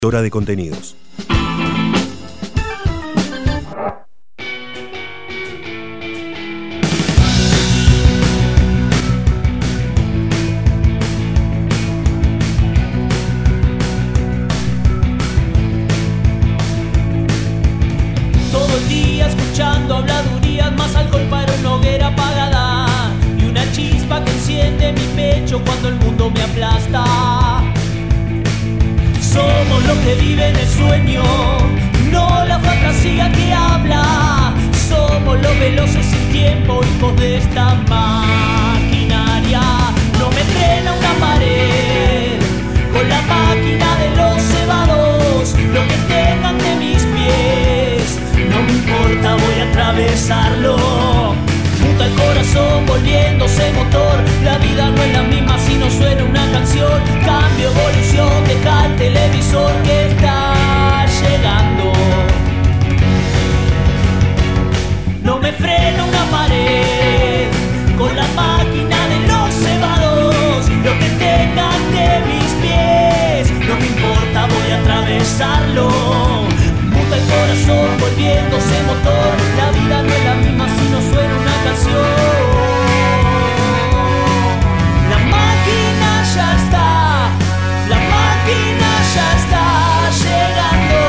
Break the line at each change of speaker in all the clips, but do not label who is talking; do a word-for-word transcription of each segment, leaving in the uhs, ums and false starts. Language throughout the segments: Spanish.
Productora de contenidos.
Todo el día escuchando habladurías, más alcohol para una hoguera apagada y una chispa que enciende mi pecho cuando el mundo me aplasta. Somos los que viven el sueño, no la fantasía que habla. Somos los veloces sin tiempo, hijos de esta maquinaria. No me frena una pared con la máquina de los cebados. Lo que tengan de mis pies, no me importa, voy a atravesarlo. Muta el corazón volviéndose motor. La vida no es la misma si no suena una canción. Cambio, evolución, deja el televisor que está llegando. No me frena una pared con la máquina de los cebados. Lo que tengan de mis pies, no me importa, voy a atravesarlo. Muta el corazón volviéndose motor. La vida no es la misma si no suena una canción. La máquina ya está, la máquina ya está llegando.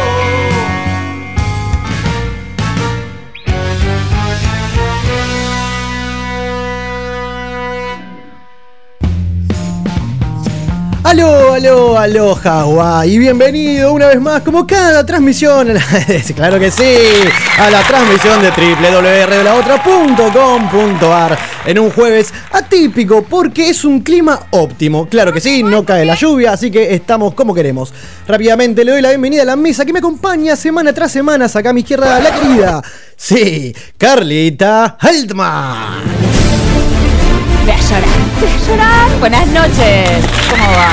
Aló, aló, aló, Hawái, y bienvenido una vez más, como cada transmisión, a la, claro que sí, a la transmisión de doble u doble u doble u punto r la otra punto com punto a r en un jueves atípico porque es un clima óptimo. Claro que sí, no cae la lluvia, así que estamos como queremos. Rápidamente le doy la bienvenida a la mesa que me acompaña semana tras semana. Acá a mi izquierda, la querida, sí, Carlita Altman.
Voy a llorar, voy a llorar. Buenas noches, ¿cómo va?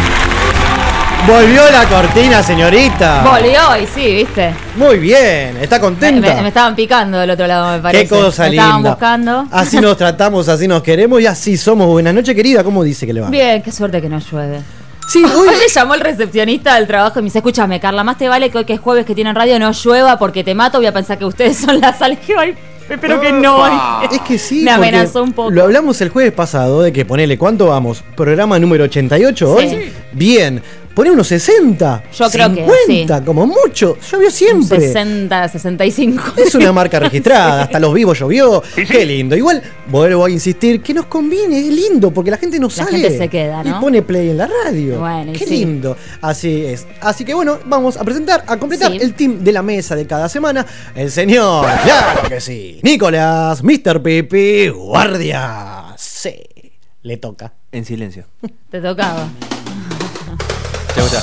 Volvió la cortina, señorita.
Volvió y sí, ¿viste?
Muy bien, ¿está contenta?
Me, me, me estaban picando del otro lado, me parece.
Qué cosa
me
linda.
estaban buscando.
Así nos tratamos, así nos queremos y así somos. Buenas noches, querida. ¿Cómo dice que le va?
Bien, qué suerte que no llueve.
Sí,
Hoy
hoy...
me llamó el recepcionista del trabajo y me dice, escúchame, Carla, más te vale que hoy que es jueves que tienen radio no llueva porque te mato, voy a pensar que ustedes son las sales que hoy. Espero que no.
Es que sí,
me amenazó un poco.
Lo hablamos el jueves pasado de que ponele, ¿cuánto vamos? Programa número ochenta y ocho hoy.
Sí.
Bien. Poné unos sesenta.
Yo creo
cincuenta,
que sí.
Como mucho. Llovió siempre.
sesenta, sesenta y cinco.
Es una marca registrada. Hasta los vivos llovió. Qué lindo. Igual, vuelvo a insistir que nos conviene. Es lindo porque la gente no
La
sale.
gente se queda, ¿no?
Y pone play en la radio.
Bueno, y
Qué
sí.
lindo. Así es. Así que bueno, vamos a presentar, a completar
Sí.
el team de la mesa de cada semana. El señor, claro que sí, Nicolás, mister Pipi, guardia. Sí, le toca.
En silencio.
Te tocaba.
¿Te gusta?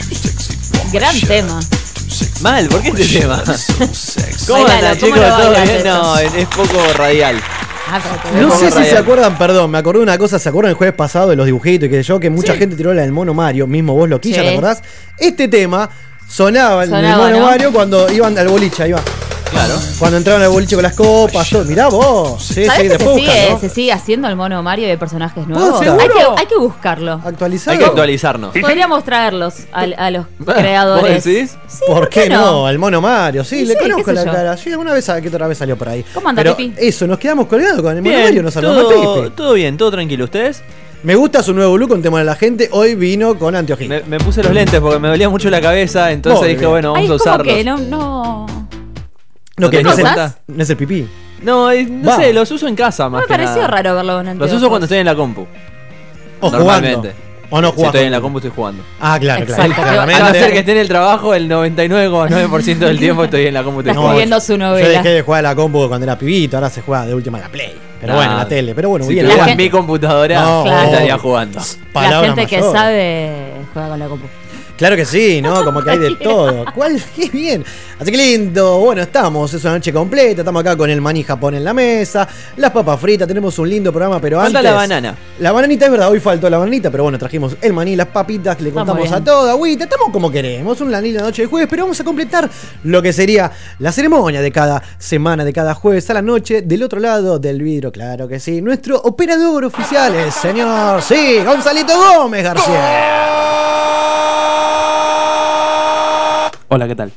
Gran tema.
Mal, ¿por qué este tema? ¿Cómo
Bailalo,
andan,
¿cómo
chicos?
lo
¿Todo
bailas
bien?
esto?
No, es, es poco radial.
Ah, pero te
No
veo.
sé si
radial.
se acuerdan, perdón, me acordé de una cosa, ¿se acuerdan el jueves pasado de los dibujitos y que yo, que mucha
Sí.
gente tiró la del mono Mario, mismo vos loquilla,
Sí.
¿te acordás? Este tema sonaba en el
Sonaba,
mono
¿no?
Mario cuando iban al boliche, ahí va.
Claro.
Cuando entraron al boliche con las copas, todo. Mirá vos. Sí,
¿Sabés
sí,
que
después
se sigue,
buscan, ¿no?
se sigue haciendo el mono Mario de personajes nuevos?
¿seguro?
Hay que, hay que buscarlo.
Actualizado.
Hay que actualizarnos.
Podríamos traerlos a, a los
¿Vos
creadores.
decís?
Sí,
¿Por qué no? El mono Mario, sí,
Y
le
sí,
conozco
qué sé
la
yo.
cara. Sí, alguna vez, ¿qué otra vez salió por ahí?
¿Cómo anda,
Pero
Pipi?
eso, nos quedamos colgados con el mono Mario,
Bien,
nos salvamos
todo,
Pipi.
todo bien, todo tranquilo. ¿Ustedes?
Me gusta su nuevo look con tema de la gente. Hoy vino con anteojitos.
Me, me puse los lentes porque me dolía mucho la cabeza, entonces
Muy
dije,
bien.
bueno,
Ay,
vamos a
¿cómo
usarlos.
que? No, no.
No, que
¿te
no es,
das
el,
cuenta?
no es el pipí.
No, eh, no
Va.
sé, los uso en casa
No
más
me
que
pareció
nada.
raro verlo con
Los
anteojos.
uso cuando estoy en la compu.
O
Normalmente.
jugando. O no
Si
jugando.
estoy en la compu estoy jugando.
Ah, claro, claro.
Exacto,
A
claramente.
no ser que esté en el trabajo, el noventa y nueve coma nueve por ciento del tiempo estoy en la compu. estoy
Está
jugando.
escribiendo su
Yo
novela.
dejé de jugar a la compu cuando era pibito, ahora se juega de última en la Play. Pero
No.
bueno, en la tele. Pero bueno,
Si
bien.
tuviera
La
aguante.
mi computadora,
No,
Claro.
estaría jugando.
La
Palabra
gente que
mayor.
sabe juega con la compu.
Claro que sí, ¿no? Como que hay de todo. ¿Cuál? ¡Qué bien! Así que lindo. Bueno, estamos. Es una noche completa. Estamos acá con el maní Japón en la mesa. Las papas fritas. Tenemos un lindo programa, pero
Falta
antes...
la banana.
La bananita es verdad. Hoy faltó la bananita, pero bueno, trajimos el maní, las papitas, le
Está
contamos
muy
a
bien.
toda agüita. Estamos como queremos. Una linda noche de jueves, pero vamos a completar lo que sería la ceremonia de cada semana, de cada jueves a la noche. Del otro lado del vidrio, claro que sí. Nuestro operador oficial, el señor, sí, Gonzalito Gómez García.
Hola, ¿qué tal?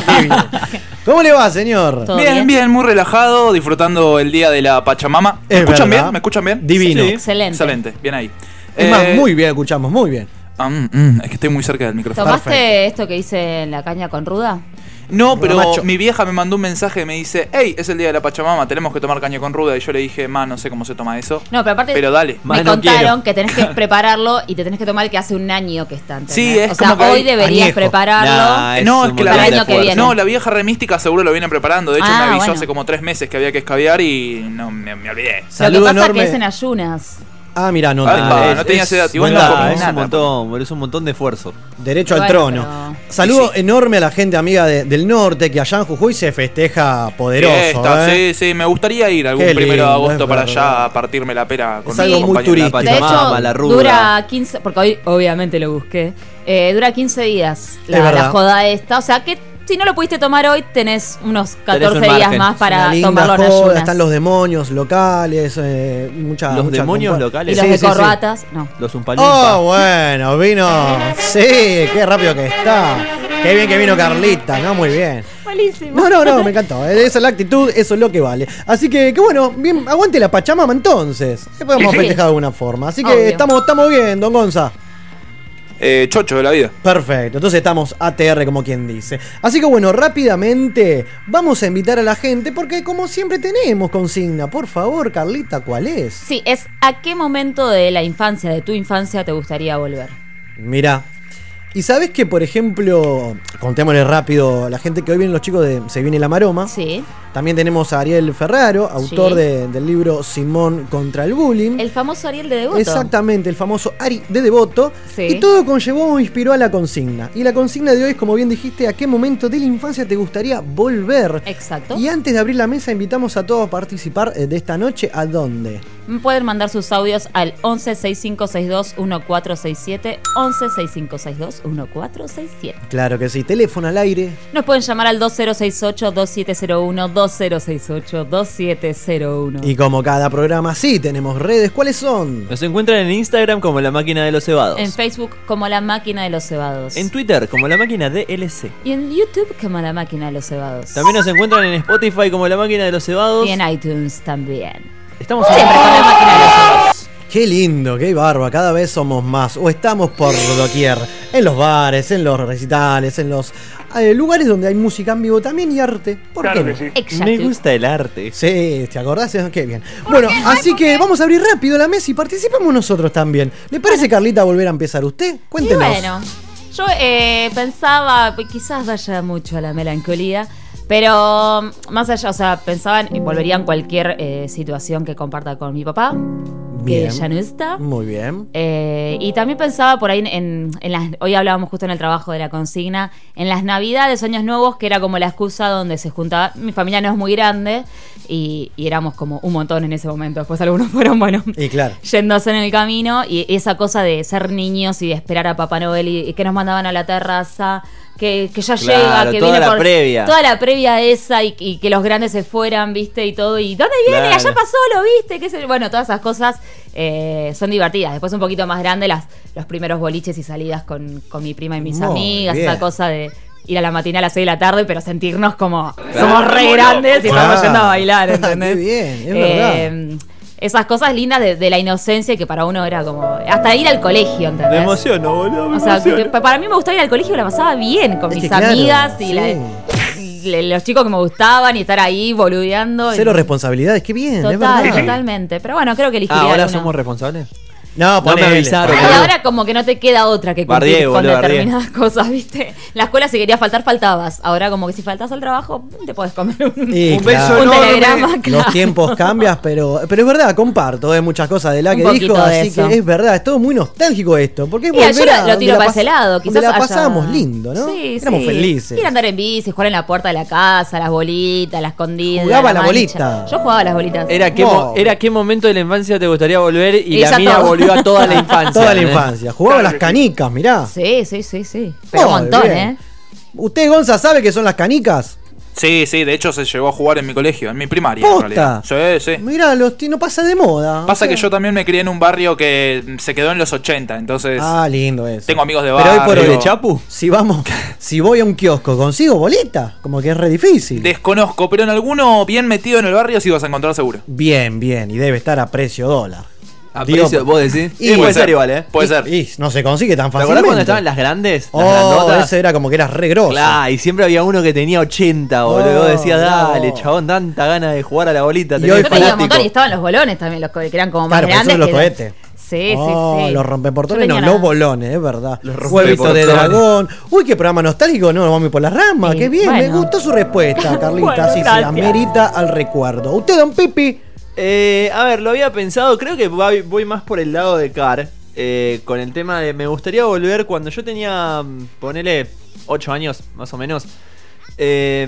¿Cómo le va, señor?
¿Todo
Bien,
bien?
bien, muy relajado, disfrutando el día de la Pachamama. ¿Me
Es
escuchan
verdad.
bien? ¿Me escuchan bien?
Divino.
Sí.
Excelente.
Excelente, bien ahí.
Es
Eh,
más, muy bien, escuchamos, muy bien.
ah, mm, mm, es que estoy muy cerca del micrófono.
¿Tomaste
Perfecto.
esto que hice en la caña con ruda?
No, pero
Macho.
mi vieja me mandó un mensaje que me dice, hey, es el día de la Pachamama, tenemos que tomar caña con ruda. Y yo le dije, ma, no sé cómo se toma eso.
No, pero aparte
Pero dale.
me
Ma, no
contaron
quiero.
que tenés que prepararlo y te tenés que tomar el que hace un año que está. ¿entendés?
Sí, es
o sea,
como que
hoy
hay
deberías
añejo.
prepararlo.
Nah, es
No,
un
es que la,
montón
Para el
de
año que
esfuerzo.
viene.
no, la vieja remística seguro lo vienen preparando. De hecho,
Ah,
me avisó
bueno.
hace como tres meses que había que escabiar y no me, me olvidé.
Lo que
Saludo
pasa
enorme.
que es en ayunas.
Ah, mira, no
Ah,
tengo.
pa,
es-
no tenías
es-
edad, igual
no
Nah,
comí
es
nada.
un montón, boludo, es un montón de esfuerzo.
Derecho al
Bueno,
trono.
pero-
Saludo
Sí.
enorme a la gente amiga de- del norte, que allá en Jujuy se festeja poderoso.
Fiesta,
¿eh?
sí, sí, me gustaría ir algún
Qué
primero
lindo,
de agosto
es
para
verdad.
allá a partirme la pera con
Es
mis
algo muy
compañeros.
turístico.
De
Pachamama,
hecho,
la ruda.
dura quince, porque hoy obviamente lo busqué, eh, dura quince días la,
Es verdad.
la joda esta. O sea que si no lo pudiste tomar hoy, tenés unos catorce
un
días
margen.
más
Es
para
una linda
tomarlo en
joda,
ayunas.
están los demonios locales, eh, mucha,
¿Los
mucha
demonios
compa-
y
locales?
los
Sí,
de
sí, sí.
corbatas, no.
Los Umpalumpa.
Oh, bueno, vino. Sí, qué rápido que está. Qué bien que vino Carlita, ¿no? Muy bien.
Malísimo.
No, no, no, me encantó. Esa es la actitud, eso es lo que vale. Así que, que bueno, bien, aguante la Pachamama entonces. Que podemos
Sí.
festejar de alguna forma. Así que
Obvio.
estamos, estamos bien, don Gonza.
Eh, chocho de la vida.
Perfecto, entonces estamos A T R como quien dice. Así que bueno, rápidamente vamos a invitar a la gente porque como siempre tenemos consigna. Por favor, Carlita, ¿cuál es?
Sí, es ¿a qué momento de la infancia, de tu infancia, te gustaría volver?
Mirá. Y sabés que, por ejemplo, contémosle rápido a la gente que hoy vienen los chicos de Se Viene la Maroma.
Sí.
También tenemos a Ariel Ferraro, autor
Sí.
de- del libro Simón contra el bullying.
El famoso Ariel de Devoto.
Exactamente, el famoso Ari de Devoto.
Sí.
Y todo conllevó o inspiró a la consigna. Y la consigna de hoy es, como bien dijiste, ¿a qué momento de la infancia te gustaría volver?
Exacto.
Y antes de abrir la mesa, invitamos a todos a participar eh, de esta noche. ¿A dónde?
Pueden mandar sus audios al once sesenta y cinco sesenta y dos catorce sesenta y siete, once sesenta y cinco sesenta y dos catorce sesenta y siete.
Claro que sí, teléfono al aire.
Nos pueden llamar al dos cero seis ocho, dos siete cero uno, dos cero seis ocho, dos siete cero uno.
Y como cada programa, sí, tenemos redes. ¿Cuáles son?
Nos encuentran en Instagram como La Máquina de los Cebados.
En Facebook como La Máquina de los Cebados.
En Twitter como La Máquina D L C.
Y en YouTube como La Máquina de los Cebados.
También nos encuentran en Spotify como La Máquina de los Cebados.
Y en iTunes también.
Estamos
Siempre con La Máquina de los Cebados.
Qué lindo, qué barba, cada vez somos más. O estamos por doquier. En los bares, en los recitales, en los eh, lugares donde hay música en vivo también y arte. ¿Por qué no?
Exacto.
Me gusta el arte.
Sí, ¿te acordás? Qué bien. Bueno, así que vamos a abrir rápido la mesa y participamos nosotros también. ¿Le parece, Carlita, volver a empezar usted?
Y
Cuéntenos.
bueno, yo eh, pensaba, pues, quizás vaya mucho a la melancolía, pero mm, más allá, o sea, pensaba en, volvería en cualquier eh, situación que comparta con mi papá,
Bien.
que ya no está.
Muy bien.
Eh, y también pensaba por ahí en, en, en las, hoy hablábamos justo en el trabajo de la consigna, en las navidades, años nuevos, que era como la excusa donde se juntaba, mi familia no es muy grande y, y éramos como un montón en ese momento, después algunos fueron, bueno,
Y claro.
yéndose en el camino y esa cosa de ser niños y de esperar a Papá Noel y, y que nos mandaban a la terraza, que, que ya
Claro,
llega, que
toda
viene
la
por
previa.
toda la previa esa y, y que los grandes se fueran, viste, y todo, y ¿dónde viene?
Claro.
Allá pasó, lo viste, qué sé yo. Bueno, todas esas cosas eh, son divertidas. Después un poquito más grande las, los primeros boliches y salidas con, con mi prima y mis
Muy
amigas,
bien.
esa cosa de ir a la matinal a las seis de la tarde, pero sentirnos como
Claro.
somos re grandes y
Claro.
estamos yendo a bailar, ¿entendés?
Qué bien, es
Eh, esas cosas lindas de, de la inocencia que para uno era como hasta ir al colegio, ¿entendés?
Me emociono, boludo. Me
O sea,
emociono.
que pa- para mí me gustaba ir al colegio, la pasaba bien con
Es
mis
que claro,
amigas y,
sí.
la- y le- los chicos que me gustaban y estar ahí boludeando.
Cero
y-
responsabilidades, qué bien, es
Total,
verdad.
totalmente. Pero bueno, creo que
Ah,
elegiría
ahora
alguna.
somos responsables.
No,
No me
ponele.
avisaron,
Y
boludo.
ahora como que no te queda otra que cumplir
Bardié,
con
boludo, bardié.
determinadas cosas, ¿viste? La escuela si querías faltar, faltabas. Ahora como que si faltas al trabajo, te podés comer un,
Y
Un
claro.
beso
un
enorme.
telegrama.
Los
claro.
tiempos cambian, pero, pero es verdad, comparto, hay muchas cosas de la
Un
que
poquito
dijo,
de
así
eso.
que es verdad, es todo muy nostálgico esto, porque es
Mira,
volver
yo
a
lo, lo
donde
tiro
la
para
pas-
ese lado.
donde
Quizás
la
haya-
pasábamos lindo, ¿no?
Sí,
Éramos
sí.
felices.
Ir a andar en bici, jugar en la puerta de la casa, las bolitas, la escondida.
Jugaba a la
mancha.
bolita.
Yo jugaba a las bolitas.
Era qué,
Wow.
mo- era qué momento de la infancia te gustaría volver y,
Y
la
ya
mía
todo.
volvió a toda la infancia.
Toda la
¿eh?
infancia. Jugaba a las canicas, mirá.
Sí, sí, sí, sí. Pero un
Muy
montón,
bien.
¿eh?
¿Usted, Gonza, sabe qué son las canicas?
Sí, sí, de hecho se llegó a jugar en mi colegio, en mi primaria.
¿Posta?
En realidad. Sí, sí.
Mirá, los ti- no pasa de moda.
Pasa
o sea.
que yo también me crié en un barrio que se quedó en los ochenta, entonces
Ah, lindo eso.
tengo amigos de
Pero hoy
barrio.
por hoy,
¿De Chapu?
Si vamos, si voy a un kiosco, ¿consigo bolita? Como que es re difícil.
Desconozco, pero en alguno bien metido en el barrio sí vas a encontrar seguro.
Bien, bien, y debe estar a precio dólar.
A
Digo,
precio, vos decís.
y-
Y puede
puede
ser
ser.
igual, ¿eh?
Puede
y-
ser.
Y no se consigue tan
¿Te
fácilmente.
acordás cuando estaban las grandes? Las
Oh,
grandotas.
ese era como que era re grosso.
Claro, y siempre había uno que tenía ochenta, boludo.
Oh,
Vos decías, dale,
no.
chabón, tanta ganas de jugar a la bolita.
Y
tenés
hoy
Yo tenía un
fanático.
montón y estaban los bolones también, los que que eran como más
Claro, pero eso
grandes.
es los
que-
cohetes.
Sí,
Oh,
sí, sí.
los rompeportones,
Yo
no,
tenía
los
la-
bolones, es verdad.
Los
Huevito de
rompeportones.
dragón. Uy, qué programa nostálgico, no, vamos a ir por las ramas.
Sí,
Qué bien, me
bueno.
gustó su respuesta, Carlita.
Bueno,
sí, sí,
gracias.
amerita al recuerdo. ¿Usted, don Pipi?
Eh, a ver, lo había pensado, creo que voy voy más por el lado de Car, eh, con el tema de me gustaría volver cuando yo tenía, mm, ponele, ocho años más o menos. Eh,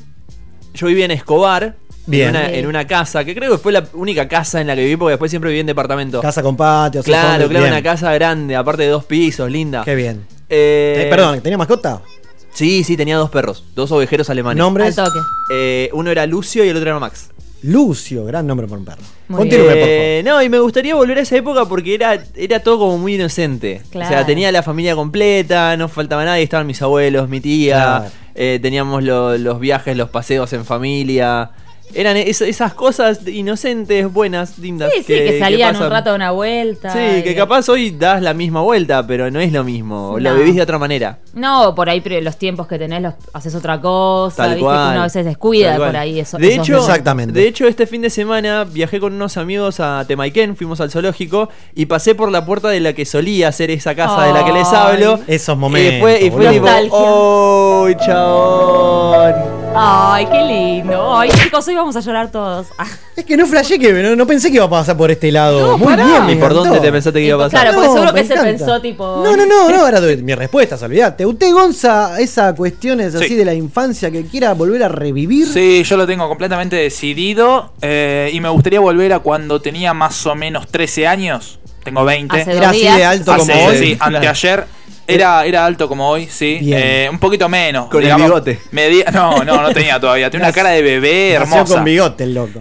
yo vivía en Escobar,
Bien.
En, una,
Sí.
en una casa, que creo que fue la única casa en la que viví, porque después siempre viví en departamento.
Casa con patio. así,
Claro,
fondo,
claro,
bien.
una casa grande, aparte de dos pisos, linda.
Qué bien.
Eh,
Eh, perdón, ¿tenía mascota?
Sí, sí, tenía dos perros, dos ovejeros alemanes.
Al
¿Nombres?
toque.
Eh, uno era Lucio y el otro era Max.
Lucio, gran nombre por un perro.
Muy
Continúe, por favor.
Eh, no, y me gustaría volver a esa época porque era, era todo como muy inocente. O sea,
Claro.
tenía la familia completa, no faltaba nadie, estaban mis abuelos, mi tía,
Claro.
eh, teníamos lo- los viajes, los paseos en familia. Eran es- esas cosas inocentes, buenas, lindas.
Sí, sí, que, salían un
pasan.
rato a una vuelta.
Sí, que
y-
capaz hoy das la misma vuelta, pero no es lo mismo. Lo
No.
vivís de otra manera.
No, por ahí pero los tiempos que tenés los haces otra cosa,
Tal
viste
cual.
que uno a veces descuida
Tal cual.
por ahí eso.
De
esos
hecho,
momentos.
Exactamente.
de hecho, este fin de semana viajé con unos amigos a Temaiken, fuimos al zoológico y pasé por la puerta de la que solía ser esa casa de la que les hablo.
Ay.
Esos momentos.
Y fue, y fue
boludo.
tipo,
Nostalgia.
¡oh, chabón!
Ay, qué lindo. Ay, chicos, hoy vamos a llorar todos. Ah.
Es que no flashé que no, no pensé que iba a pasar por este lado.
No,
Muy
pará.
bien, me
¿Y por
encantó.
dónde te pensaste que iba a pasar?
Claro, porque
No,
seguro
me
que se
encanta.
pensó tipo.
No, no, no, no, ahora doy mi respuesta, olvídate. ¿Usted, Gonza, esa cuestiones así
Sí.
de la infancia que quiera volver a revivir?
Sí, yo lo tengo completamente decidido eh, y me gustaría volver a cuando tenía más o menos trece años. Tengo veinte.
Hace
Era
dos
así
días.
de alto como
Hace-
hoy.
Sí,
Claro.
anteayer era, era alto como hoy, sí.
Bien.
Eh, un poquito menos.
Con el bigote.
medía- no, no, no tenía todavía. Tenía una cara de bebé
Nació
hermosa.
con bigote el loco.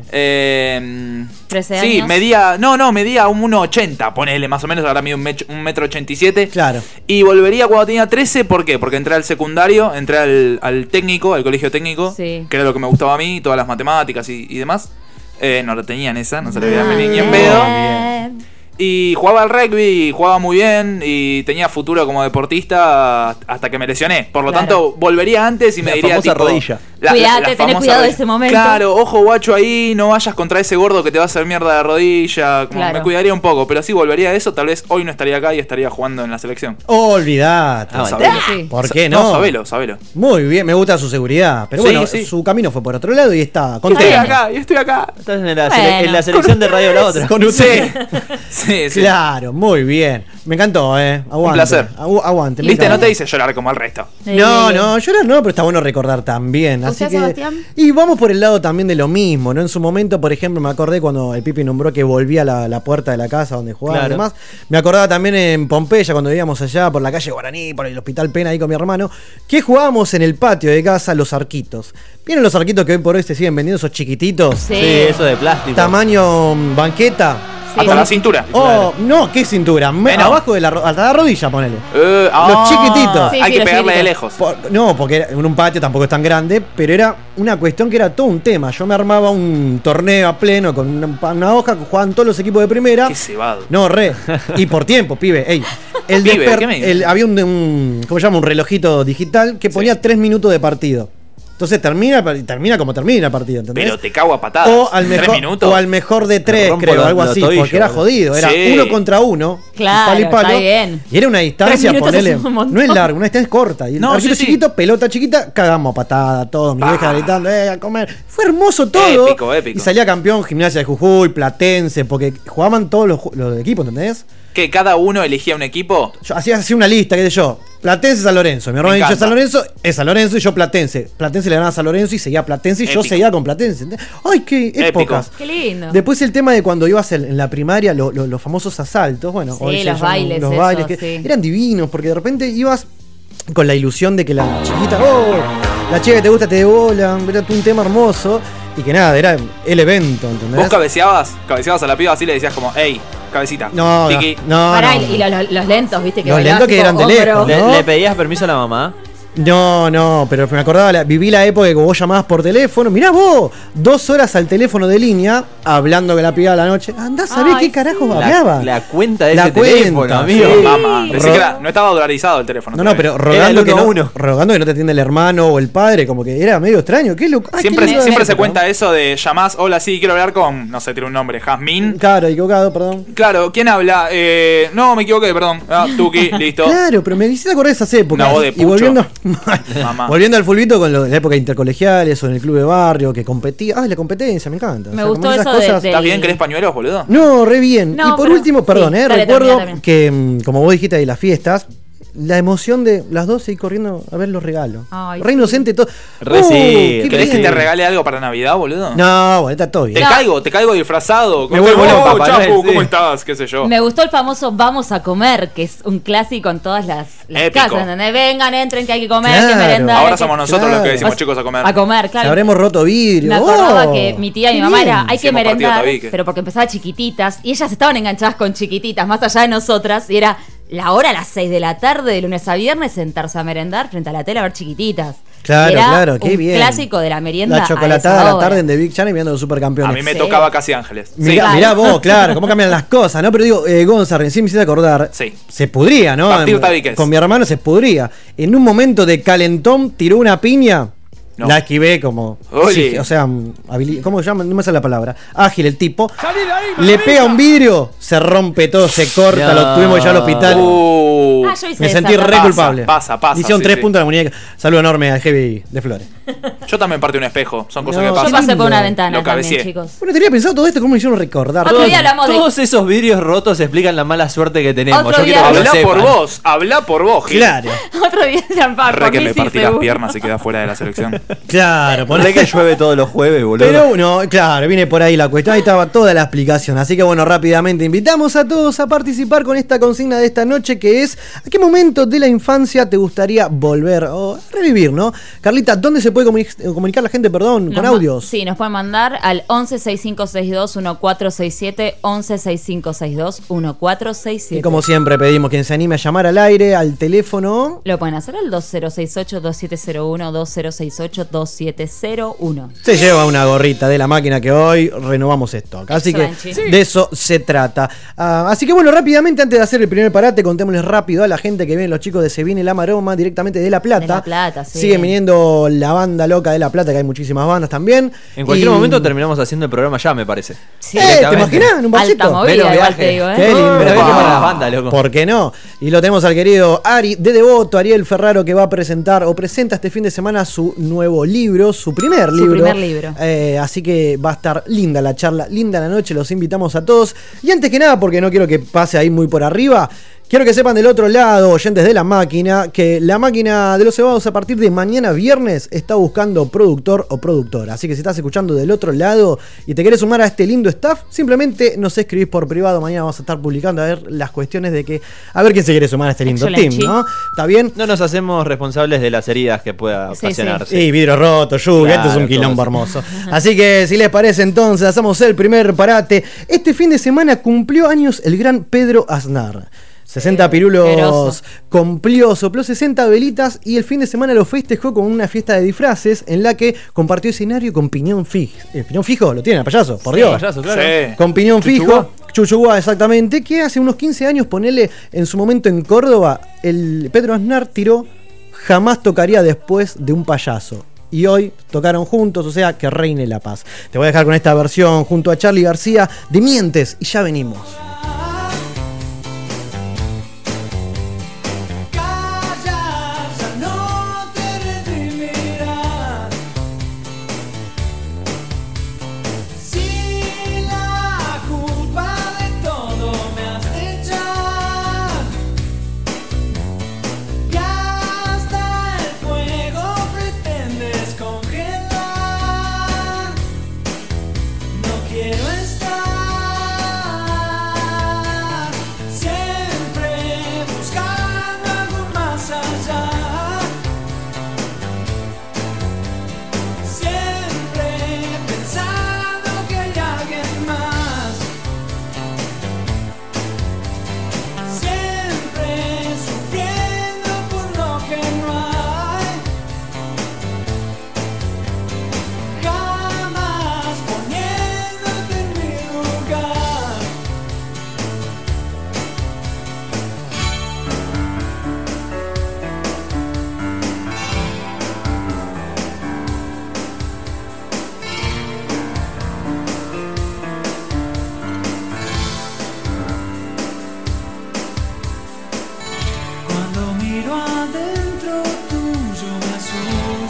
Eh,
trece
sí,
años.
medía. No, no, medía un uno ochenta, ponele más o menos. Ahora mide un, mech- un metro ochenta y siete.
Claro.
Y volvería cuando tenía trece, ¿por qué? Porque entré al secundario, entré al, al técnico, al colegio técnico,
Sí.
que era lo que me gustaba a mí, todas las matemáticas y, y demás. Eh, no lo tenían esa, no se le veía
Ah,
ni, ni en
bien.
pedo. Y jugaba al rugby, jugaba muy bien y tenía futuro como deportista hasta que me lesioné. Por lo
Claro.
tanto, volvería antes y me
La
diría
famosa
tipo,
rodilla.
Cuidate, tené
famosa
cuidado de
rodilla.
ese momento.
Claro, ojo guacho ahí, no vayas contra ese gordo que te va a hacer mierda de rodilla. Como
Claro.
me cuidaría un poco, pero sí volvería a eso. Tal vez hoy no estaría acá y estaría jugando en la selección.
Olvidate.
Ah,
Sabelo.
Sí.
¿Por
Sa-
qué no?
sabelo, sabelo.
Muy bien, me gusta su seguridad. Pero
Sí,
bueno,
sí.
su camino fue por otro lado y está
Y
contento.
estoy
Bueno.
acá, y estoy acá.
Estás en la,
Bueno.
sele- en la selección de Radio La Otra.
Con usted.
Sí, sí.
Claro, muy bien. Me encantó, eh. Aguante.
placer.
Agu- aguante. me
Viste, no
encantó.
te hice llorar como al resto.
No, no, llorar no, pero está bueno recordar también. Así
¿Usted,
que.
Sebastián?
Y vamos por el lado también de lo mismo, ¿no? En su momento, por ejemplo, me acordé cuando el Pipi nombró que volvía a la, la puerta de la casa donde jugaba
Claro.
y demás. Me acordaba también en Pompeya, cuando vivíamos allá por la calle Guaraní, por el Hospital Pena, ahí con mi hermano, que jugábamos en el patio de casa los arquitos. ¿Vieron los arquitos que hoy por hoy se siguen vendiendo, esos chiquititos?
Sí.
Sí, eso de plástico.
Tamaño mm, banqueta.
Sí.
Hasta la cintura.
Oh, no, ¿qué cintura? Me-
Menos.
Abajo de la, ro- hasta la rodilla, ponele.
Eh, ah,
chiquititos.
Sí,
Hay
sí,
que
los
pegarle de
chiquititos.
lejos.
Por- no, porque era- en un patio tampoco es tan grande, pero era una cuestión que era todo un tema. Yo me armaba un torneo a pleno con una, una hoja que jugaban todos los equipos de primera.
Qué cebado.
No, re. Y por tiempo, pibe. Ey, el
Pibe,
desper-
¿qué me dices?
el- había un, un- ¿cómo se llama? Un relojito digital que ponía tres minutos de partido. Entonces termina, termina como termina el partido, ¿entendés?
Pero te cago a patadas.
o al
¿Tres
mejor
minutos?
o al mejor de tres,
rompo
creo,
los-
algo
los
así,
tobillos,
porque era
boludo.
jodido, era
Sí.
uno contra uno,
Claro,
palo y palo,
está bien.
y era una distancia,
Tres minutos
ponele,
es un montón.
no es larga, una distancia corta, y el
No,
arquito
sí, sí.
chiquito, pelota chiquita, cagamos a patada, todo, mi
Ah.
vieja gritando, eh, a comer, fue hermoso todo,
Épico, épico.
y salía campeón Gimnasia de Jujuy, Platense, porque jugaban todos los, ju- los equipos, ¿entendés?
Que cada uno elegía un equipo.
Yo hacía así una lista, qué sé yo. Platense, San Lorenzo. Mi hermano
Me
dice
encanta.
San Lorenzo, es San Lorenzo y yo Platense. Platense le ganaba a San Lorenzo y seguía Platense y yo
Épico.
seguía con Platense. ¿entendés? ¡Ay, qué épocas!
Qué lindo.
Después el tema de cuando ibas en, en la primaria, lo- lo- los famosos asaltos, bueno,
Sí,
hoy se
los
llaman
bailes,
los
eso,
bailes que
sí.
eran divinos, porque de repente ibas con la ilusión de que la chiquita, oh, la chica que te gusta te dé bola, era un tema hermoso. Y que nada, era el evento, ¿entendés?
¿Vos cabeceabas? Cabeceabas a la piba así le decías como, hey, cabecita.
No,
Tiki.
no,
Pará,
no.
y, y los, los lentos, viste que
Los
bailabas
lentos que
tipo
eran de
hombro.
lejos,
¿Le,
¿no?
le pedías permiso a la mamá?
No, no, pero me acordaba, la- viví la época que vos llamabas por teléfono. Mirá vos, dos horas al teléfono de línea, hablando con la piba a la noche. Andá a saber
Ay,
qué carajos
sí.
hablaba.
La, la cuenta de
La
ese
cuenta,
teléfono, amigo.
sí.
Mamá. Pensé
Ro-
que era- no estaba dolarizado el teléfono.
No, no,
todavía.
pero rogando,
el
que
uno a
no,
uno.
rogando que no te atienda el hermano o el padre, como que era medio extraño. ¿Qué loco? Ay,
Siempre,
qué lindo
siempre se
esto,
cuenta
¿no?
eso de llamás, hola, sí, quiero hablar con, no sé, tiene un nombre, Jazmín.
Claro, equivocado, perdón.
Claro, ¿quién habla? Eh, no, me equivoqué, perdón. Ah, Tuki, listo.
Claro, pero me hiciste acordar de esas épocas.
Una voz de
y
pucho.
volviendo,
Mamá.
volviendo al fulbito con lo de la época de intercolegiales o en el club de barrio, que competía. Ah, la competencia, me encanta.
Me
O sea,
gustó
como esas
eso de-
cosas-
de-
¿Estás bien? ¿Querés pañuelos, boludo?
No, re bien.
No,
y por
pero-
último, perdón,
sí,
eh,
dale,
recuerdo
termina, termina.
que, mm, como vos dijiste ahí, las fiestas, la emoción de las dos ir corriendo a ver los regalos.
Ay,
re
sí.
inocente todo.
Re sí,
qué
¿Querés que
bien.
te regale algo para Navidad, boludo?
No, bueno, está todo
Te
bien.
No.
caigo, te caigo disfrazado.
Me vuelvo loco,
oh,
Papá
Chapu,
Noel, sí.
¿cómo estás? ¿Qué sé yo?
Me gustó el famoso Vamos a comer, que es un clásico en todas las, las
Épico.
casas, ¿entendés? Vengan, entren, que hay que comer,
Claro.
que merendar.
Ahora
hay que-
somos nosotros
Claro.
los que decimos
O-
chicos a comer.
A comer,
Si
claro.
habremos roto vidrio.
Me acordaba
Oh,
que mi tía y mi
qué
mamá
bien.
era, hay que
Hicimos partido
merendar,
tabique.
pero porque empezaba chiquititas y ellas estaban enganchadas con chiquititas, más allá de nosotras, y era la hora a las seis de la tarde, de lunes a viernes, sentarse a merendar frente a la tela a ver chiquititas.
Claro,
Y era
claro, qué
un
bien.
clásico de la merienda.
La
a
chocolatada
esa
a la
hora.
tarde en The Big Channel viendo los supercampeones.
A mí me
Sí.
tocaba Casi Ángeles. Sí.
Mirá,
claro.
mirá vos, claro, cómo cambian las cosas, ¿no? Pero digo, eh, Gonza, recién me hiciste acordar.
Sí.
Se pudría, ¿no?
Partido
En-
tabiques.
Con mi hermano se pudría. En un momento de calentón tiró una piña.
No.
La esquivé como.
Ole.
Sí, o sea, habili- ¿cómo se llama? No me sale la palabra. Ágil el tipo. Le pega un vidrio, se rompe todo, se corta,
No.
lo tuvimos ya al hospital.
Uh,
Ah, yo hice
Me
esa
sentí re
también.
culpable.
pasa, pasa,
Hicieron
sí,
tres
sí.
puntos a la muñeca. Saludo enorme al Heavy de Flores.
yo también partí un espejo. Son cosas
No,
que
Yo
qué
pasan.
pasé por una
lindo.
ventana
Lo
también,
cabeceé.
chicos.
Bueno, tenía pensado todo esto, ¿cómo me hicieron recordar?
Otro
todo.
día hablamos de...
Todos esos vidrios rotos explican la mala suerte que tenemos.
Otro
Yo
día-
quiero que lo
Habla por
sepan.
vos, habla por vos, Gil.
Claro,
Otro día eran para
Re que me partí las piernas y queda fuera de la selección.
claro.
Por ahí que llueve todos los jueves, boludo.
Pero uno, claro, viene por ahí la cuestión, ahí estaba toda la explicación. Así que bueno, rápidamente invitamos a todos a participar con esta consigna de esta noche que es ¿a qué momento de la infancia te gustaría volver o revivir, no? Carlita, ¿dónde se puede comuni- comunicar la gente, perdón,
Nos
con
ma-
audios?
Sí, nos pueden mandar al once sesenta y cinco sesenta y dos catorce sesenta y siete, once sesenta y cinco sesenta y dos catorce sesenta y
Y
siete.
como siempre pedimos quien se anime a llamar al aire, al teléfono.
Lo pueden hacer al dos cero seis ocho, dos siete cero uno, dos cero seis ocho, dos siete cero uno.
Se lleva una gorrita de la máquina que hoy renovamos stock. Así que
Excelente.
de eso se trata. Ah, así que bueno, rápidamente, antes de hacer el primer parate, contémosles rápido a la gente que vienen los chicos de Se Viene la Maroma directamente de La Plata.
De La Plata, sí.
Siguen viniendo la banda loca de La Plata, que hay muchísimas bandas también.
En cualquier
Y-
momento terminamos haciendo el programa ya, me parece.
Sí.
Eh, ¿te
Directamente.
imaginas? En un barcito.
Alta movida,
Menos
igual
viaje.
te digo, ¿eh?
Qué lindo.
Pero hay que
Ah.
para las bandas, loco.
¿Por qué no? Y lo tenemos al querido Ari de Devoto, Ariel Ferraro, que va a presentar o presenta este fin de semana su nuevo libro, su primer
Su
libro.
primer libro.
Eh, así que va a estar linda la charla, linda la noche, los invitamos a todos. Y antes que nada, porque no quiero que pase ahí muy por arriba, quiero que sepan del otro lado, oyentes de La Máquina, que La Máquina de los Cebados a partir de mañana viernes está buscando productor o productora. Así que si estás escuchando del otro lado y te querés sumar a este lindo staff, simplemente nos escribís por privado. Mañana vamos a estar publicando a ver las cuestiones de que, a ver quién se quiere sumar a este lindo
Excelente.
team, ¿no? ¿Está bien?
No nos hacemos responsables de las heridas que pueda
Sí,
ocasionar.
Y vidrio roto, yuga,
Claro,
esto es un
todo
quilombo
eso.
hermoso. Así que si les parece entonces, hacemos el primer parate. Este fin de semana cumplió años el gran Pedro Aznar. sesenta pirulos
grosso.
cumplió, sopló sesenta velitas y el fin de semana lo festejó con una fiesta de disfraces en la que compartió escenario con Piñón Fijo. ¿El Piñón Fijo? Lo tiene el payaso, por Dios.
Payaso, claro.
Sí.
Con Piñón
Chuchuá.
Fijo, Chuchuá, exactamente, que hace unos quince años, ponele, en su momento en Córdoba, el Pedro Aznar tiró jamás tocaría después de un payaso. Y hoy tocaron juntos, o sea, que reine la paz. Te voy a dejar con esta versión junto a Charly García de Mientes y ya venimos.
Callas, ya no te redimirás. Si la culpa de todo me has de echar, y hasta el fuego pretendes congelar, no quiero estar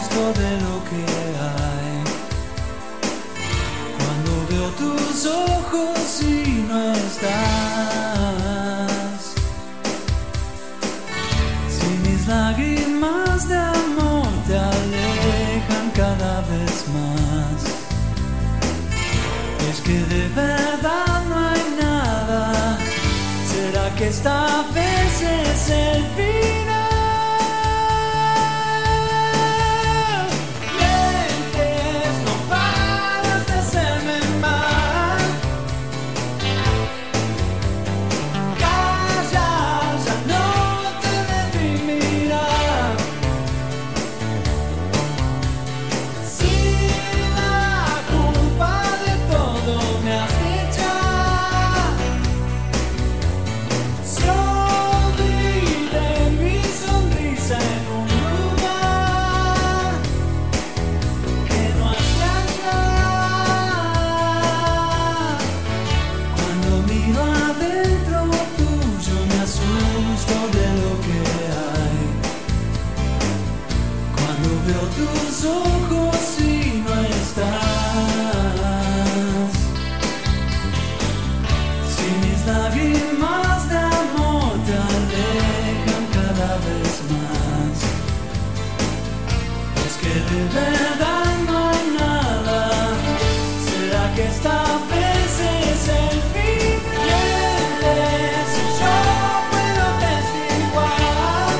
asusto de lo que hay. Cuando veo tus ojos y no estás, si mis lágrimas de amor te alejan cada vez más, es que de verdad no hay nada. ¿Será que esta vez es el final? Mientes, no paras de hacerme mal. Callas, ya no te debí mirar. Si la culpa de todo me has echado, si olvidé mi sonrisa en un lugar que no hace allá. Cuando miro adentro tuyo me asusto de lo que hay. Cuando veo tus ojos y no estás, si mis lágrimas de amor te alejan cada vez más, es que de verdad no hay nada. ¿Será que esta vez es el fin? Mientes y yo puedo testiguar.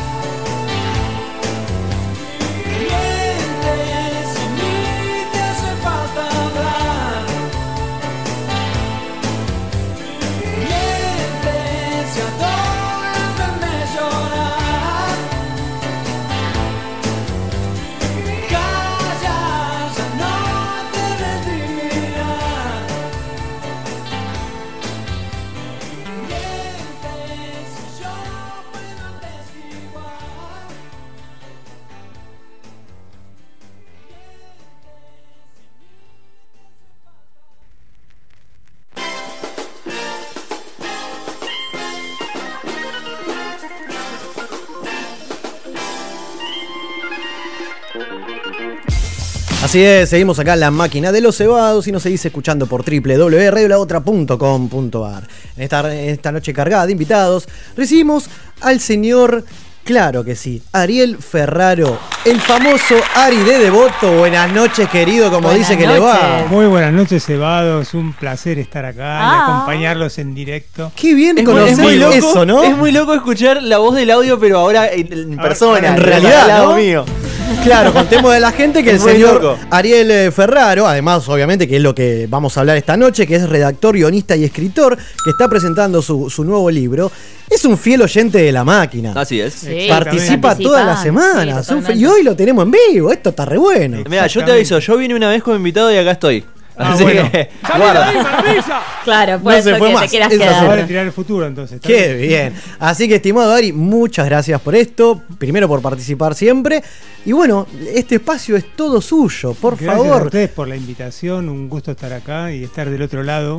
Mientes y ni te hace falta hablar. Mientes y adoras verme llorar. Callas, ya no te debí mirar. Mientes y yo puedo testiguar.
Así es, seguimos acá en la máquina de los cebados y nos seguís escuchando por doble u doble u doble u punto radio la otra punto com punto a r. En esta, en esta noche cargada de invitados, recibimos al señor, claro que sí, Ariel Ferraro, el famoso Ari de Devoto. Buenas noches, querido, como
Buenas
dice que le va.
noches.
Muy buenas noches, cebados. Un placer estar acá y
Ah.
acompañarlos en directo.
Qué bien
Es muy,
conocer
es muy loco,
eso, ¿no?
Es muy loco escuchar la voz del audio, pero ahora en, en
Ahora,
persona,
en realidad,
al lado
¿no?
mío.
Claro, contemos de la gente que el
Es muy
señor
loco.
Ariel eh, Ferraro, además obviamente que es lo que vamos a hablar esta noche, que es redactor, guionista y escritor, que está presentando su, su nuevo libro, es un fiel oyente de la máquina.
Así es.
Sí,
Participa
participan,
todas las
sí,
semanas. Un fe-
totalmente.
y hoy lo tenemos en vivo. Esto está re bueno.
Mira, yo te aviso, yo vine una vez como invitado y acá estoy.
Ah,
Así
bueno.
que, guarda.
Claro, puede
No se
ser
fue
que
más,
te quieras
eso sí.
Ahora
quedar.
tirar el futuro, entonces. ¿está
Qué
bien?
bien. Así que, estimado Ari, muchas gracias por esto. Primero por participar siempre. Y bueno, este espacio es todo suyo. Por
Gracias a
favor.
ustedes por la invitación. Un gusto estar acá y estar del otro lado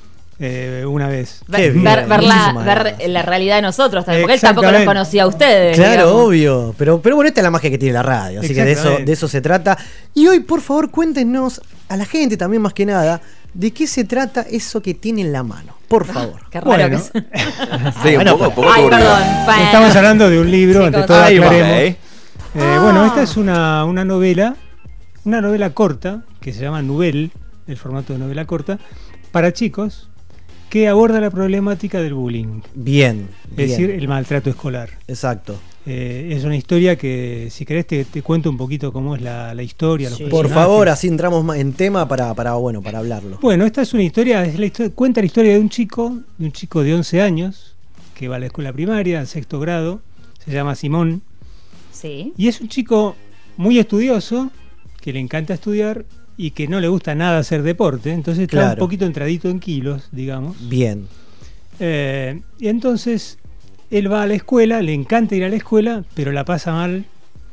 eh, una vez.
Qué
Ver,
bien,
ver, ver la,
muchísimas
ver
gracias.
la realidad de nosotros también, porque él tampoco los
Exactamente.
conocía a ustedes.
Claro,
digamos.
obvio. Pero, pero bueno, esta es la magia que tiene la radio. Así que de eso,
Exactamente.
de eso se trata. Y hoy, por favor, cuéntenos a la gente también, más que nada, de qué se trata eso que tiene en la mano. Por favor.
Qué raro
Bueno.
que es.
Sí,
Bueno,
un poco, un poco
Ay,
turbio.
perdón. bueno.
Estamos hablando de un libro,
Sí,
ante
como-
todo
Ahí va,
aclaremos.
¿eh?
Eh, Bueno, esta es una, una novela, una novela corta, que se llama Nouvelle, el formato de novela corta, para chicos, que aborda la problemática del bullying,
Bien.
es
bien.
decir, el maltrato escolar.
Exacto.
Eh, es una historia que, si querés, te, te cuento un poquito cómo es la, la historia. Los
Sí.
Por
personajes.
favor, así entramos ma- en tema para, para, bueno, para hablarlo.
Bueno, esta es una historia, es la histo- cuenta la historia de un chico, de un chico de once años, que va a la escuela primaria, al sexto grado, se llama Simón,
Sí.
y es un chico muy estudioso, que le encanta estudiar y que no le gusta nada hacer deporte, entonces está
Claro.
un poquito entradito en kilos, digamos.
Bien.
Eh, y entonces él va a la escuela, le encanta ir a la escuela, pero la pasa mal.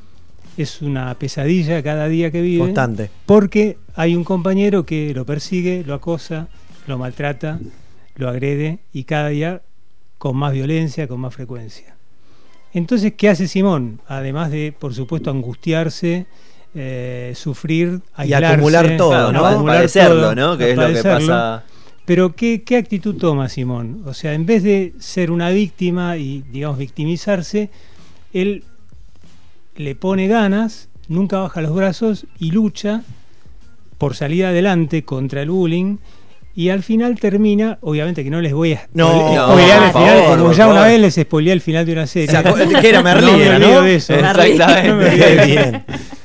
Es una pesadilla cada día que vive.
Constante.
Porque hay un compañero que lo persigue, lo acosa, lo maltrata, lo agrede y cada día con más violencia, con más frecuencia. Entonces, ¿qué hace Simón? Además de, por supuesto, angustiarse, eh, sufrir,
Y
aislarse,
acumular todo,
Claro,
¿no?
pa-
acumular
padecerlo,
todo,
¿no? Que es lo que
padecerlo.
pasa.
Pero ¿qué, ¿qué actitud toma Simón? O sea, en vez de ser una víctima y, digamos, victimizarse, él le pone ganas, nunca baja los brazos y lucha por salir adelante contra el bullying. Y al final termina, obviamente que no les voy a
No,
spoile-
no,
spoilear el
por
final,
favor,
como
por
ya una
favor.
vez les spoileé el final de una serie.
¿Se acu- que era Merlí,
No me
era,
olvido
¿no?
de eso.
Exactamente.
No me olvido de eso.
Bien.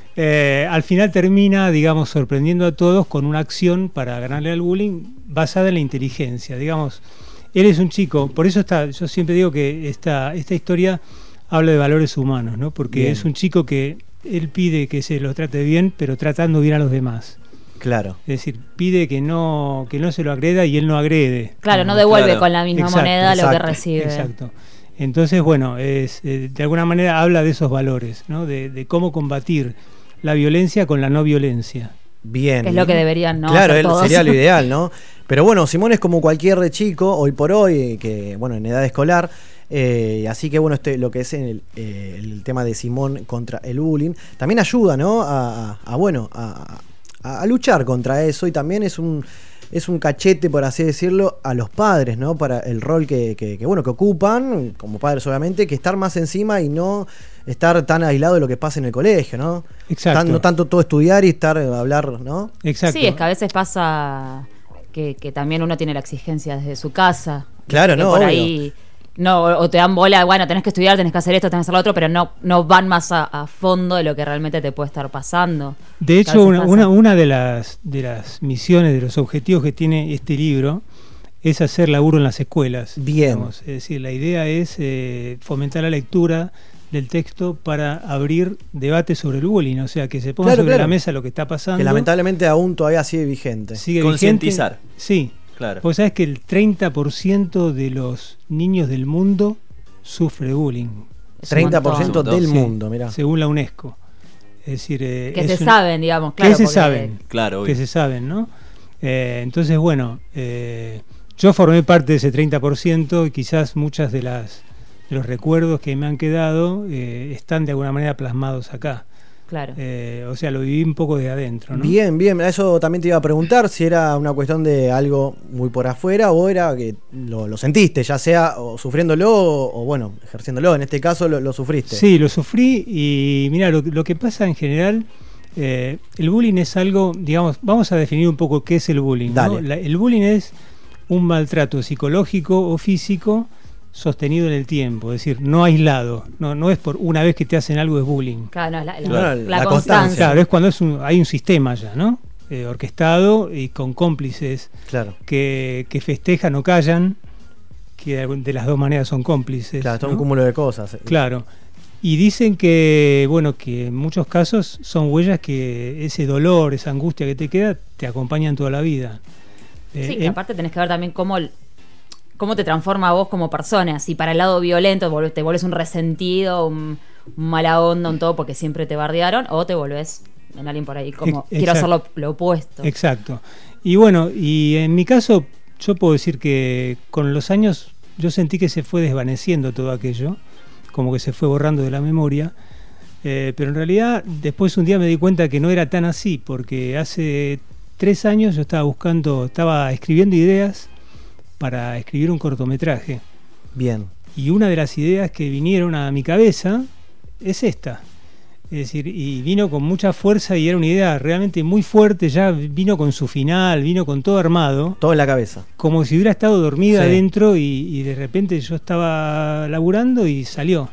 Eh, al final termina, digamos, sorprendiendo a todos con una acción para ganarle al bullying basada en la inteligencia. Digamos, él es un chico, por eso está, yo siempre digo que esta, esta historia habla de valores humanos, ¿no? Porque
Bien.
es un chico que él pide que se lo trate bien, pero tratando bien a los demás.
Claro.
Es decir, pide que no, que no se lo agreda y él no agrede.
Claro, no devuelve
Claro.
con la misma
Exacto,
moneda lo que
exacto,
recibe.
Exacto. Entonces, bueno, es, eh, de alguna manera habla de esos valores, ¿no? De, de cómo combatir la violencia con la no violencia.
Bien.
Que es lo que deberían, ¿no?
Claro,
hacer
él
todos.
sería lo ideal, ¿no? Pero bueno, Simón es como cualquier chico, hoy por hoy, que bueno, en edad escolar. Eh, así que bueno, este, lo que es el, eh, el tema de Simón contra el bullying, también ayuda, ¿no? A, a- a, bueno, a, a- a luchar contra eso, y también es un es un cachete, por así decirlo, a los padres, ¿no? Para el rol que, que, que, bueno, que ocupan, como padres obviamente, que estar más encima y no estar tan aislado de lo que pasa en el colegio, ¿no?
Exacto.
Tan- no tanto todo estudiar y estar, hablar, ¿no?
Exacto.
Sí, es que a veces pasa que, que también uno tiene la exigencia desde su casa.
Claro,
Que
no,
por
obvio.
ahí no, o te dan bola, bueno, tenés que estudiar, tenés que hacer esto, tenés que hacer lo otro, pero no, no van más a, a fondo de lo que realmente te puede estar pasando.
De
Que a
hecho,
veces
una,
pasa.
una, una de las de las misiones, de los objetivos que tiene este libro es hacer laburo en las escuelas.
Bien.
digamos. Es decir, la idea es eh, fomentar la lectura del texto para abrir debate sobre el bullying, o sea, que se ponga
Claro,
sobre
claro.
la mesa lo que está pasando.
Que lamentablemente aún todavía sigue vigente.
sigue
Concientizar.
vigente. Sí,
Claro.
porque sabes que el treinta por ciento de los niños del mundo sufre bullying,
Es un
treinta por ciento
montón.
del
Sí,
mundo, mirá.
según la UNESCO. Es decir, eh,
Que
es
se
un-
saben, digamos, claro.
que se
porque-
saben.
Claro, obvio.
que se saben, ¿no? Eh, entonces, bueno, eh, yo formé parte de ese treinta por ciento y quizás muchas de las de los recuerdos que me han quedado eh, están de alguna manera plasmados acá.
Claro.
Eh, o sea, lo viví un poco de adentro, ¿no?
Bien, bien. Eso también te iba a preguntar si era una cuestión de algo muy por afuera o era que lo, lo sentiste, ya sea o sufriéndolo o, o, bueno, ejerciéndolo. En este caso lo, lo sufriste.
Sí, lo sufrí y mira, lo, lo que pasa en general, eh, el bullying es algo, digamos, vamos a definir un poco qué es el bullying, ¿no?
Dale.
La- el bullying es un maltrato psicológico o físico sostenido en el tiempo, es decir, no aislado, no, no es por una vez que te hacen algo es bullying.
Claro, no, la, la-
Claro,
la
la
constancia.
constancia.
Claro, es cuando es un- hay un sistema ya, ¿no? Eh, orquestado y con cómplices
Claro.
que, que festejan o callan, que de, algún- de las dos maneras son cómplices.
Claro, todo
¿no?
un cúmulo de cosas.
Claro. Y dicen que, bueno, que en muchos casos son huellas que ese dolor, esa angustia que te queda, te acompañan toda la vida. Eh,
Sí, que
eh,
aparte tenés que ver también cómo, el- cómo te transforma a vos como persona. Si para el lado violento volvés- te vuelves un resentido, un, un mala onda, un todo porque siempre te bardearon, o te volvés en alguien por ahí como
Ex-
quiero hacer
exacto.
lo, lo opuesto.
Exacto. Y bueno, y en mi caso, yo puedo decir que con los años yo sentí que se fue desvaneciendo todo aquello, como que se fue borrando de la memoria. Eh, pero en realidad, después un día me di cuenta que no era tan así, porque hace tres años yo estaba buscando, estaba escribiendo ideas para escribir un cortometraje.
Bien.
Y una de las ideas que vinieron a mi cabeza es esta. Es decir, y vino con mucha fuerza y era una idea realmente muy fuerte, ya vino con su final, vino con todo armado,
Todo en la cabeza.
como si hubiera estado dormida
Sí.
adentro y, y de repente yo estaba laburando y salió.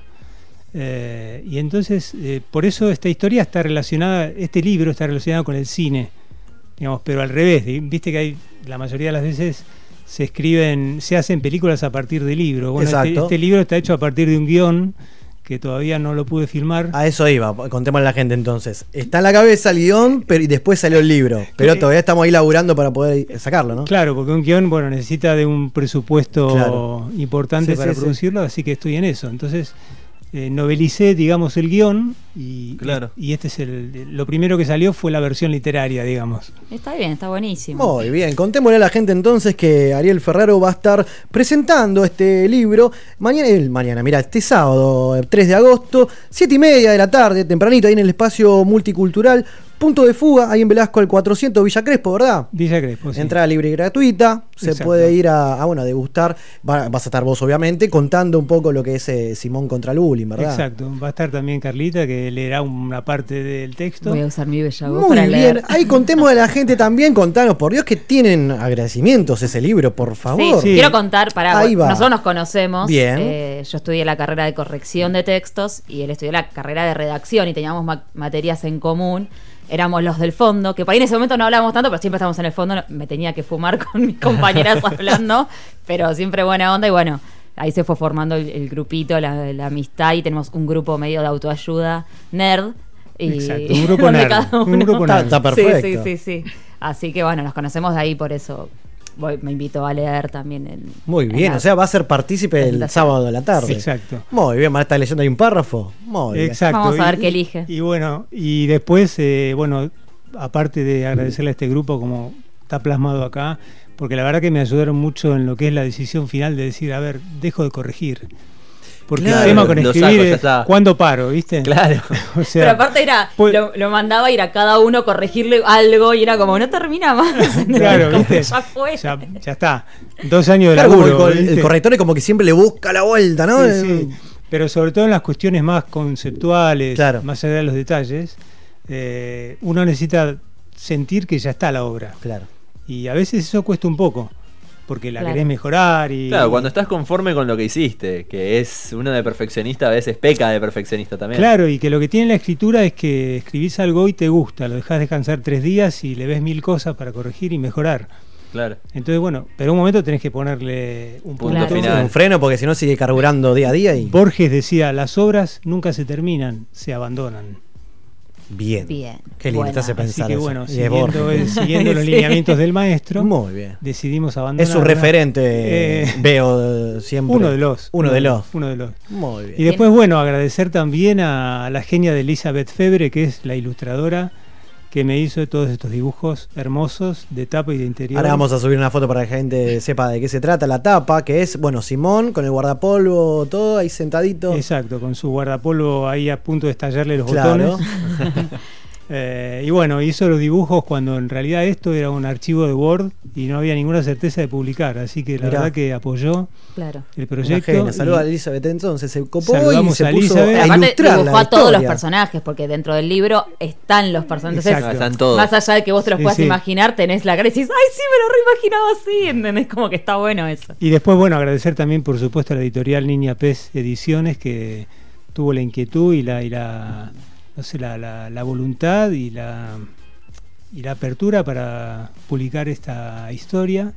Eh, y entonces, eh, por eso esta historia está relacionada, este libro está relacionado con el cine, digamos, pero al revés. di- Viste que hay, la mayoría de las veces se escriben, se hacen películas a partir de libros. Bueno, este,
Exacto.
este libro está hecho a partir de un guión que todavía no lo pude filmar.
A eso iba, contémosle a la gente entonces. Está en la cabeza el guión, pero y después salió el libro. Pero
Sí.
todavía estamos ahí laburando para poder sacarlo, ¿no?
Claro, porque un guión, bueno, necesita de un presupuesto
Claro.
importante
Sí,
para
sí, sí.
producirlo, así que estoy en eso. Entonces, eh, novelicé, digamos, el guión Y,
Claro.
y este es el. Lo primero que salió fue la versión literaria, digamos.
Está bien, está buenísimo.
Muy bien, contémosle a la gente entonces que Ariel Ferraro va a estar presentando este libro mañana, el, mañana, mira, este sábado, tres de agosto, siete y media de la tarde, tempranito, ahí en el espacio multicultural Punto de Fuga, ahí en Velasco al cuatrocientos, Villa Crespo, ¿verdad?
Villa Crespo, sí.
Entrada libre y gratuita, se
Exacto.
puede ir a, a, bueno, a degustar, va- vas a estar vos obviamente contando un poco lo que es eh, Simón contra el bullying, ¿verdad?
Exacto. Va a estar también Carlita, que leerá una parte del texto.
Voy a usar mi bella voz
Muy
para
bien,
leer.
ahí contemos a la gente también, contanos, por Dios que tienen agradecimientos ese libro, por
Sí,
favor.
Sí.
quiero contar, para
Ahí va.
nosotros nos conocemos.
Bien.
Eh, yo estudié la carrera de corrección de textos y él estudió la carrera de redacción y teníamos ma- materias en común. Éramos los del fondo, que por ahí en ese momento no hablábamos tanto, pero siempre estábamos en el fondo. no- Me tenía que fumar con mis compañeras hablando, pero siempre buena onda. Y bueno, ahí se fue formando el, el grupito, la, la amistad, y tenemos un grupo medio de autoayuda nerd. Y
Exacto, un grupo
donde
nerd,
cada
un
uno-
grupo
Está,
nerd.
está perfecto.
Sí, sí, sí, sí. Así que bueno, nos conocemos de ahí, por eso voy- me invitó a leer también. En,
Muy
en
bien,
la-
o sea, va a ser partícipe el
presentación.
sábado de la tarde.
Sí, exacto.
Muy bien, van a estar leyendo ahí un párrafo. Muy bien.
Exacto.
Vamos a ver
Y-
qué elige.
Y bueno, y después, eh, bueno, aparte de agradecerle a este grupo como está plasmado acá, porque la verdad que me ayudaron mucho en lo que es la decisión final de decir, a ver, dejo de corregir. Porque
Claro,
el tema con
lo
escribir
saco, ya
es
está.
cuándo paro, ¿viste?
Claro.
O sea,
Pero aparte era,
pues-
lo, lo mandaba a ir a cada uno corregirle algo y era como, no termina más.
Claro,
Como,
¿viste?
Ya fue.
Ya, ya está. Dos años de
Claro, como
laburo.
el, el
¿viste?
corrector es como que siempre le busca la vuelta, ¿no?
Sí, sí. Pero sobre todo en las cuestiones más conceptuales,
Claro.
más allá de los detalles, eh, uno necesita sentir que ya está la obra.
Claro.
Y a veces eso cuesta un poco, porque la
Claro.
querés mejorar y...
Claro, cuando estás conforme con lo que hiciste, que es uno de perfeccionista, a veces peca de perfeccionista también.
Claro, y que lo que tiene la escritura es que escribís algo y te gusta, lo dejás descansar tres días y le ves mil cosas para corregir y mejorar.
Claro.
Entonces, bueno, pero un momento tenés que ponerle un
Punto
punto.
final.
Un freno porque si no sigue carburando día a día y.
Borges decía, las obras nunca se terminan, se abandonan.
Bien.
Bien.
Qué lindo
Bueno.
te hace
Así
pensar
que
eso.
bueno,
Y es
siguiendo,
Borges.
eh, siguiendo los
Sí.
lineamientos del maestro,
Muy bien.
decidimos abandonar.
Es su referente,
Eh,
veo eh, siempre.
Uno de los.
Uno de los.
Uno de los.
Muy bien.
Y después, bueno, agradecer también a la genia de Elizabeth Febre, que es la ilustradora que me hizo todos estos dibujos hermosos de tapa y de interior.
Ahora vamos a subir una foto para que la gente sepa de qué se trata. La tapa, que es, bueno, Simón con el guardapolvo, todo ahí sentadito.
Exacto, con su guardapolvo ahí a punto de estallarle los
Claro.
botones. Eh, y bueno, hizo los dibujos cuando en realidad esto era un archivo de Word y no había ninguna certeza de publicar. Así que la
Mirá.
verdad que apoyó
Claro.
el
Una
proyecto.
genia. Saluda a
y-
Elizabeth entonces, se copó y
Saludamos
se
a
puso
Elizabeth.
Pero
a
aparte
ilustrar
dibujó
la
a todos los
historia.
personajes, porque dentro del libro están los personajes.
Exacto.
Entonces,
Están todos.
más allá de que vos te los
Sí,
puedas
sí.
imaginar, tenés la cara y decís, ay, sí, me lo reimaginaba así. ¿Entendés? Como que está bueno eso.
Y después, bueno, agradecer también, por supuesto, a la editorial Niña Pez Ediciones, que tuvo la inquietud y la, y la no sé, la, la, la voluntad y la, y la apertura para publicar esta historia.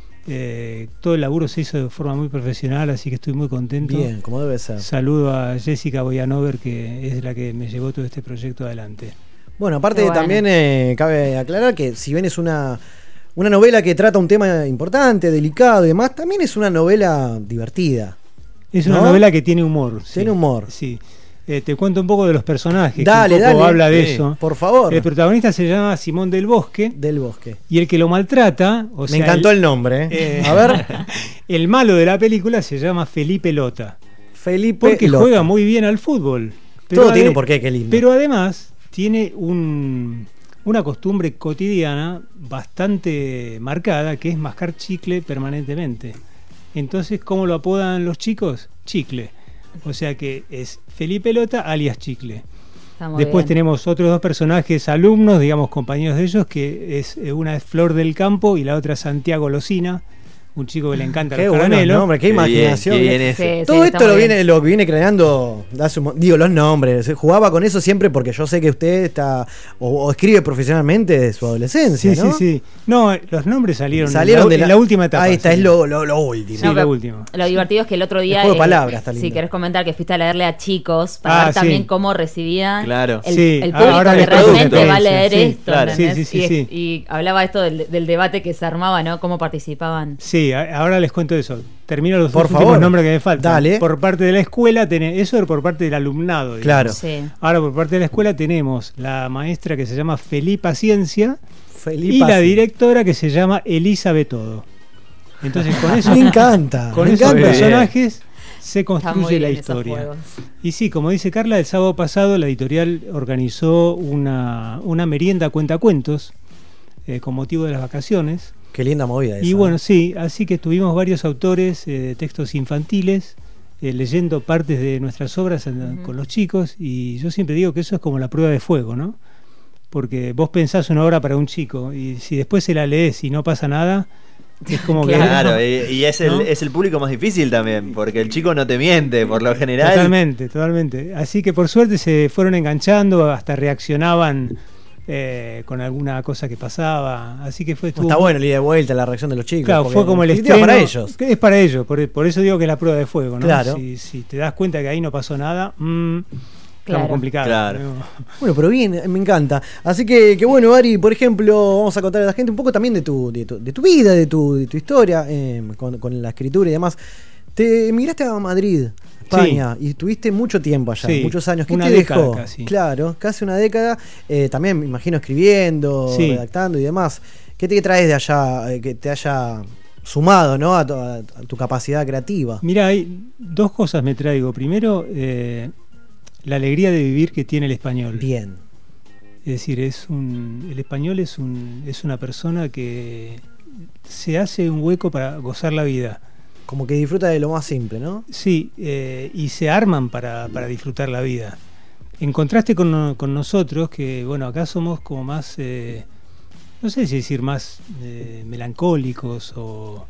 Eh, todo el laburo se hizo de forma muy profesional, así que estoy muy contento.
Bien, como debe ser.
Saludo a Jessica Boyanover, que es la que me llevó todo este proyecto adelante.
Bueno, aparte
Qué bueno.
también eh, cabe aclarar que si bien es una, una novela que trata un tema importante, delicado y demás, también es una novela divertida.
Es una
¿No?
novela que tiene humor. sí.
Tiene humor.
Sí. Eh, te cuento un poco de los personajes.
Dale,
que un poco
dale.
habla de
Sí.
eso.
Por favor.
El protagonista se llama Simón del Bosque
Del Bosque.
y el que lo maltrata, o
Me
sea,
encantó el, nombre. ¿eh?
eh,
A ver,
el malo de la película se llama Felipe Lota,
Felipe.
porque
Lota.
juega muy bien al fútbol.
Todo
ade-
tiene un porqué, qué lindo.
Pero además tiene un, una costumbre cotidiana bastante marcada, que es mascar chicle permanentemente. Entonces, ¿cómo lo apodan los chicos? Chicle. O sea que es Felipe Lota alias Chicle.
Está muy
Después
bien.
tenemos otros dos personajes alumnos, digamos compañeros de ellos, que es eh, una es Flor del Campo y la otra Santiago Locina, un chico que le encanta
Qué
los
bueno
caramelos.
nombre, qué
Qué bien,
imaginación.
qué bien
qué-
eso.
Sí, sí,
Todo
está
esto lo
muy
viene,
bien.
lo viene creando, hace un mo- digo, los nombres. Jugaba con eso siempre porque yo sé que usted está o, o escribe profesionalmente de su adolescencia,
Sí,
¿no?
sí, sí. No, los nombres salieron,
Salieron
en, la,
de la,
en la última etapa.
Ahí está,
sí.
es lo, lo, lo último.
Sí,
No,
lo
pero
último.
Lo divertido es que el otro día.
El juego de palabras está lindo.
Si querés comentar que fuiste a leerle a chicos para
Ah,
ver
sí.
también cómo recibían
Claro.
el,
Sí,
el público
ahora
que
les
realmente
pregunto.
va a leer
Sí, sí,
esto.
claro.
¿entendés?
Sí, sí, sí,
y,
sí.
y hablaba esto del, del debate que se armaba, ¿no? Cómo participaban.
Sí, Sí, a- ahora les cuento eso. Termino los
Por
dos últimos
favor.
nombres que me faltan.
Dale.
Por parte de la escuela, tenés, eso era por parte del alumnado. digamos.
Claro.
Sí.
Ahora por parte de la escuela tenemos la maestra que se llama Felipa Ciencia
Felipa,
y la
sí.
directora que se llama Elizabeth Todo. Entonces con eso,
Me encanta.
con
me
esos
encanta.
personajes se
Está muy
construye la
bien esos
historia.
juegos.
Y sí, como dice Carla, el sábado pasado la editorial organizó una, una merienda cuentacuentos eh, con motivo de las vacaciones.
Qué linda movida esa.
Y bueno, sí, así que tuvimos varios autores eh, de textos infantiles eh, leyendo partes de nuestras obras en-
Ujú.
con los chicos, y yo siempre digo que eso es como la prueba de fuego, ¿no? Porque vos pensás una obra para un chico y si después se la lees y no pasa nada, es como que...
Claro, y, y es, el,
¿No?
es el público más difícil también, porque el chico no te miente, por lo general.
Totalmente, totalmente. Así que por suerte se fueron enganchando, hasta reaccionaban eh, con alguna cosa que pasaba. Así que fue... estuvo
Está
muy-
bueno el ida de vuelta, la reacción de los chicos.
Claro,
porque
fue como el
en definitiva
estreno.
para ellos.
que Es para ellos, por, por eso digo que es la prueba de fuego, ¿no?
Claro.
Si, si te das cuenta que ahí no pasó nada, mm,
Claro.
estamos complicados.
Claro.
¿no?
Bueno, pero bien, me encanta. Así que, que bueno, Ari, por ejemplo, vamos a contar a la gente un poco también de tu, de tu, de tu vida, de tu, de tu historia, eh, con, con la escritura y demás. Te emigraste a Madrid, España, y estuviste mucho tiempo allá,
Sí,
muchos años. ¿Qué
una
te
década
dejó?
casi.
Claro, casi una década. Eh, también me imagino escribiendo,
Sí.
redactando y demás. ¿Qué te traes de allá eh, que te haya sumado, ¿no? a, tu, a tu capacidad creativa?
Mira, hay dos cosas me traigo. Primero, eh, la alegría de vivir que tiene el español.
Bien.
Es decir, es un, el español es, un, es una persona que se hace un hueco para gozar la vida.
Como que disfruta de lo más simple, ¿no?
Sí, eh, y se arman para, para disfrutar la vida. En contraste con, no- con nosotros, que bueno, acá somos como más, eh, no sé si decir más eh, melancólicos o...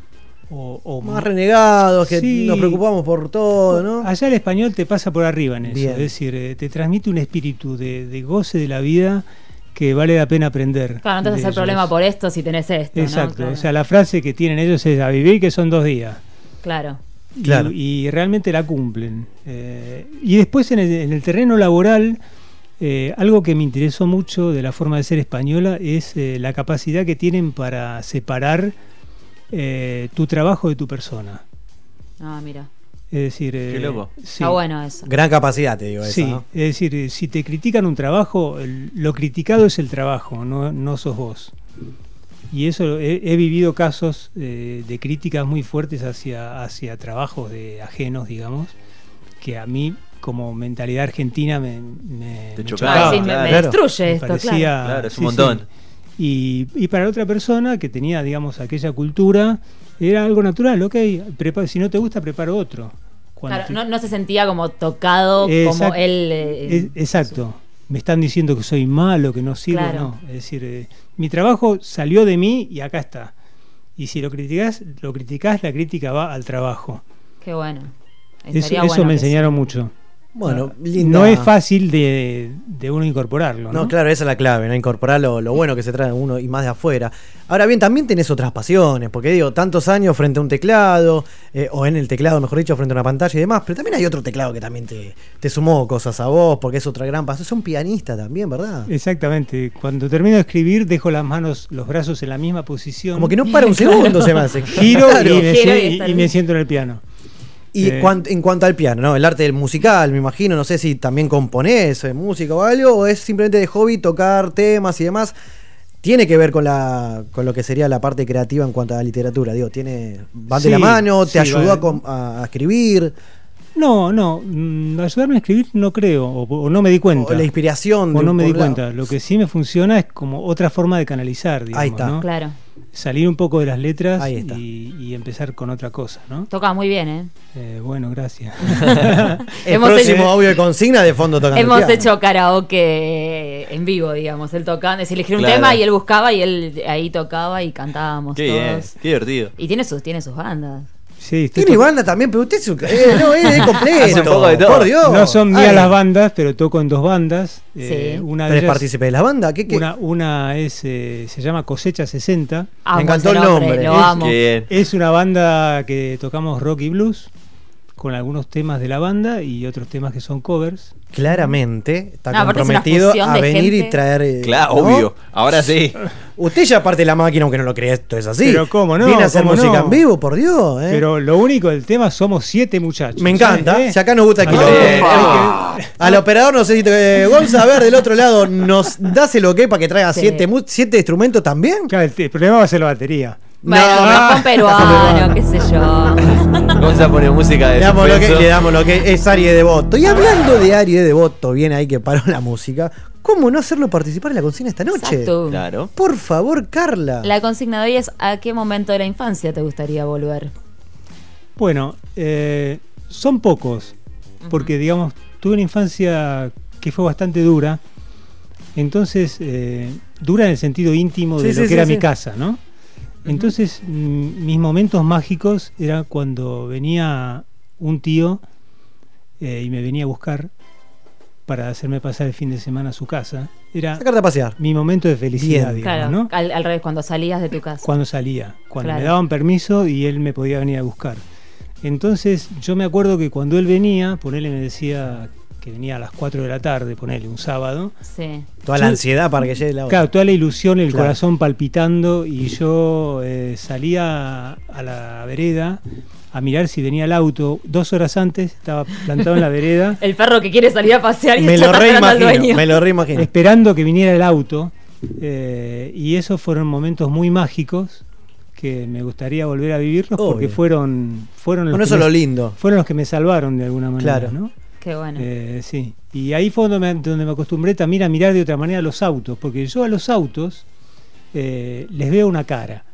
o- o
Más renegados, que
Sí.
nos preocupamos por todo, ¿no?
Allá el español te pasa por arriba en eso,
Bien.
es decir, eh, te transmite un espíritu de, de goce de la vida que vale la pena aprender.
Claro, no te
de
haces el
ellos.
problema por esto si tenés esto. ¿no?
Exacto,
Claro.
o sea, la frase que tienen ellos es a vivir que son dos días.
Claro.
Y-
Claro.
Y, realmente la cumplen. Eh, y después en el, en el terreno laboral, eh, algo que me interesó mucho de la forma de ser española es eh, la capacidad que tienen para separar eh, tu trabajo de tu persona.
Ah, mira.
Es decir, eh,
Qué loco.
sí.
Está bueno eso.
Gran capacidad, te digo, esa,
Sí,
¿no?
es decir, eh, si te critican un trabajo, el- lo criticado es el trabajo, no, no sos vos. Y eso, he, he vivido casos eh, de críticas muy fuertes hacia, hacia trabajos de ajenos, digamos, que a mí, como mentalidad argentina, me, me,
Te
me
chocaba.
Ah,
chocaba.
sí, me, me
claro.
destruye
Me
esto,
parecía-
claro.
Claro, es un
sí,
montón.
sí. Y, y para otra persona que tenía, digamos, aquella cultura, era algo natural, ok, prepa- si no te gusta, preparo otro. Cuando
Claro,
te-
no, no se sentía como tocado como
Exacto.
él. eh,
Es- exacto. Me están diciendo que soy malo, que no sirvo,
Claro.
no. Es decir, eh, mi trabajo salió de mí y acá está. Y si lo criticás, lo criticás, la crítica va al trabajo.
Qué bueno.
Eso,
Estaría
eso
bueno
me
que
enseñaron
sí.
mucho.
Bueno,
Ah,
linda.
No es fácil de, de uno incorporarlo, ¿no?
No, claro, esa es la clave, ¿no? Incorporar lo, lo bueno que se trae uno y más de afuera. Ahora bien, también tenés otras pasiones, porque digo, tantos años frente a un teclado, eh, o en el teclado, mejor dicho, frente a una pantalla y demás, pero también hay otro teclado que también te, te sumó cosas a vos, porque es otra gran pasión. Sos un pianista también, ¿verdad?
Exactamente. Cuando termino de escribir, dejo las manos, los brazos en la misma posición.
Como que no para un segundo, se me hace.
Giro
Claro.
y, me,
Giro
sie-
y está
y
el-
me siento en el piano.
Y
Eh.
cuan- en cuanto al piano, ¿no? El arte del musical, me imagino, no sé si también componés eh, música o algo, o es simplemente de hobby tocar temas y demás. Tiene que ver con la con lo que sería la parte creativa en cuanto a la literatura, digo, tiene van de
Sí,
la mano, te
sí,
ayudó
va-
a, com- a- a escribir,
No, no. mm, Ayudarme a escribir no creo, o, o no me di cuenta.
o la inspiración.
O
de
no
un-
me
por
di
un lado.
cuenta. Lo que sí me funciona es como otra forma de canalizar, digamos,
Ahí está.
¿no?
Claro.
Salir un poco de las letras
Ahí está.
y, y empezar con otra cosa, ¿no?
Toca muy bien, ¿eh?
Eh, bueno, gracias.
El
Hemos
próximo
hecho-
audio de consigna de fondo tocando el
Hemos
piano.
hecho karaoke en vivo, digamos. Él tocando, se elegía un
Claro.
tema y él buscaba y él ahí tocaba y cantábamos
Qué bien,
todos.
qué divertido.
Y tiene sus, tiene sus bandas.
Sí, estoy
Tiene
to-
banda también, pero usted es, un- eh, no, es de completo.
Hace un poco de todo.
Por Dios.
No son mías
Ay,
las bandas, pero toco en dos bandas. Eh,
Sí.
una de
¿Pero es
ellas,
partícipe de la banda? ¿Qué, qué?
una, una es, eh, se llama Cosecha sesenta.
Amo
encantó
ese
el nombre.
Lo
Es
amo.
Qué bien.
Es una banda que tocamos rock y blues. con algunos temas de la banda y otros temas que son covers.
Claramente está
No, aparte es una
comprometido
fusión
a
de
venir
gente.
y traer. eh,
Claro,
¿no?
obvio. Ahora sí.
Usted ya parte de la máquina, aunque no lo crea, esto es así.
Pero cómo no,
Viene a hacer
cómo
música
no.
en vivo, por Dios. ¿eh?
Pero lo único del tema, somos siete muchachos.
Me encanta.
¿eh?
Si acá nos gusta el
Así
quilombo.
que-
Opa.
hay que-
Al operador no sé si te... Gonza, a ver, del otro lado, ¿nos das el ok para que traiga
Sí.
siete, mu- siete instrumentos también?
Claro, el, el problema va a ser la batería.
Bueno,
No.
cajón peruano, qué sé yo.
Gonza pone música de
Le damos, lo que,
suspenso.
le damos lo que es Ari de Devoto. Y hablando de Ari de Devoto, bien ahí que paró la música, ¿cómo no hacerlo participar en la consigna esta noche?
Exacto.
Claro.
Por favor, Carla.
La consigna de hoy es: ¿a qué momento de la infancia te gustaría volver?
Bueno, eh, son pocos, porque digamos, tuve una infancia que fue bastante dura, entonces, eh, dura en el sentido íntimo de
Sí,
lo
sí,
que
sí,
era
sí.
mi casa, ¿no? Entonces, mm, mis momentos mágicos era cuando venía un tío eh, y me venía a buscar para hacerme pasar el fin de semana a su casa. Era
Sacarte a pasear.
mi momento de felicidad,
Bien.
digamos,
Claro,
¿no?
al, al revés, cuando salías de tu casa.
Cuando salía, cuando
Claro.
me daban permiso y él me podía venir a buscar. Entonces yo me acuerdo que cuando él venía, ponele, me decía que venía a las cuatro de la tarde, ponele, un sábado.
Sí.
Toda la
Yo-
ansiedad para que llegue la hora.
Claro, toda la ilusión, el
Claro.
corazón palpitando y yo eh, salía a la vereda a mirar si venía el auto. Dos horas antes estaba plantado en la vereda
El perro que quiere salir a pasear y
Me
está
lo
esperando al
reimagino,
dueño.
me lo reimagino.
esperando que viniera el auto. eh, y esos fueron momentos muy mágicos que me gustaría volver a vivirlos porque
Obvio.
fueron fueron los
Bueno,
que
eso es
me-
lo lindo.
fueron los que me salvaron de alguna manera,
Claro.
¿no?
Qué bueno.
Eh, sí. Y ahí fue donde me, donde me acostumbré también a mirar de otra manera los autos, porque yo a los autos eh, les veo una cara.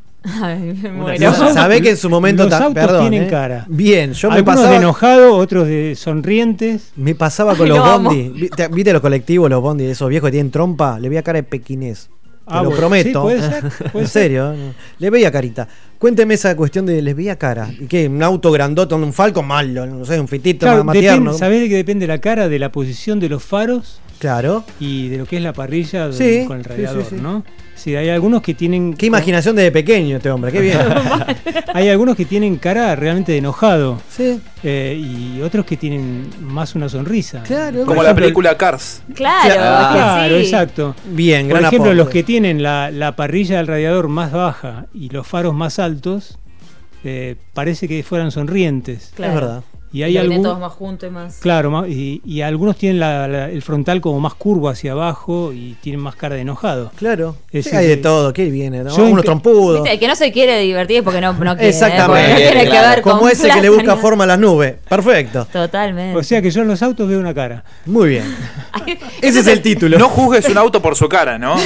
Ay, me
Una
muero.
Los autos-
Sabés que en su momento...
los
ta-
autos
perdón,
tienen
¿eh?
cara.
Bien, yo me
Algunos de
pasaba...
enojado, otros de sonrientes.
Me pasaba con
Ay,
los
lo amo.
bondi. ¿Viste, viste los colectivos, los bondi, esos viejos que tienen trompa? Le veía cara de pequinés. Te
Ah,
lo
bueno,
prometo.
sí, puede ser, puede
en
ser.
serio, ¿eh? Le veía carita. Cuénteme esa cuestión de les veía cara. ¿Y qué? ¿Un auto grandote, un Falcon malo? No sé, un fitito
Claro,
más, más
depende-
tierno.
¿sabés de qué depende la cara? De la posición de los faros
Claro.
y de lo que es la parrilla
Sí,
con el
sí,
radiador,
sí, sí.
¿no? Sí, hay algunos que tienen...
Qué imaginación desde pequeño este hombre, qué bien.
Hay algunos que tienen cara realmente de enojado
Sí,
eh, y otros que tienen más una sonrisa.
claro.
Como
Por
la
ejemplo,
película Cars.
Claro,
Claro,
es que
Claro,
sí.
exacto.
Bien,
Por
gran
ejemplo,
aporte.
los que tienen la, la parrilla del radiador más baja y los faros más altos, eh, parece que fueran sonrientes.
Claro.
Es verdad.
Y
Y
hay
lo tienen
algún-
todos más juntos y más.
Claro, ma- y, y algunos tienen la- la- el frontal como más curvo hacia abajo y tienen más cara de enojado.
Claro.
Es
Sí,
decir,
hay de
que-
todo, qué viene, ¿no?
Yo
Unos
en-
trompudos.
Viste, el que no se quiere divertir es porque no, no quiere. ¿eh?
Exactamente.
Porque no tiene que
Claro.
ver con
Como ese que le
plata
busca
ni-
forma a las nubes. Perfecto.
Totalmente.
O sea que yo en los autos veo una cara.
Muy bien. Ese es el título.
No juzgues un auto por su cara, ¿no?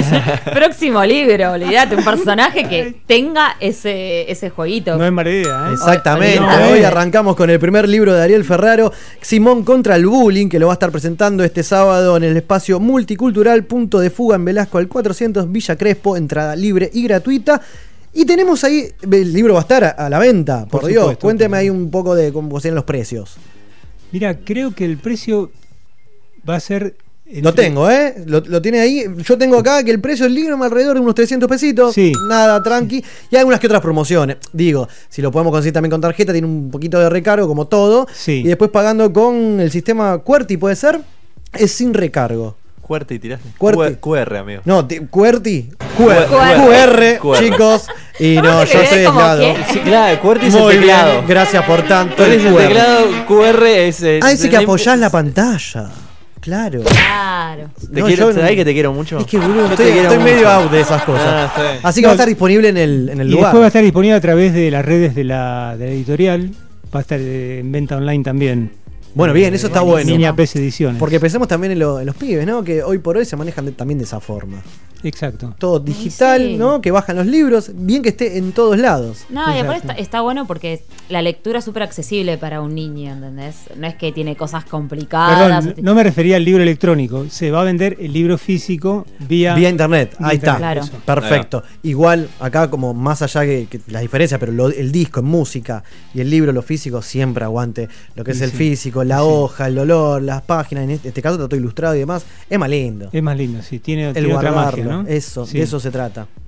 Próximo libro, olvídate, un personaje que tenga ese, ese jueguito.
No es mala idea, ¿eh?
Exactamente.
No,
Hoy
eh.
arrancamos con el primer libro de Ariel Ferraro, Simón contra el bullying, que lo va a estar presentando este sábado en el espacio multicultural Punto de Fuga en Velasco al cuatrocientos Villa Crespo, entrada libre y gratuita. Y tenemos ahí, el libro va a estar a, a la venta, por,
Por
Dios.
supuesto,
Cuénteme
por
ahí
supuesto.
un poco de cómo sean los precios.
Mira, creo que el precio va a ser...
Lo
entre-
tengo, ¿eh? Lo, lo tiene ahí. Yo tengo acá que el precio del libro es alrededor de unos trescientos pesitos.
Sí.
Nada, tranqui. Y hay algunas que otras promociones. Digo, si lo podemos conseguir también con tarjeta, tiene un poquito de recargo, como todo.
Sí.
Y después pagando con el sistema QWERTY, ¿puede ser? Es sin recargo.
Cuerti tiraste.
Cuerti.
Q R, amigo.
No, ti- QWERTY.
Q-
Q R,
Q R.
chicos. Y no,
Aparte
yo
que
estoy
ves como
aislado.
que-
Sí, claro, Cuerti es el
Muy bien,
teclado.
gracias por tanto.
Cuerti es el
Q R.
teclado, Q R es. eh,
Ah, ese que
no
apoyás
imp-
la pantalla. Claro.
Claro.
Te
No,
quiero,
yo no-
¿sabés que te quiero mucho?
Es que, boludo,
Yo te
estoy,
quiero
estoy medio
mucho.
out de esas cosas.
Ah, está bien.
Así que
No,
va a estar disponible en el, en el
Y
lugar.
después va a estar disponible a través de las redes de la, de la editorial. Va a estar eh, en venta online también.
Bueno, bien, eso está bueno.
Niña P E S Ediciones.
Porque pensemos también en, lo- en los pibes, ¿no? Que hoy por hoy se manejan de- también de esa forma.
Exacto.
Todo digital,
sí.
¿no? Que bajan los libros, bien que esté en todos lados.
No, y aparte
Exacto.
está, está bueno porque la lectura es súper accesible para un niño, ¿entendés? No es que tiene cosas complicadas.
Perdón, no me refería al libro electrónico. Se va a vender el libro físico vía,
Vía internet, ahí está.
Claro.
Eso.
Perfecto. Igual, acá como más allá que, que las diferencias, pero lo- el disco en música y el libro, lo físico, siempre aguante lo que es
Sí,
el
sí.
físico, la
Sí.
hoja, el olor, las páginas, en este, este caso está todo ilustrado y demás. Es más lindo.
Es más lindo, sí. Tiene,
El
tiene otra
guardarlo,
magia, ¿no?
eso,
Sí.
de eso se trata.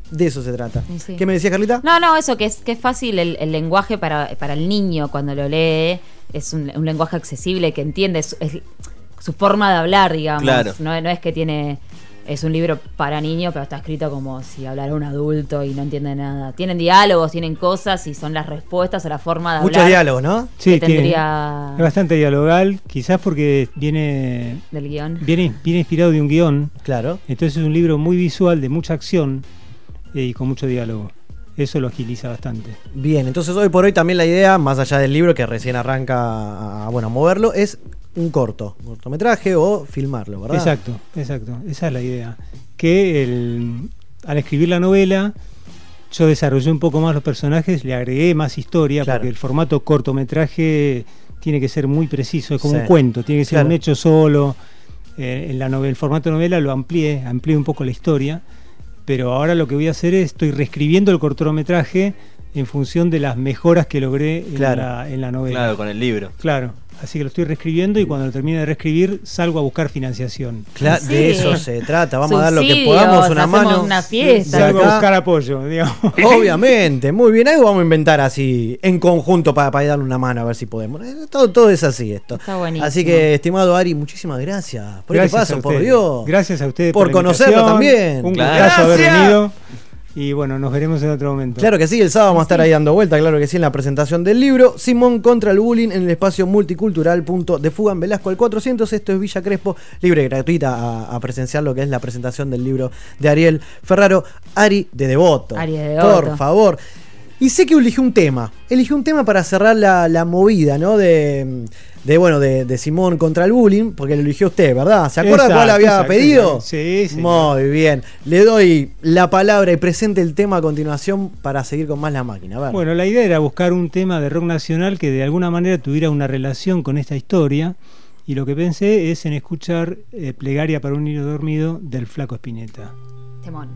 de eso se trata.
Sí, sí.
¿Qué me decía Carlita?
No, no, eso, que es, que es fácil el, el lenguaje para, para el niño cuando lo lee. Es un, un lenguaje accesible que entiende, es, es su forma de hablar, digamos.
Claro.
No, no es que tiene... Es un libro para niños, pero está escrito como si hablara un adulto y no entiende nada. Tienen diálogos, tienen cosas y son las respuestas o la forma de
Muchos
hablar.
diálogos, ¿no?
Sí,
que
tiene-
tendría
es bastante dialogal, quizás porque viene,
del guión.
viene, viene inspirado de un guión.
Claro.
Entonces es un libro muy visual, de mucha acción eh, y con mucho diálogo. Eso lo agiliza bastante.
Bien, entonces hoy por hoy también la idea, más allá del libro que recién arranca a, a, bueno, a moverlo, es un corto, un cortometraje o filmarlo, ¿verdad?
Exacto, exacto. Esa es la idea. Que el, al escribir la novela, yo desarrollé un poco más los personajes, le agregué más historia,
Claro.
porque el formato cortometraje tiene que ser muy preciso, es como
Sí.
un cuento, tiene que ser
Claro.
un hecho solo. Eh, en la novela, el formato novela lo amplié, amplié un poco la historia, pero ahora lo que voy a hacer es, estoy reescribiendo el cortometraje en función de las mejoras que logré en,
Claro.
la, en la novela.
Claro, con el libro.
Claro, así que lo estoy reescribiendo y cuando lo termine de reescribir salgo a buscar financiación.
Cla-
Sí.
De eso se trata, vamos a dar lo que
Subsidios,
podamos, una
hacemos
mano.
una fiesta.
Salgo
acá.
a buscar apoyo, digamos.
Obviamente, muy bien, algo vamos a inventar así, en conjunto, para, para darle una mano, a ver si podemos. Eh, Todo, todo es así esto.
Está buenísimo.
Así que, estimado Ari, muchísimas gracias por
Gracias
este
a
paso, por
ustedes.
Dios.
Gracias a ustedes
Por
la
conocerlo
invitación.
también.
Un
Claro.
gustazo haber
Gracias.
venido. Y bueno, nos veremos en otro momento.
Claro que sí, el sábado vamos a estar ahí dando vuelta, claro que sí, en la presentación del libro Simón contra el bullying en el espacio multicultural punto de fuga en Velasco al cuatrocientos. Esto es Villa Crespo, libre y gratuita a, a presenciar lo que es la presentación del libro de Ariel Ferraro, Ari de Devoto.
Ari de Devoto.
Por favor. Y sé que eligió un tema, eligió un tema para cerrar la, la movida, ¿no? De, de bueno, de, de Simón contra el bullying, porque lo eligió usted, ¿verdad? ¿Se acuerda
Exacto,
cuál había
exacto,
pedido?
exacto. Sí, sí.
Muy bien. Le doy la palabra y presente el tema a continuación para seguir con más la máquina. A ver.
Bueno, la idea era buscar un tema de rock nacional que de alguna manera tuviera una relación con esta historia. Y lo que pensé es en escuchar eh, Plegaria para un niño dormido del Flaco Spinetta.
Temón.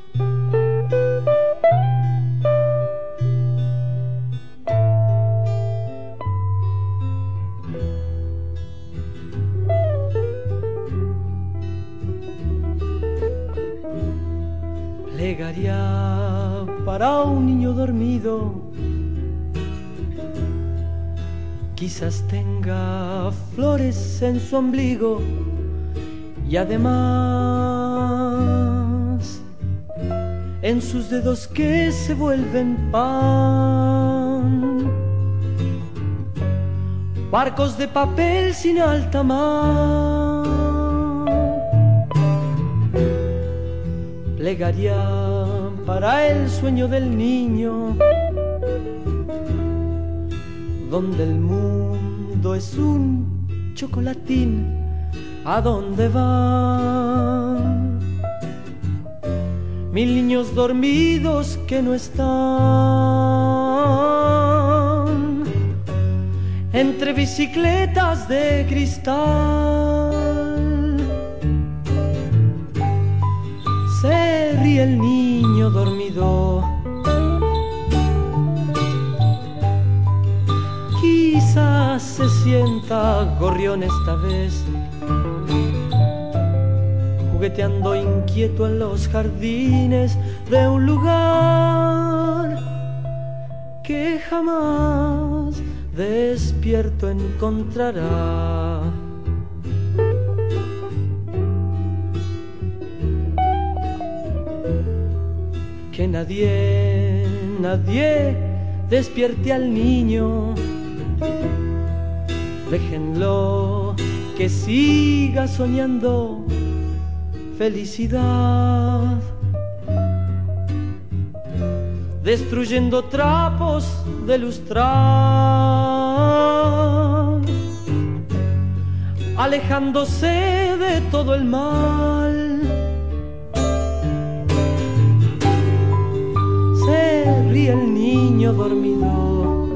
Plegaria para un niño dormido, quizás tenga flores en su ombligo y además en sus dedos que se vuelven pan, barcos de papel sin alta mar. Plegaria para el sueño del niño, donde el mundo es un chocolatín, ¿a dónde van? Mil niños dormidos que no están entre bicicletas de cristal. Se ríe el niño dormido, quizás se sienta gorrión esta vez, jugueteando inquieto en los jardines de un lugar que jamás despierto encontrará. Que nadie, nadie despierte al niño, déjenlo que siga soñando felicidad, destruyendo trapos de lustrar, alejándose de todo el mal. Se ríe el niño dormido,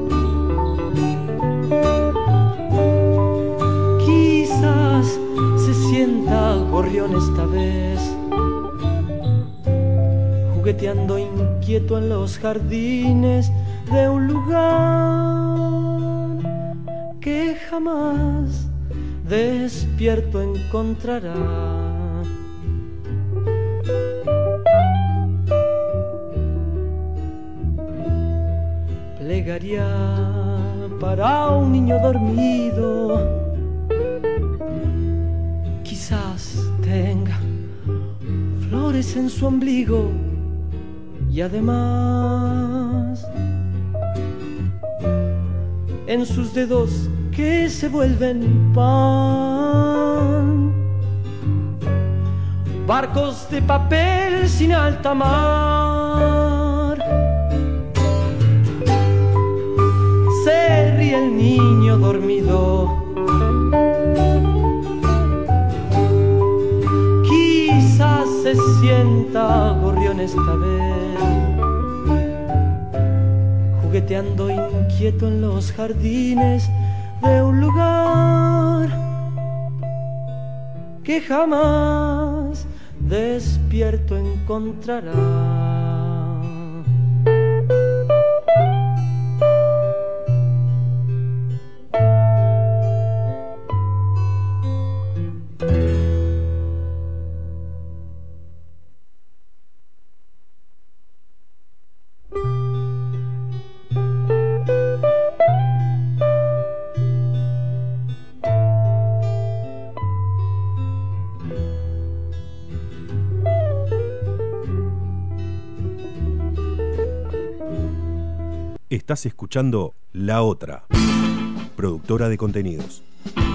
quizás se sienta gorrión esta vez, jugueteando inquieto en los jardines de un lugar que jamás despierto encontrará.
plegaria para un niño dormido. Quizás tenga flores en su ombligo y además en sus dedos que se vuelven pan, barcos de papel sin alta mar. Se ríe el niño dormido, quizás se sienta gorrión esta vez, jugueteando inquieto en los jardines de un lugar que jamás despierto encontrará.
Estás escuchando La Otra, productora de contenidos.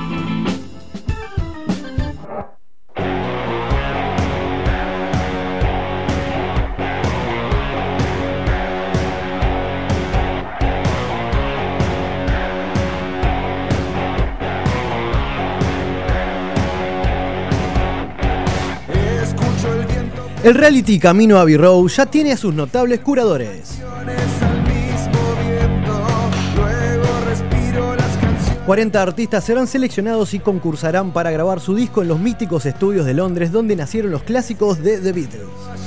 El reality Camino a Abbey Road ya tiene a sus notables curadores. cuarenta artistas serán seleccionados y concursarán para grabar su disco en los míticos estudios de Londres, donde nacieron los clásicos de The Beatles.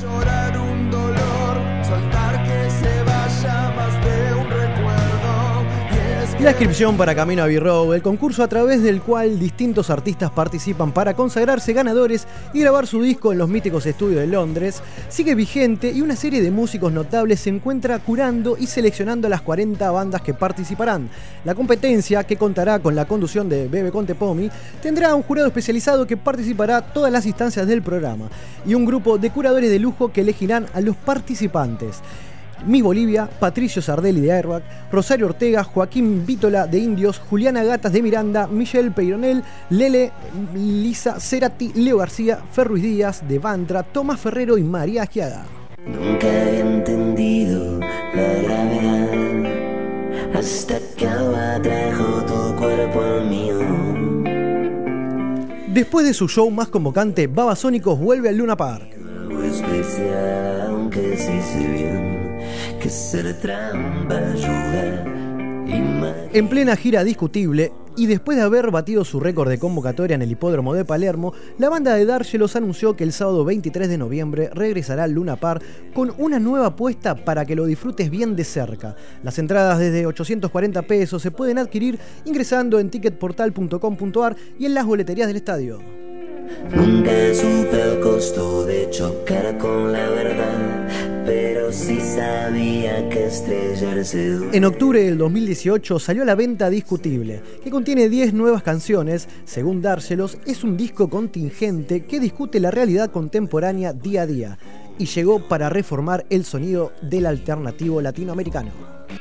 La inscripción para Camino a Abbey Road, el concurso a través del cual distintos artistas participan para consagrarse ganadores y grabar su disco en los míticos estudios de Londres, sigue vigente y una serie de músicos notables se encuentra curando y seleccionando a las cuarenta bandas que participarán. La competencia, que contará con la conducción de Bebe Contepomi, tendrá un jurado especializado que participará todas las instancias del programa y un grupo de curadores de lujo que elegirán a los participantes. Mi Bolivia, Patricio Sardelli de Airbag, Rosario Ortega, Joaquín Vítola de Indios, Juliana Gatas de Miranda, Michelle Peyronel, Lele, Lisa Cerati, Leo García, Ferruiz Díaz de Bantra, Tomás Ferrero y María Agiaga.
Nunca había entendido la gravedad hasta que agua trajo tu cuerpo al mío.
Después de su show más convocante, Babasónicos vuelve al Luna Park.
Algo especial, aunque sí sé bien que ser trampa, jugar y mal.
En plena gira discutible, y después de haber batido su récord de convocatoria en el hipódromo de Palermo, la banda de Dargelos anunció que el sábado veintitrés de noviembre regresará al Luna Park con una nueva apuesta para que lo disfrutes bien de cerca. Las entradas desde ochocientos cuarenta pesos se pueden adquirir ingresando en ticket portal punto com punto ar y en las boleterías del estadio.
Nunca supe el costo de chocar con la verdad, pero sí sabía que estrellarse.
En octubre del dos mil dieciocho salió a la venta Discutible, que contiene diez nuevas canciones. Según Dargelos, es un disco contingente que discute la realidad contemporánea día a día y llegó para reformar el sonido del alternativo latinoamericano.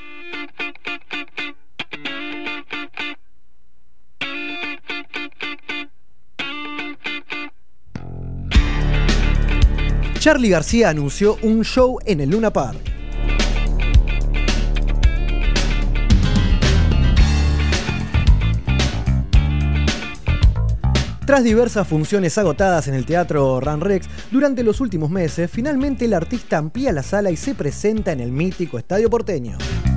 Charly García anunció un show en el Luna Park. Tras diversas funciones agotadas en el Teatro Ranrex durante los últimos meses, finalmente el artista amplía la sala y se presenta en el mítico Estadio Porteño.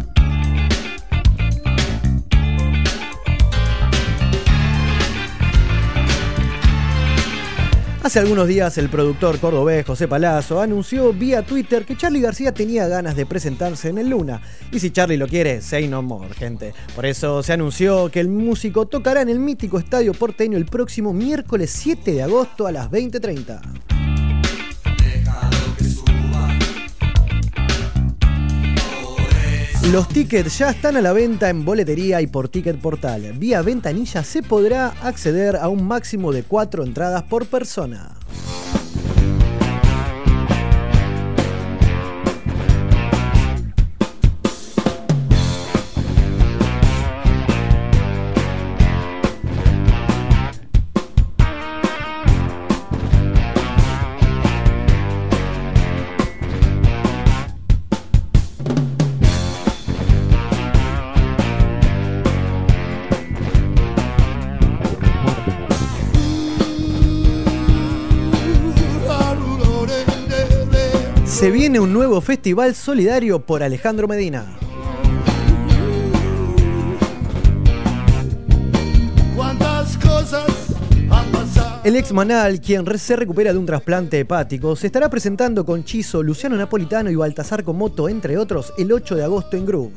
Hace algunos días el productor cordobés José Palazzo anunció vía Twitter que Charly García tenía ganas de presentarse en el Luna. Y si Charly lo quiere, say no more, gente. Por eso se anunció que el músico tocará en el mítico Estadio Porteño el próximo miércoles siete de agosto a las veinte treinta. Los tickets ya están a la venta en boletería y por Ticket Portal. Vía ventanilla se podrá acceder a un máximo de cuatro entradas por persona. Se viene un nuevo festival solidario por Alejandro Medina.
¿Cuántas cosas han pasado?
El ex Manal, quien se recupera de un trasplante hepático, se estará presentando con Chizo, Luciano Napolitano y Baltasar Comoto, entre otros, el ocho de agosto en Groove.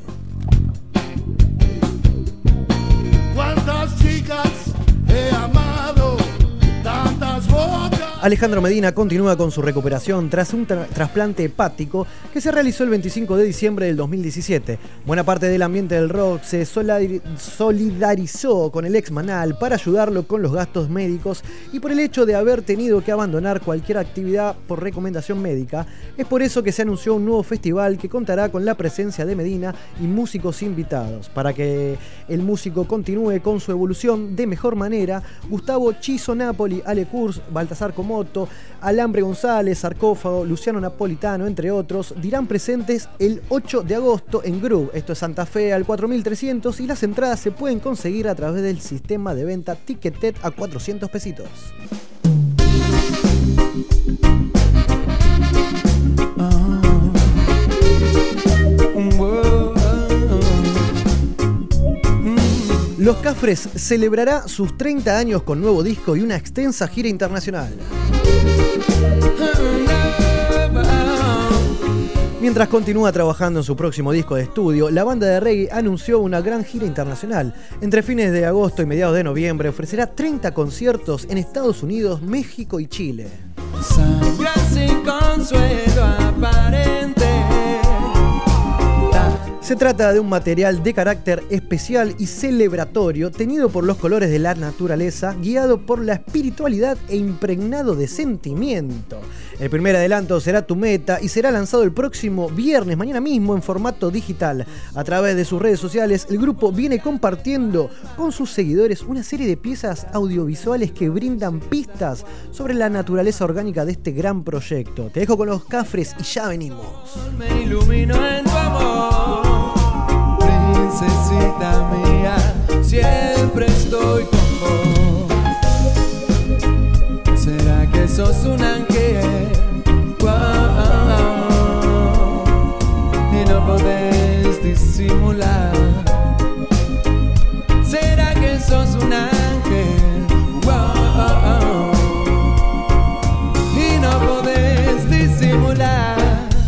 ¿Cuántas chicas he amado? Tantas bocas.
Alejandro Medina continúa con su recuperación tras un tra- trasplante hepático que se realizó el veinticinco de diciembre del dos mil diecisiete. Buena parte del ambiente del rock se solidar- solidarizó con el ex Manal para ayudarlo con los gastos médicos y por el hecho de haber tenido que abandonar cualquier actividad por recomendación médica. Es por eso que se anunció un nuevo festival que contará con la presencia de Medina y músicos invitados. Para que el músico continúe con su evolución de mejor manera, Gustavo Chizo Napoli, Ale Kurz, Baltasar Comoto, Alambre González, Sarcófago, Luciano Napolitano, entre otros, dirán presentes el ocho de agosto en Groove. Esto es Santa Fe al cuatro mil trescientos y las entradas se pueden conseguir a través del sistema de venta Ticketed a cuatrocientos pesitos. Los Cafres celebrará sus treinta años con nuevo disco y una extensa gira internacional. Mientras continúa trabajando en su próximo disco de estudio, la banda de reggae anunció una gran gira internacional. Entre fines de agosto y mediados de noviembre ofrecerá treinta conciertos en Estados Unidos, México y Chile.
Sangre sin consuelo aparente.
Se trata de un material de carácter especial y celebratorio, tenido por los colores de la naturaleza, guiado por la espiritualidad e impregnado de sentimiento. El primer adelanto será Tu Meta y será lanzado el próximo viernes, mañana mismo, en formato digital. A través de sus redes sociales, el grupo viene compartiendo con sus seguidores una serie de piezas audiovisuales que brindan pistas sobre la naturaleza orgánica de este gran proyecto. Te dejo con los Cafres y ya venimos.
Me ilumino en tu amor. Princesita mía, siempre estoy con vos. ¿Será que sos un ángel? Wow, y no podés disimular. ¿Será que sos un ángel? Wow, y no podés disimular.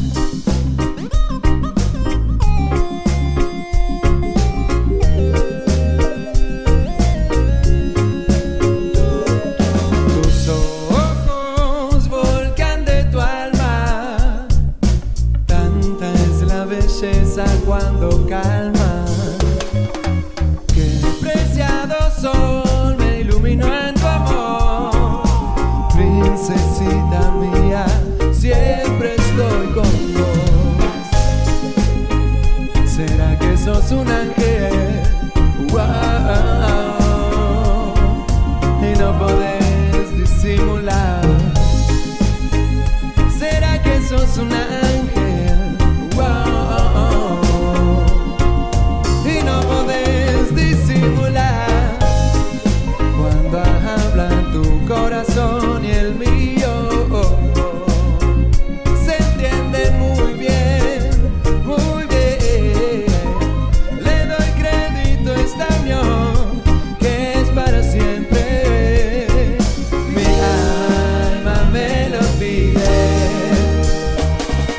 Cuando calma, qué preciado sol me iluminó en tu amor. Princesita mía, siempre estoy con vos. ¿Será que sos un ángel? Wow, y no podés disimular. ¿Será que sos un ángel? Corazón y el mío se entienden muy bien, muy bien. Le doy crédito a esta unión que es para siempre. Mi alma me lo pide.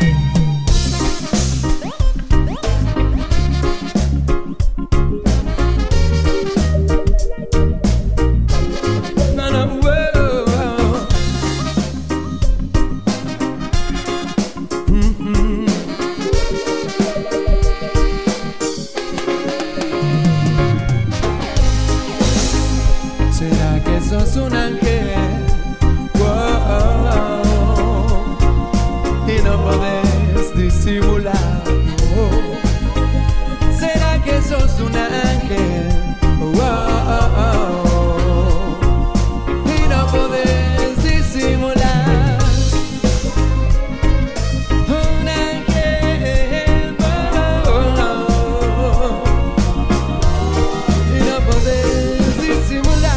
disimular. Oh, ¿será que sos un ángel? Oh, oh, oh, oh, y no podés disimular. Un ángel, oh, oh, oh, y no podés disimular.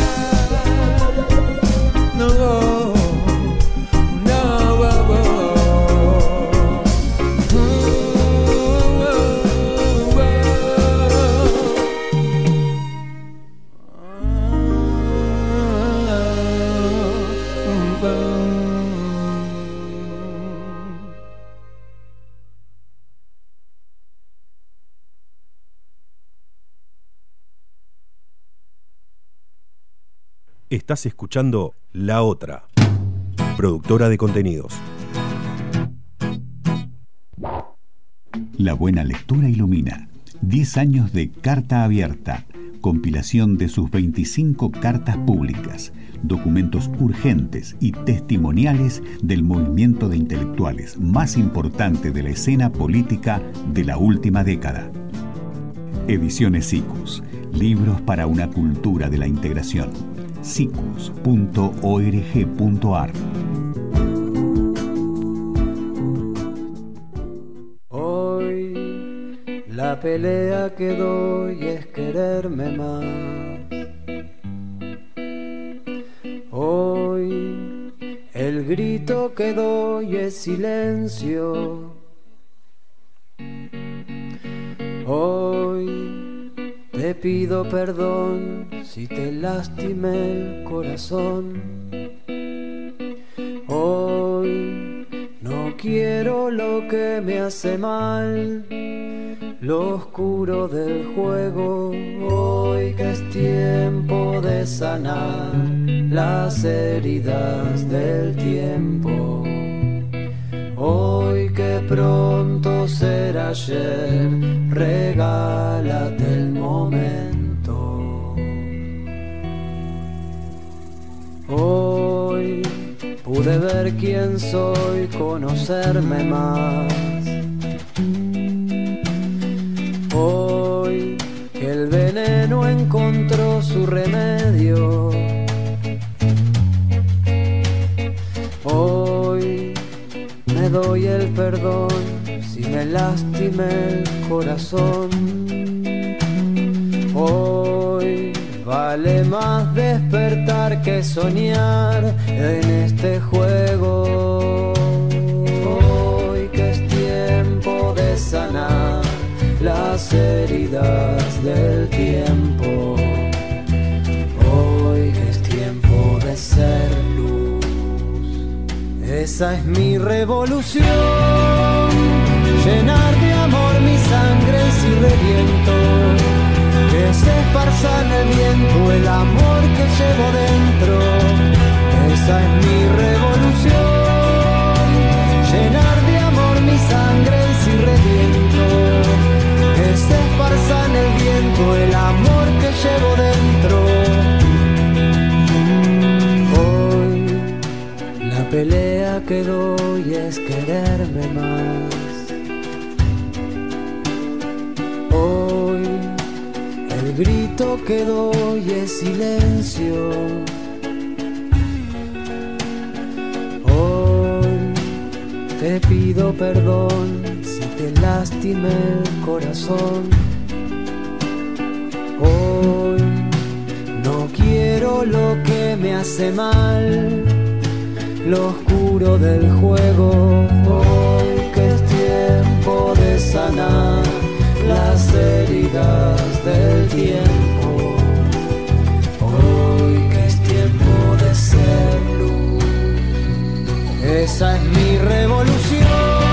No, no, oh, oh, oh.
Estás escuchando La Otra, productora de contenidos.
La buena lectura ilumina. diez años de Carta Abierta, compilación de sus veinticinco cartas públicas, documentos urgentes y testimoniales del movimiento de intelectuales más importante de la escena política de la última década. Ediciones Sikus, libros para una cultura de la integración. sikus punto org punto ar.
Hoy la pelea que doy es quererme más. Hoy el grito que doy es silencio. Hoy te pido perdón si te lastimé el corazón. Hoy no quiero lo que me hace mal, lo oscuro del juego. Hoy que es tiempo de sanar las heridas del tiempo. Hoy que pronto será ayer, regálate el momento. Hoy pude ver quién soy, conocerme más. Hoy que el veneno encontró su remedio. Hoy me doy el perdón si me lastimé el corazón. Hoy vale más despertar que soñar en este juego. Hoy que es tiempo de sanar las heridas del tiempo. Hoy que es tiempo de ser luz. Esa es mi revolución, llenar de amor mi sangre si reviento, que se esparza en el viento el amor que llevo dentro. Esa es mi revolución, llenar de amor mi sangre si reviento, que se esparza en el viento el amor que llevo dentro. Hoy la pelea que doy es quererme más. Hoy el grito que doy es silencio. Hoy te pido perdón si te lastimé el corazón. Hoy no quiero lo que me hace mal, lo oscuro del juego. Hoy que es tiempo de sanar las heridas del tiempo. Hoy que es tiempo de ser luz. Esa es mi revolución,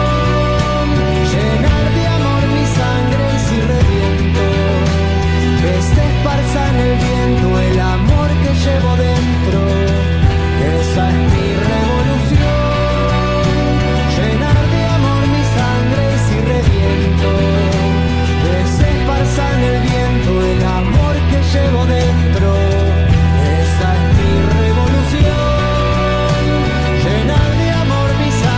llenar de amor mi sangre si reviento, que se esparza en el viento el amor que llevo dentro. Esa es mi revolución, llenar de amor mi sangre si reviento, que se esparza en el viento el amor que llevo dentro. Esa es mi revolución, llenar de amor mi sangre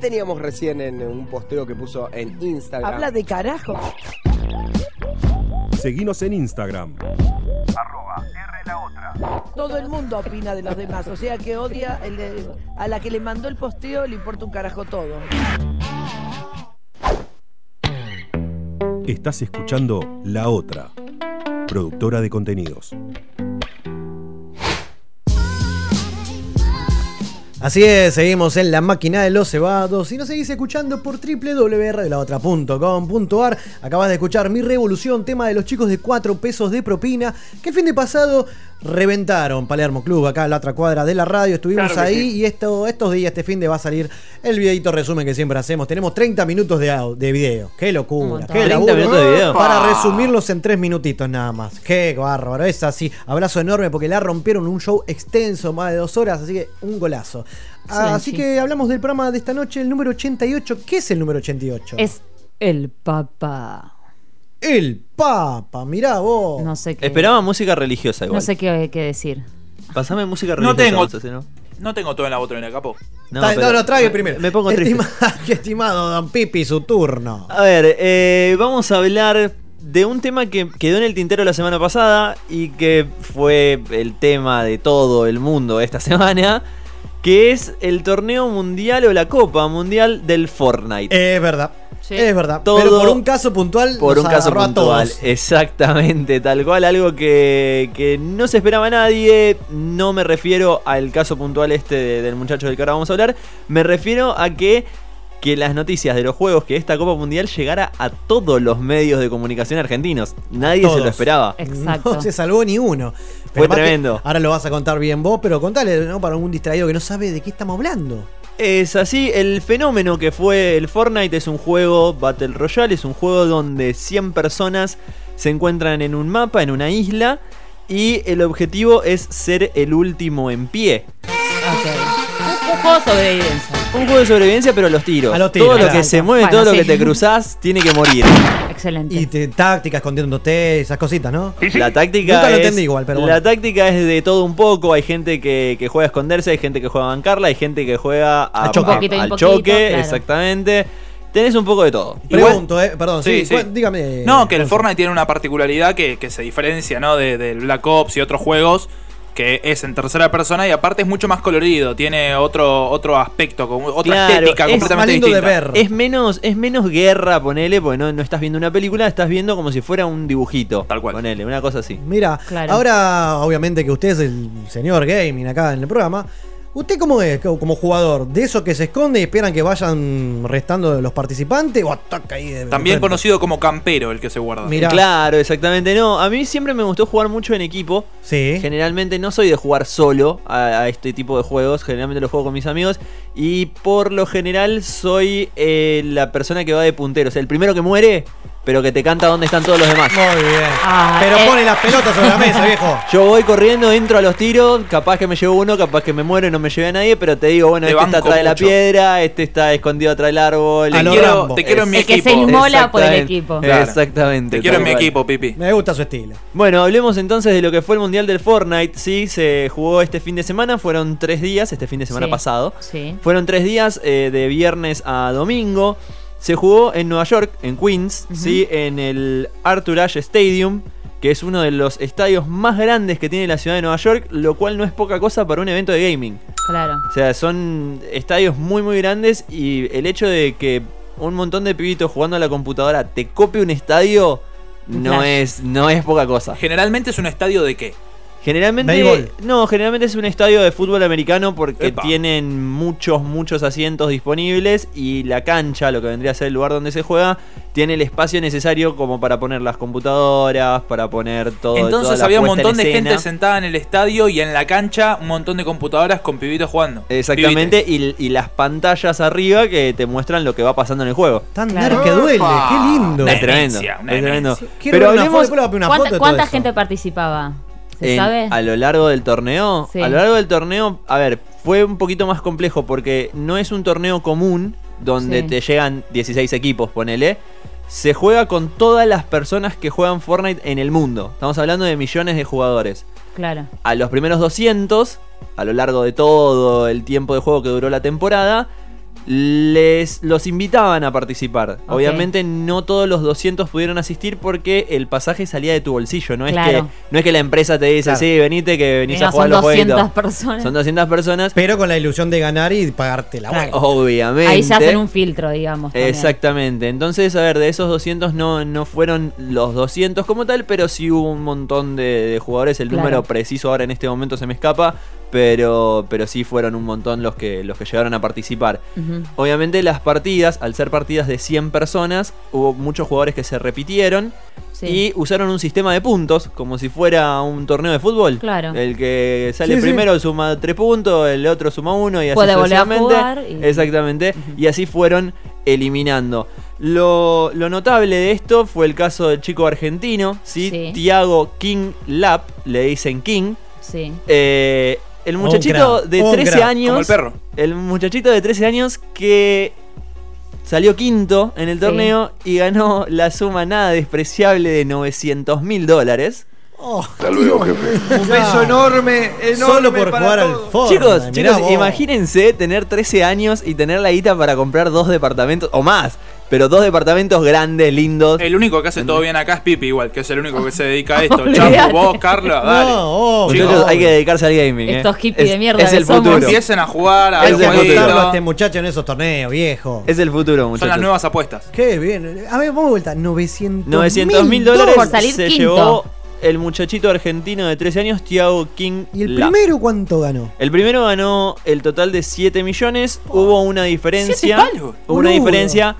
teníamos recién en un posteo que puso en Instagram.
Habla de carajo.
Seguinos en Instagram.
Todo el mundo opina de los demás, o sea que odia el de- a la que le mandó el posteo, le importa un carajo todo.
Estás escuchando La Otra, productora de contenidos.
Así es, seguimos en la máquina de los cebados y nos seguís escuchando por doble u doble u doble u punto r de la otra punto com punto a r. Acabas de escuchar Mi Revolución, tema de los chicos de cuatro pesos de propina, que el fin de pasado reventaron Palermo Club, acá en la otra cuadra de la radio. Estuvimos
Claro que
ahí
sí.
y esto, estos días, este fin de va a salir el videito resumen que siempre hacemos. Tenemos treinta minutos de, au- de video. Qué locura, qué
¿treinta
laburo.
minutos de video?
Para
Ah.
resumirlos en tres minutitos nada más. Qué bárbaro, es así. Abrazo enorme porque la rompieron, un show extenso, más de dos horas, así que un golazo. Ah, así
sí.
que hablamos del programa de esta noche, el número ochenta y ocho. ¿Qué es el número ochenta y ocho?
Es el Papa.
El Papa, mirá vos.
No sé qué.
Esperaba música religiosa igual.
No sé qué, qué decir.
Pasame música
No
religiosa.
tengo,
Gonzalo, ¿no?
no tengo todo en la botonera, capo.
No,
Ta-
pero
no, no, trague
me-
primero.
Me pongo triste.
Estima- estimado Don Pipi, su turno.
A ver, eh, vamos a hablar de un tema que quedó en el tintero la semana pasada y que fue el tema de todo el mundo esta semana, que es el torneo mundial o la Copa Mundial del Fortnite.
Es verdad. Es verdad.
Todo
Pero por un caso puntual.
Por
nos
un caso
agarró a
puntual,
todos.
exactamente, tal cual, algo que, que no se esperaba a nadie. No me refiero al caso puntual este de- del muchacho del que ahora vamos a hablar. Me refiero a que, que las noticias de los juegos, que esta Copa Mundial llegara a todos los medios de comunicación argentinos. Nadie se
Todos.
lo esperaba.
No se salvó ni uno.
Fue
más que
tremendo.
Ahora lo vas a contar bien vos, pero contale, ¿no? Para un distraído que no sabe de qué estamos hablando.
Es así, el fenómeno que fue el Fortnite es un juego Battle Royale, es un juego donde cien personas se encuentran en un mapa, en una isla, y el objetivo es ser el último en pie.
Un, un juego de sobrevivencia.
Un juego de sobrevivencia, pero a los tiros.
A los tiros,
todo lo
claro.
que se mueve,
Bueno,
todo
sí.
lo que te cruzás, tiene que morir.
Excelente.
Y te, táctica escondiéndote, esas cositas, ¿no?
La táctica
Nunca lo
es,
entendí igual, pero
La
bueno.
táctica es de todo un poco. Hay gente que, que juega a esconderse, hay gente que juega a bancarla, hay gente que juega a,
Al choque.
a-
Un poquito y un
al
poquito,
choque,
claro.
exactamente. Tenés un poco de todo.
Pregunto, eh, perdón, sí,
Sí, sí.
cu- dígame.
No, que el
Gonzo.
Fortnite tiene una particularidad que, que se diferencia, ¿no? de- del Black Ops y otros juegos, que es en tercera persona y aparte es mucho más colorido, tiene otro otro aspecto, como otra
Claro,
estética
es
completamente distinta.
Es menos, es menos guerra, ponele, porque no, no estás viendo una película, estás viendo como si fuera un dibujito. Tal cual. Ponele, una cosa así.
Mira,
Claro.
ahora obviamente que usted es el señor gaming acá en el programa. ¿Usted cómo es co- como jugador? ¿De esos que se esconde y esperan que vayan restando los participantes? ¿O ataca ahí de
También
frente?
conocido como campero el que se guarda.
Claro, exactamente. No, a mí siempre me gustó jugar mucho en equipo.
Sí.
Generalmente no soy de jugar solo a, a este tipo de juegos. Generalmente lo juego con mis amigos. Y por lo general soy eh, la persona que va de puntero. O sea, el primero que muere, pero que te canta dónde están todos los demás.
Muy bien.
Ah,
Pero
eh.
pone las pelotas sobre la mesa, viejo.
Yo voy corriendo, entro a los tiros, capaz que me llevo uno, capaz que me muero y no me lleve a nadie, pero te digo, bueno,
Te
este está
banco
atrás de la
mucho.
piedra, este está escondido atrás del árbol.
Te
y-
quiero- te quiero en mi
El que
equipo.
se inmola por el
Exactamente.
equipo.
Claro.
Exactamente.
Te quiero en
tal
mi
cual.
equipo, Pipi.
Me gusta su estilo.
Bueno, hablemos entonces de lo que fue el Mundial del Fortnite. Sí, se jugó este fin de semana, fueron tres días, este fin de semana
Sí,
pasado.
sí.
Fueron tres días eh, de viernes a domingo. Se jugó en Nueva York, en Queens, sí, en el Arthur Ashe Stadium, que es uno de los estadios más grandes que tiene la ciudad de Nueva York, lo cual no es poca cosa para un evento de gaming.
Claro.
O sea, son estadios muy muy grandes y el hecho de que un montón de pibitos jugando a la computadora te copie un estadio no
Flash.
es, no es poca cosa.
Generalmente es un estadio de qué?
Generalmente,
Béisbol.
no, generalmente es un estadio de fútbol americano porque
Epa.
tienen muchos, muchos asientos disponibles y la cancha, lo que vendría a ser el lugar donde se juega, tiene el espacio necesario como para poner las computadoras, para poner todo. toda
Entonces
la
había un
puesta en
montón de
escena.
gente sentada en el estadio y en la cancha un montón de computadoras con pibitos jugando.
Exactamente, y, y las pantallas arriba que te muestran lo que va pasando en el juego.
Tan nerd que duele, qué lindo.
Es tremendo,
demencia, una
es tremendo.
demencia.
Quiero
Pero
ver una
hablemos
foto, después le voy a poner una
¿Cuánta,
foto de todo
cuánta
eso.
gente participaba? ¿Se
en-
sabe?
a lo largo del torneo.
Sí.
A lo largo del torneo, a ver, fue un poquito más complejo porque no es un torneo común donde
Sí.
te llegan dieciséis equipos, ponele. Se juega con todas las personas que juegan Fortnite en el mundo. Estamos hablando de millones de jugadores.
Claro.
A los primeros doscientos, a lo largo de todo el tiempo de juego que duró la temporada, les los invitaban a participar.
Ok.
Obviamente no todos los doscientos pudieron asistir porque el pasaje salía de tu bolsillo. No,
Claro.
es, que, no es que la empresa te dice,
Claro.
sí, venite que venís
No,
a jugar
son
los
doscientas
jueguitos.
personas.
Son doscientas personas.
Pero con la ilusión de ganar y pagarte la
Claro.
vuelta.
Obviamente.
Ahí ya hacen un filtro, digamos. también.
Exactamente. Entonces, a ver, de esos doscientos no, no fueron los doscientos como tal, pero sí hubo un montón de, de jugadores. El
Claro.
número preciso ahora en este momento se me escapa, pero, pero sí fueron un montón los que, los que llegaron a participar.
Ujú.
Obviamente las partidas, al ser partidas de cien personas, hubo muchos jugadores que se repitieron
Sí.
y usaron un sistema de puntos, como si fuera un torneo de fútbol.
Claro.
El que sale
Sí, sí.
primero suma tres puntos, el otro suma uno y así
Puede volver a
sucesivamente.
jugar y-
Exactamente. Y así fueron eliminando. Lo, lo notable de esto fue el caso del chico argentino, ¿sí?
Sí.
Thiago King Lap, le dicen King.
Sí.
Eh, el
Un
muchachito
crack,
de
un
trece
crack.
años.
Como el perro.
El muchachito de trece años que salió quinto en el
Sí.
torneo y ganó la suma nada despreciable de novecientos mil dólares.
Oh,
Hasta luego, jefe.
Un beso enorme, enorme.
Solo por
para
jugar al
todos.
Fortnite.
Chicos,
mirá
chicos,
vos.
imagínense tener trece años y tener la guita para comprar dos departamentos o más, pero dos departamentos grandes, lindos.
El único que hace todo bien acá es Pipi, igual, que es el único que se dedica a esto.
Olvídate.
Chapo, vos, Carlos, dale.
No, oh,
Muchachos,
chicos,
hay que dedicarse al gaming. eh.
Estos hippies
Es-
de mierda
Es
que
el
somos.
futuro.
Empiecen a jugar a
hay
Es
que
el futuro.
apostarlo a
jueguito.
este muchacho en esos torneos, viejo.
Es el futuro,
Son
muchachos.
las nuevas apuestas.
Qué bien. A ver, vamos de vuelta. novecientos
novecientos mil dólares
por salir
se
quinto.
llevó el muchachito argentino de trece años, Thiago King
¿Y el
Lap.
primero cuánto ganó?
El primero ganó el total de siete millones. Hubo una diferencia.
¿Siete palos?
Hubo una
Boludo.
diferencia.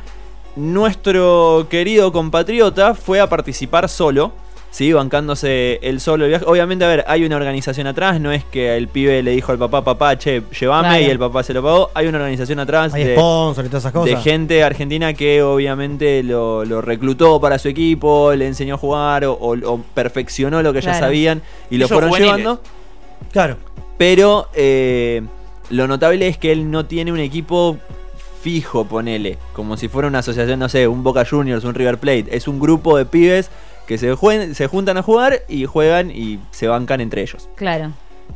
Nuestro querido compatriota fue a participar solo. Sí, bancándose el solo el viaje. Obviamente, a ver, hay una organización atrás. No es que el pibe le dijo al papá, papá, che, llévame,
Claro.
y el papá se lo pagó. Hay una organización atrás
Hay
de,
sponsor y todas esas
de
cosas.
gente argentina que obviamente lo, lo reclutó para su equipo, le enseñó a jugar o, o- o perfeccionó lo que ya
Claro.
sabían y lo
Ellos
fueron
juveniles.
llevando.
Claro.
Pero eh, lo notable es que él no tiene un equipo fijo, ponele. Como si fuera una asociación, no sé, un Boca Juniors, un River Plate. Es un grupo de pibes que se, jue- se juntan a jugar y juegan y se bancan entre ellos.
Claro.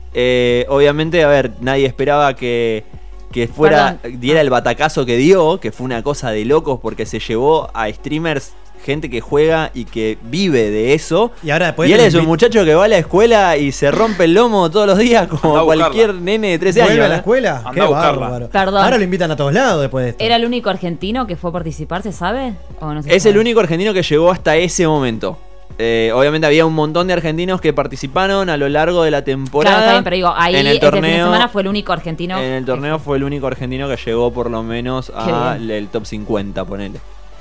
Eh, obviamente, a ver, nadie esperaba que, que fuera
Perdón.
diera el batacazo que dio, que fue una cosa de locos porque se llevó a streamers, gente que juega y que vive de eso.
Y ahora después
Y él
te
es un
invit-
muchacho que va a la escuela y se rompe el lomo todos los días como
Andá a buscarla.
cualquier nene de trece
¿Vuelve
años.
a la
¿eh?
escuela?
Andá
Qué
a buscarla.
bárbaro.
Perdón.
Ahora lo invitan a todos lados después de esto.
¿Era el único argentino que fue a participar, se sabe? ¿O no se
Es
sabe?
el único argentino que llegó hasta ese momento. Eh, obviamente había un montón de argentinos que participaron a lo largo de la temporada.
Claro, está bien, pero digo, ahí
en el
este fin de
torneo,
semana fue el único argentino.
en el torneo fue el único argentino que llegó por lo menos
Qué
al
bien.
el top cincuenta, ponele.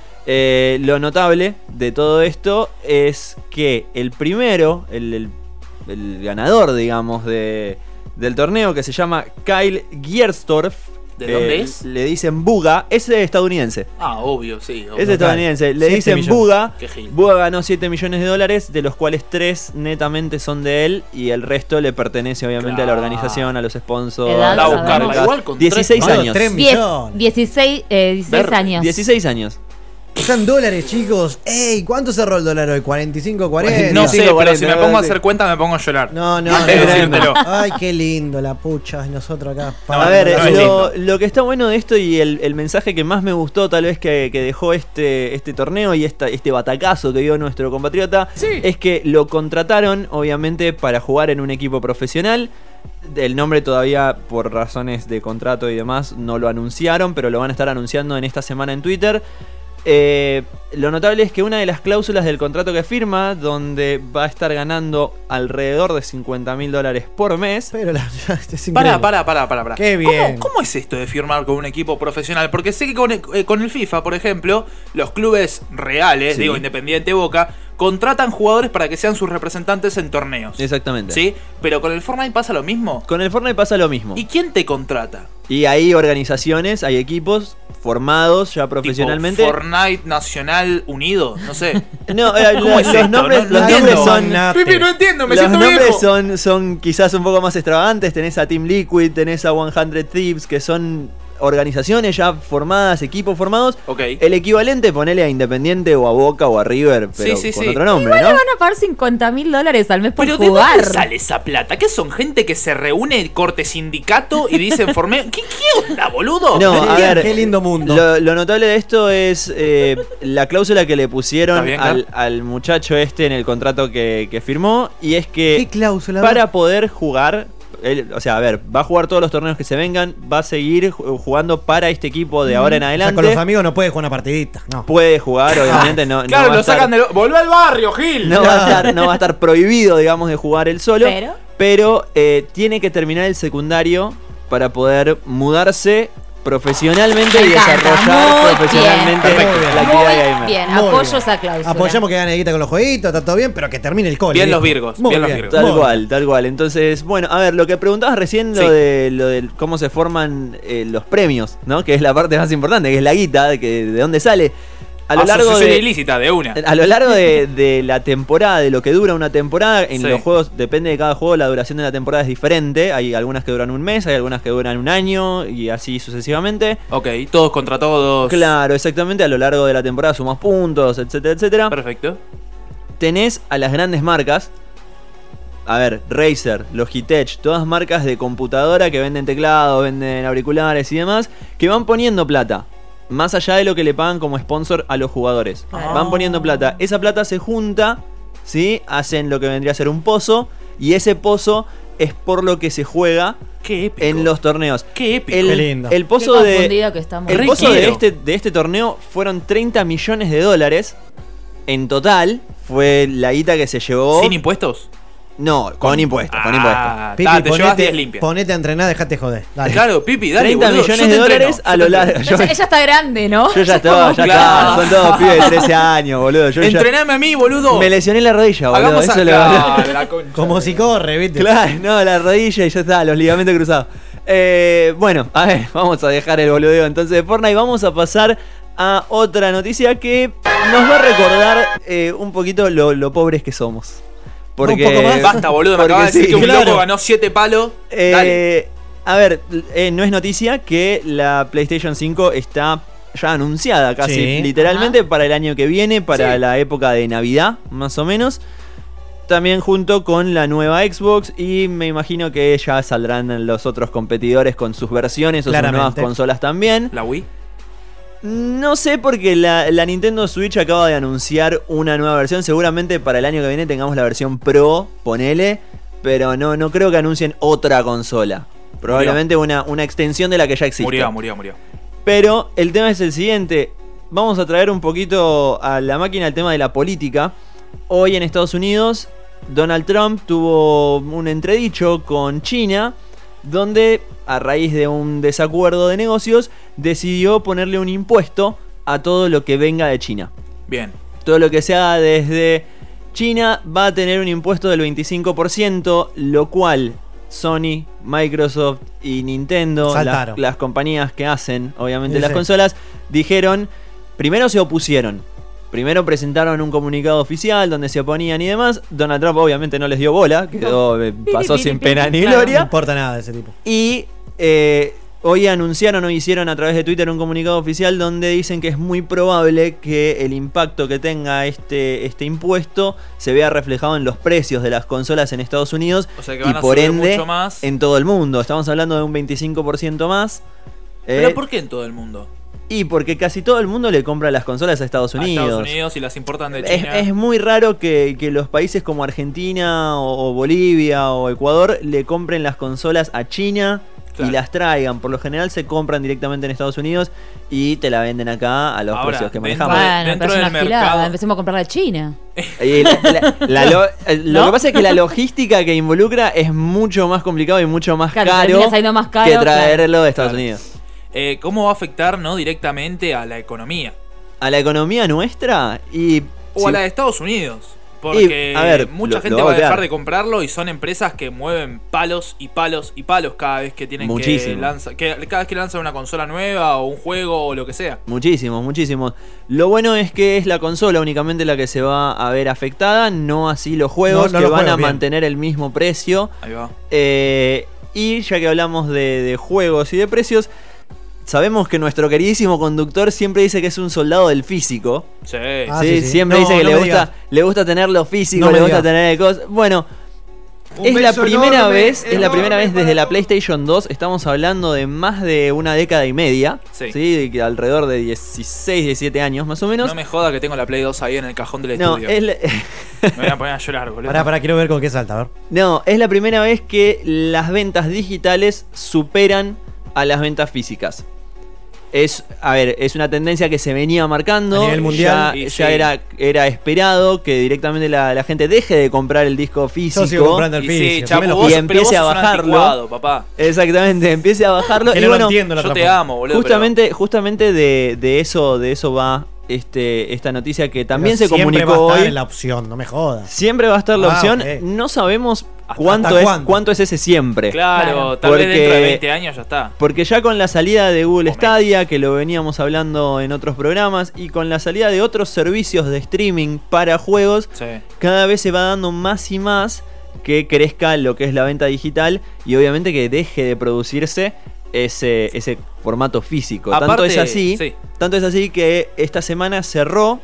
Eh, lo notable de todo esto es que el primero, el, el- el ganador, digamos, de, del torneo, que se llama Kyle Gierstorff.
¿De dónde es?
Le dicen Buga, es estadounidense.
Ah, obvio, sí. obvio.
Es estadounidense. Le
Siete
dicen
millones.
Buga.
Qué gil.
Buga ganó siete millones de dólares, de los cuales tres netamente son de él y el resto le pertenece obviamente a la
Claro.
organización, a los sponsors.
Edad,
a las
La buscarla.
marcas.
Igual con
dieciséis
tres-
años.
tres
Diez-
millones.
dieciséis, eh, dieciséis
Verde.
años.
dieciséis años.
Están dólares, chicos. Ey, ¿cuánto cerró el dólar hoy? ¿cuarenta y cinco, cuarenta?
No sé,
veinticinco,
pero
cuarenta,
si me pongo a
sí.
hacer cuenta me pongo a llorar.
No, no,
Antes de
no.
decírtelo.
Ay, qué lindo la pucha. Y nosotros acá.
A ver,
no es
lo,
lindo.
lo que está bueno de esto y el, el mensaje que más me gustó tal vez que, que dejó este, este torneo y esta, este batacazo que dio nuestro compatriota es que lo contrataron obviamente para jugar en un equipo profesional. El nombre todavía por razones de contrato y demás no lo anunciaron, pero lo van a estar anunciando en esta semana en Twitter. Eh, lo notable es que una de las cláusulas del contrato que firma, donde va a estar ganando alrededor de cincuenta mil dólares por mes.
Pero la, es
Pará, pará, pará, pará, pará.
Qué bien.
¿Cómo, cómo es esto de firmar con un equipo profesional? Porque sé que con el, eh, con el FIFA, por ejemplo, los clubes reales,
Sí.
digo, Independiente, Boca, contratan jugadores para que sean sus representantes en torneos.
Exactamente.
¿Sí? Pero con el Fortnite pasa lo mismo.
Con el Fortnite pasa lo mismo.
¿Y quién te contrata?
Y hay organizaciones, hay equipos formados ya profesionalmente.
Tipo Fortnite Nacional Unido, no sé.
No, eh,
¿Cómo
la-
es
los
esto?
nombres,
No-
los
no
nombres
entiendo.
son.
Magnate.
Pipi, no entiendo, me
Los
siento
nombres
viejo.
son, son quizás un poco más extravagantes. Tenés a Team Liquid, tenés a cien Thieves, que son organizaciones ya formadas, equipos formados.
Ok.
El equivalente, ponele a Independiente o a Boca o a River, pero
Sí, sí,
con
sí.
otro nombre,
Igual
¿no?
le van a pagar cincuenta mil dólares al mes por
Pero ¿de
jugar.
dónde sale esa plata? ¿Qué son? ¿Gente que se reúne, corte sindicato y dicen formé? ¿Qué, qué onda, boludo?
No, a ver,
Qué lindo mundo.
Lo, lo notable de esto es eh, la cláusula que le pusieron
Está bien,
al,
Car.
al muchacho este en el contrato que, que firmó. Y es que
¿Qué cláusula?
para poder jugar, él, o sea, a ver, va a jugar todos los torneos que se vengan, va a seguir ju- jugando para este equipo de ahora en
O sea,
adelante.
con los amigos no puede jugar una partidita. No.
Puede jugar, obviamente, no, no
Claro,
va a
lo
estar-
sacan de... ¡Volvé al barrio, Gil!
no va a estar, no va a estar prohibido, digamos, de jugar él solo.
Pero-
Pero eh, tiene que terminar el secundario para poder mudarse profesionalmente
Me
y
encanta,
desarrollar
muy
profesionalmente
bien.
la
Muy
actividad gamer.
Bien,
Muy
apoyo
bien.
esa cláusula.
Apoyamos que gane guita con los jueguitos, está todo bien, pero que termine el cole.
Bien
viejo.
los Virgos,
Muy
bien los Virgos.
Tal
muy
cual, tal cual. Entonces, bueno, a ver, lo que preguntabas recién, lo
Sí.
de lo de cómo se forman eh, los premios, ¿no? Que es la parte más importante, que es la guita, de, que, de dónde sale. A lo largo
Asociación
de,
ilícita, de una.
A lo largo de, de la temporada, de lo que dura una temporada, en
Sí.
los juegos, depende de cada juego, la duración de la temporada es diferente. Hay algunas que duran un mes, hay algunas que duran un año y así sucesivamente.
Ok, todos contra todos.
Claro, exactamente, a lo largo de la temporada sumas puntos, etcétera, etcétera.
Perfecto.
Tenés a las grandes marcas. A ver, Razer, Logitech, todas marcas de computadora que venden teclados, venden auriculares y demás, que van poniendo plata. Más allá de lo que le pagan como sponsor a los jugadores.
Claro.
Van poniendo plata. Esa plata se junta, ¿sí? Hacen lo que vendría a ser un pozo. Y ese pozo es por lo que se juega
Qué épico.
en los torneos.
Qué épico.
El,
Qué lindo.
el
Qué
pozo de.
confundida que estamos.
El
Re
pozo de
quiero.
este, de este torneo fueron treinta millones de dólares. En total, fue la guita que se llevó.
¿Sin impuestos?
No, con impuestos, con
Ah,
impuestos.
Pipi,
ta, te llevas diez
ponete,
limpias.
ponete a entrenar, dejate joder. Dale.
Claro, Pipi, dale,
treinta
boludo,
millones
yo te
de
entreno,
dólares
yo
a
te
lo
entreno.
largo. Yo,
Ella, ella está grande, ¿no?
yo ya estaba, ya
Claro.
estaba. Son todos pibes de trece años, boludo. Yo ya-
Entrename a mí, boludo.
me lesioné la rodilla, boludo.
Hagamos a...
Eso lo-
Claro, la concha.
Como si corre, ¿viste?
Claro, no, la rodilla y ya está, los ligamentos cruzados. Eh, bueno, a ver, vamos a dejar el boludeo entonces de Fortnite. Vamos a pasar a otra noticia que nos va a recordar eh, un poquito lo, lo pobres que somos. Porque,
Un poco más.
Basta, boludo, me
porque
acabas de decir
sí,
que un
claro.
loco ganó siete palos. Dale.
Eh, a ver, eh, no es noticia que la PlayStation cinco está ya anunciada casi
Sí.
literalmente para el año que viene, para
Sí.
la época de Navidad, más o menos. También junto con la nueva Xbox y me imagino que ya saldrán los otros competidores con sus versiones o sus
Claramente.
nuevas consolas también.
La Wii.
No sé porque la, la Nintendo Switch acaba de anunciar una nueva versión. Seguramente para el año que viene tengamos la versión Pro, ponele. Pero no, no creo que anuncien otra consola. Probablemente una, una extensión de la que ya existe.
Murió, murió, murió.
Pero el tema es el siguiente. Vamos a traer un poquito a la máquina el tema de la política. Hoy en Estados Unidos, Donald Trump tuvo un entredicho con China, donde a raíz de un desacuerdo de negocios, decidió ponerle un impuesto a todo lo que venga de China.
Bien.
Todo lo que se haga desde China va a tener un impuesto del veinticinco por ciento, lo cual Sony, Microsoft y Nintendo, las,
Saltaron.
las compañías que hacen obviamente
Sí,
las
sí.
consolas, dijeron, primero se opusieron. Primero presentaron un comunicado oficial donde se oponían y demás. Donald Trump obviamente no les dio bola, quedó, eh, pasó
Piri,
sin
piri,
pena
piri,
ni
claro.
No
gloria.
importa nada de ese tipo.
Y eh, hoy anunciaron o hicieron a través de Twitter un comunicado oficial donde dicen que es muy probable que el impacto que tenga este, este impuesto se vea reflejado en los precios de las consolas en Estados Unidos
O sea que
y
van a
por
subir
ende
mucho más.
en todo el mundo. Estamos hablando de un veinticinco por ciento más.
¿Pero
eh,
por qué en todo el mundo?
Y porque casi todo el mundo le compra las consolas a Estados
A
Unidos.
Estados Unidos y las importan de
Es,
China.
es muy raro que, que los países como Argentina o, o Bolivia o Ecuador le compren las consolas a China
Claro.
y las traigan. Por lo general se compran directamente en Estados Unidos y te la venden acá a los
Ahora,
precios que
dentro-
manejamos.
Bueno,
dentro
pero es
del
una gilada.
mercado.
Empecemos a comprarla a China.
Y la- la- la lo eh, lo
¿No?
que pasa es que la logística que involucra es mucho más complicado y mucho más
Claro,
caro
termina saliendo más caro,
que traerlo
claro.
de Estados
Claro.
Unidos.
Eh, ¿Cómo va a afectar no directamente a la economía?
A la economía nuestra y...
O
si-
a la de Estados Unidos. Porque
Y, a ver,
mucha
lo-
gente
lo va
va
a
a dejar
golpear.
de comprarlo y son empresas que mueven palos y palos y palos cada vez que tienen
Muchísimo.
que lanzar. Que, cada vez que lanzan una consola nueva o un juego o lo que sea.
Muchísimos, muchísimos. Lo bueno es que es la consola únicamente la que se va a ver afectada, no así los juegos,
No, no
que
los
van
juegos,
a
bien.
mantener el mismo precio.
Ahí va.
Eh, y ya que hablamos de, de juegos y de precios, sabemos que nuestro queridísimo conductor siempre dice que es un soldado del físico.
Sí.
Ah,
Sí,
sí, sí.
siempre
No,
dice que
no
le
me
gusta,
digas.
le gusta tener lo físico,
No me
le gusta
digas.
tener cosas. Bueno,
Un
es la
beso
primera
enorme,
vez, es la primera
enorme
vez desde
para
la
todos.
PlayStation dos, estamos hablando de más de una década y media,
Sí.
de que alrededor de dieciséis, diecisiete años más o menos.
No me joda que tengo la Play dos ahí en el cajón del
No,
estudio.
es la,
Me voy a poner a llorar, boludo.
Pará, pará, quiero ver con qué salta, a ver.
no, es la primera vez que las ventas digitales superan a las ventas físicas. Es, a ver, es una tendencia que se venía marcando.
A nivel mundial.
Ya,
Y
ya
sí.
era, era esperado que directamente la, la gente deje de comprar el disco físico.
Yo sigo comprando el
Y
físico.
sí,
Yo
chapo,
me lo-
vos,
y
pero
empiece
vos
a
sos un
bajarlo.
anticuado, papá.
Exactamente, empiece a bajarlo.
Que
y
no
bueno,
lo entiendo la
Yo te
transformación.
amo, boludo.
justamente, justamente de, de eso, de eso va este, esta noticia que también
Pero
se
siempre
comunicó
va a estar
hoy.
en la opción, no me jodas.
Siempre va a estar la
Ah,
opción.
ok.
No sabemos
¿Hasta-
cuánto
hasta
es,
cuándo?
cuánto es ese siempre.
Claro,
Claro.
tal vez
Porque-
dentro de veinte años ya está.
Porque ya con la salida de Google
Momento.
Stadia, que lo veníamos hablando en otros programas, y con la salida de otros servicios de streaming para juegos,
Sí.
cada vez se va dando más y más que crezca lo que es la venta digital y obviamente que deje de producirse ese, ese formato físico. tanto
Aparte,
es así,
sí.
tanto es así que esta semana cerró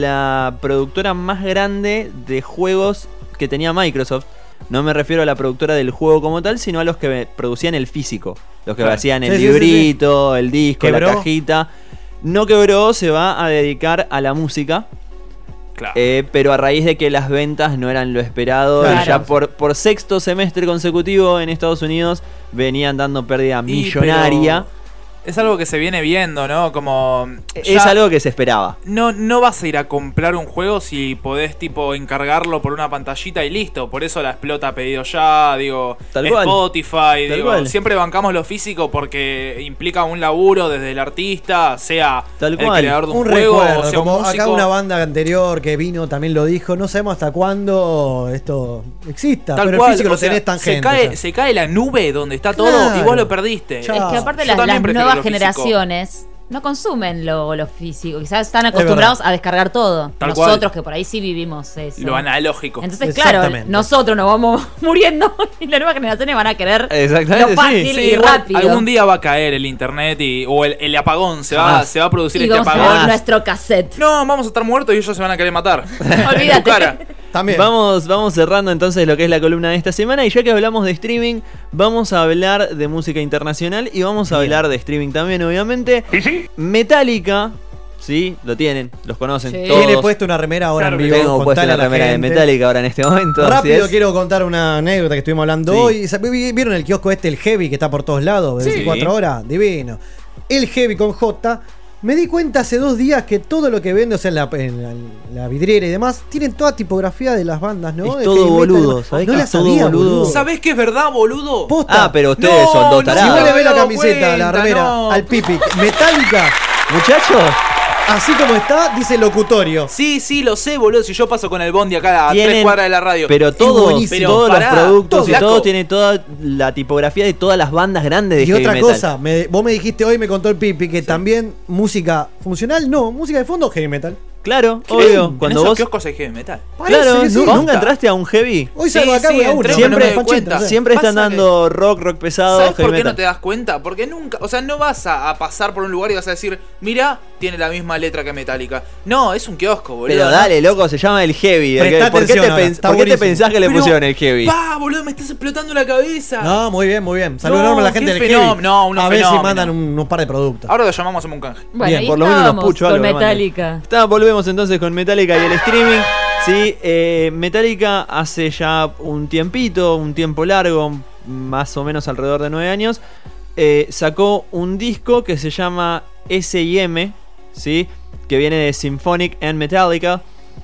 la productora más grande de juegos que tenía Microsoft. No me refiero a la productora del juego como tal, sino a los que producían el físico. Los que
Claro.
hacían el
Sí, sí, sí,
librito, el disco,
¿Quebró?
la cajita. No quebró, se va a dedicar a la música.
Claro.
Eh, pero a raíz de que las ventas no eran lo esperado,
Claro.
y ya por, por sexto semestre consecutivo en Estados Unidos venían dando pérdida
Y,
millonaria.
pero es algo que se viene viendo, ¿no? Como.
Es
ya
algo que se esperaba.
No, no vas a ir a comprar un juego si podés, tipo, encargarlo por una pantallita y listo. Por eso la explota a pedido ya, digo,
Tal cual.
Spotify,
Tal
digo,
cual.
siempre bancamos lo físico porque implica un laburo desde el artista, sea
Tal
el
cual.
creador de un,
Un
juego,
recuerdo,
sea un
como
músico.
acá una banda anterior que vino también lo dijo, no sabemos hasta cuándo esto exista,
Tal
pero
cual,
el físico
o
lo
sea,
tenés
se
tangente.
cae,
ya.
se cae la nube donde está
Claro.
todo y vos lo perdiste.
Chao.
Es que aparte
Yo
las,
también
las
prefiero
nuevas
lo físico.
generaciones no consumen lo, lo físico. Quizás están acostumbrados a descargar todo.
Tal
Nosotros
cual.
que por ahí sí vivimos eso.
Lo analógico.
Entonces, claro,
Exactamente.
nosotros nos vamos muriendo y las nuevas generaciones van a querer
Exactamente,
lo fácil
sí.
Sí,
y
igual,
rápido.
algún día va a caer el internet y, o el, el apagón, se va,
Jamás.
se va a producir
y
este
vamos a
apagón.
tener nuestro cassette.
No, vamos a estar muertos y ellos se van a querer matar.
Olvídate.
En tu cara.
También.
Vamos, vamos cerrando entonces lo que es la columna de esta semana. Y ya que hablamos de streaming, vamos a hablar de música internacional y vamos a
Bien.
hablar de streaming también, obviamente. ¿Y sí? Metallica, sí, lo tienen, los conocen
Sí.
todos.
Tiene puesto una remera ahora
Claro
en
que
vivo.
Tengo puesta
contale
la
a la
remera de
gente.
Metallica ahora en este momento. así
Rápido
es.
quiero contar una anécdota que estuvimos hablando
Sí.
hoy. ¿Sab- vi- ¿Vieron el kiosco este, el Heavy, que está por todos lados?
Sí.
veinticuatro horas, divino. El Heavy con J. Me di cuenta hace dos días que todo lo que vende, o sea, en la, en la- en la vidriera y demás, tienen toda tipografía de las bandas, ¿no?
Es
De
todo
heavy metal y
boludo,
demás.
¿sabés
No
que
la
es todo
sabía,
boludo?
boludo.
¿Sabés que es verdad, boludo?
Posta.
Ah, pero ustedes
No,
son dos
no,
Si
tarados.
vos le ves la
me he dado
camiseta, la
cuenta,
remera,
no.
al pipi, Metallica,
Muchachos,
así como está, dice locutorio.
Sí, sí, lo sé, boludo. Si yo paso con el bondi acá a
Tienen-
tres cuadras de la radio.
pero todos,
buenísimo.
todos
Pará,
los productos
todo,
y todo
flaco.
tiene toda la tipografía de todas las bandas grandes de
Y
heavy
otra
metal.
cosa, me- vos me dijiste hoy, me contó el Pipi, que también música funcional, no, música de fondo, heavy metal.
Claro,
¿Qué?
obvio.
En
Cuando
esos
vos.
kioscos hay heavy metal.
Parece
Claro,
que sí.
¿nu-
Posta.
¿nunca entraste a un heavy?
Hoy salgo de acá,
Sí,
voy a
sí,
uno.
entré,
Siempre-
pero no me di
Panchita,
cuenta.
o sea.
Siempre están
Pasa que-
dando rock, rock pesado,
¿Sabes
heavy
por qué
metal.
no te das cuenta? Porque nunca, o sea, no vas a, a pasar por un lugar y vas a decir, mira, tiene la misma letra que Metallica. No, es un kiosco, boludo.
Pero
¿no?
dale, loco, se llama el heavy.
Prestá
¿Por qué,
atención
te,
ahora,
pens-
está
por qué te
buenísimo.
pensás que le
Pero-
pusieron el heavy?
Pa, boludo, me estás explotando la cabeza.
No, muy bien, muy bien. Saludos
No,
enorme a la gente
qué
del
fenómeno,
Heavy.
no, unos
a ver si
fenómenos.
mandan un, un par de productos.
Ahora lo llamamos, hacemos un canje.
Bueno,
Bien,
ahí
por lo menos unos
estábamos
puchos,
con
algo le mandan.
Metallica.
Está, volvemos entonces con Metallica y el streaming. Sí, eh, Metallica hace ya un tiempito, un tiempo largo, más o menos alrededor de nueve años, eh, sacó un disco que se llama S I M, ¿sí? Que viene de Symphonic and Metallica.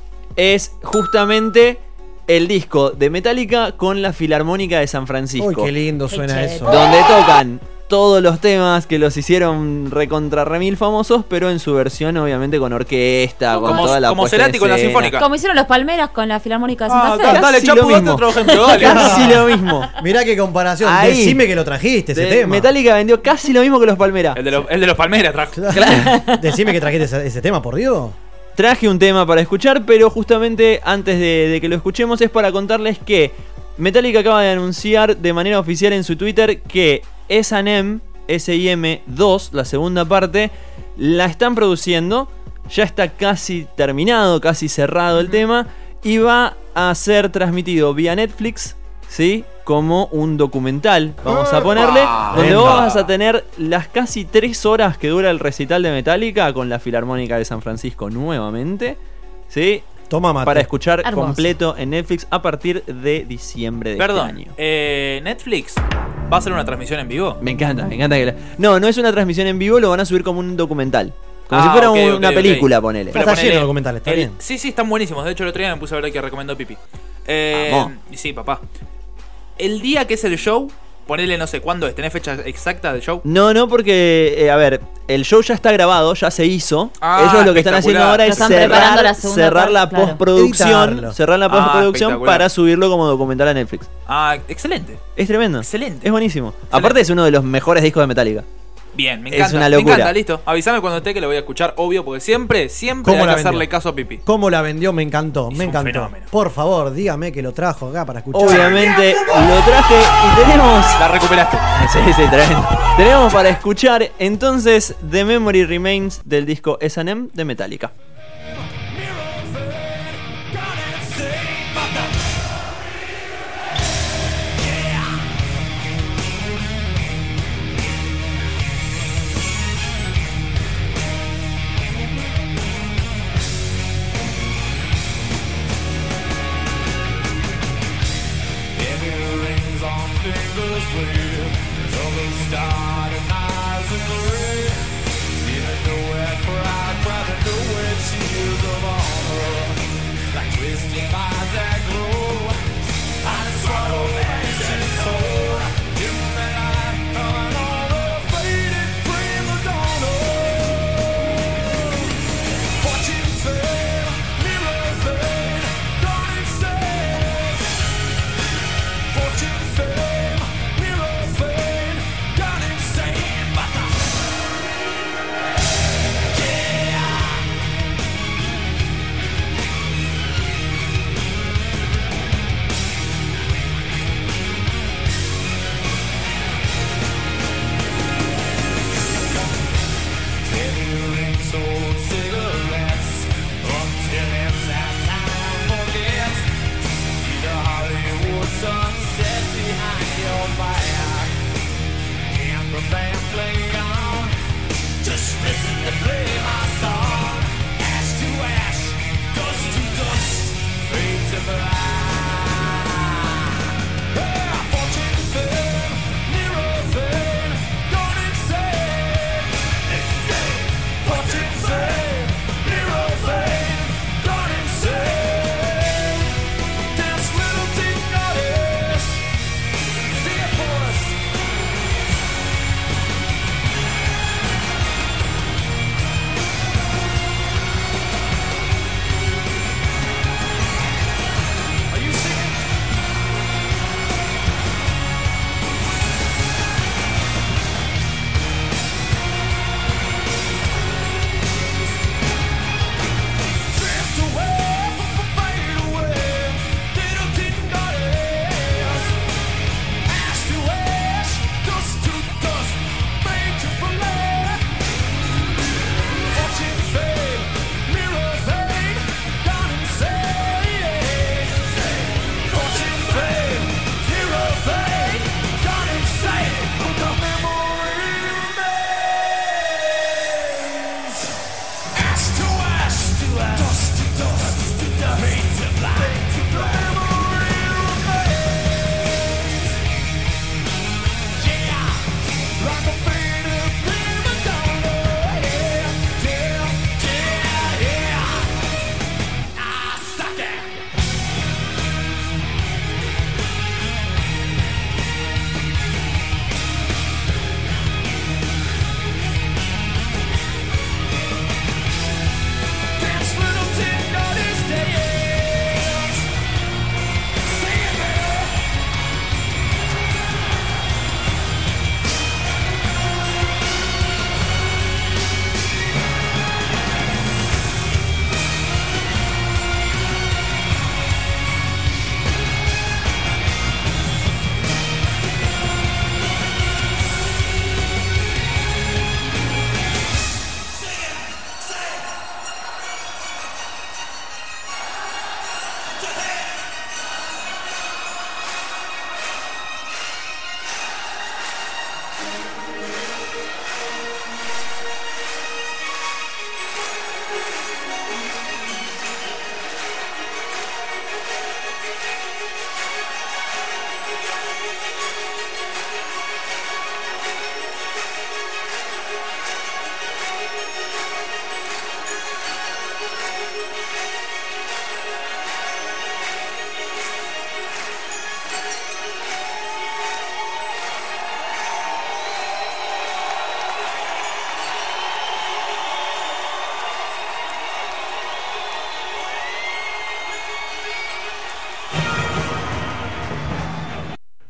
Es justamente el disco de Metallica con la Filarmónica de San Francisco.
Uy, qué lindo suena
Qué
eso.
Donde tocan todos los temas que los hicieron recontra remil famosos, pero en su versión obviamente con orquesta, con
Como-
toda la
como
puesta
Cerati
en
con la
escena.
Sinfónica.
Como hicieron los Palmeras con la Filarmónica de
Ah,
Santa Fe.
dale,
Casi
Chapu,
lo
date
mismo.
otro ejemplo, dale.
Casi lo mismo.
Mirá qué comparación.
Ahí.
Decime que lo trajiste ese
De-
tema.
Metallica vendió casi lo mismo que los Palmeras.
El de, los, el de los Palmeras trajo.
Decime que trajiste ese, ese tema, por Dios.
Traje un tema para escuchar, pero justamente antes de, de que lo escuchemos es para contarles que Metallica acaba de anunciar de manera oficial en su Twitter que S and M, S I M dos, la segunda parte, la están produciendo. Ya está casi terminado, casi cerrado el tema. Y va a ser transmitido vía Netflix, ¿sí? Como un documental, vamos a ponerle, donde vos vas a tener las casi tres horas que dura el recital de Metallica con la Filarmónica de San Francisco nuevamente, ¿sí?
Toma mate.
Para escuchar
Hermoso.
completo en Netflix a partir de diciembre de
Perdón,
este año.
eh, Netflix va a hacer una transmisión en vivo.
Me encanta, me encanta que la... No, no es una transmisión en vivo, lo van a subir como un documental. Como
Ah,
si fuera
ok,
un-
ok,
una
ok.
película, ponele.
Pero
Está
ponele,
lleno de documentales, está
el-
bien.
Sí, sí, están buenísimos. De hecho, el otro día me puse a ver el que recomendó Pipi. Eh,
Vamos.
y sí, papá. El día que es el show, ponele no sé cuándo es. ¿Tenés fecha exacta del show?
No, no, porque, eh, a ver, el show ya está grabado, ya se hizo.
Ah,
Ellos lo que están haciendo
espectacular.
ahora
Lo
es
están preparando
cerrar,
la segunda
cerrar
parte,
la
claro.
postproducción,
Editarlo.
cerrar la
Ah,
postproducción
espectacular.
para subirlo como documental a Netflix.
Ah, excelente.
Es tremendo.
Excelente.
Es buenísimo. Aparte es uno de los mejores discos de Metallica.
Bien, me
Es
encanta.
una
Me
locura.
encanta, listo. Avísame cuando esté que lo voy a escuchar, obvio, porque siempre, siempre hay
¿Cómo
que
la
hacerle
vendió?
caso a Pipi.
¿Cómo la vendió? Me encantó,
Hizo
me
un
encantó.
fenómeno.
Por favor, dígame que lo trajo acá para escuchar.
Obviamente lo traje y tenemos...
La recuperaste.
Sí, sí, tremendo. Tenemos para escuchar entonces The Memory Remains del disco S and M de Metallica.
Fortune, fame, mirror, fame, gone insane, but the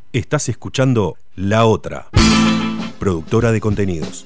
Estás escuchando La Otra, productora de contenidos.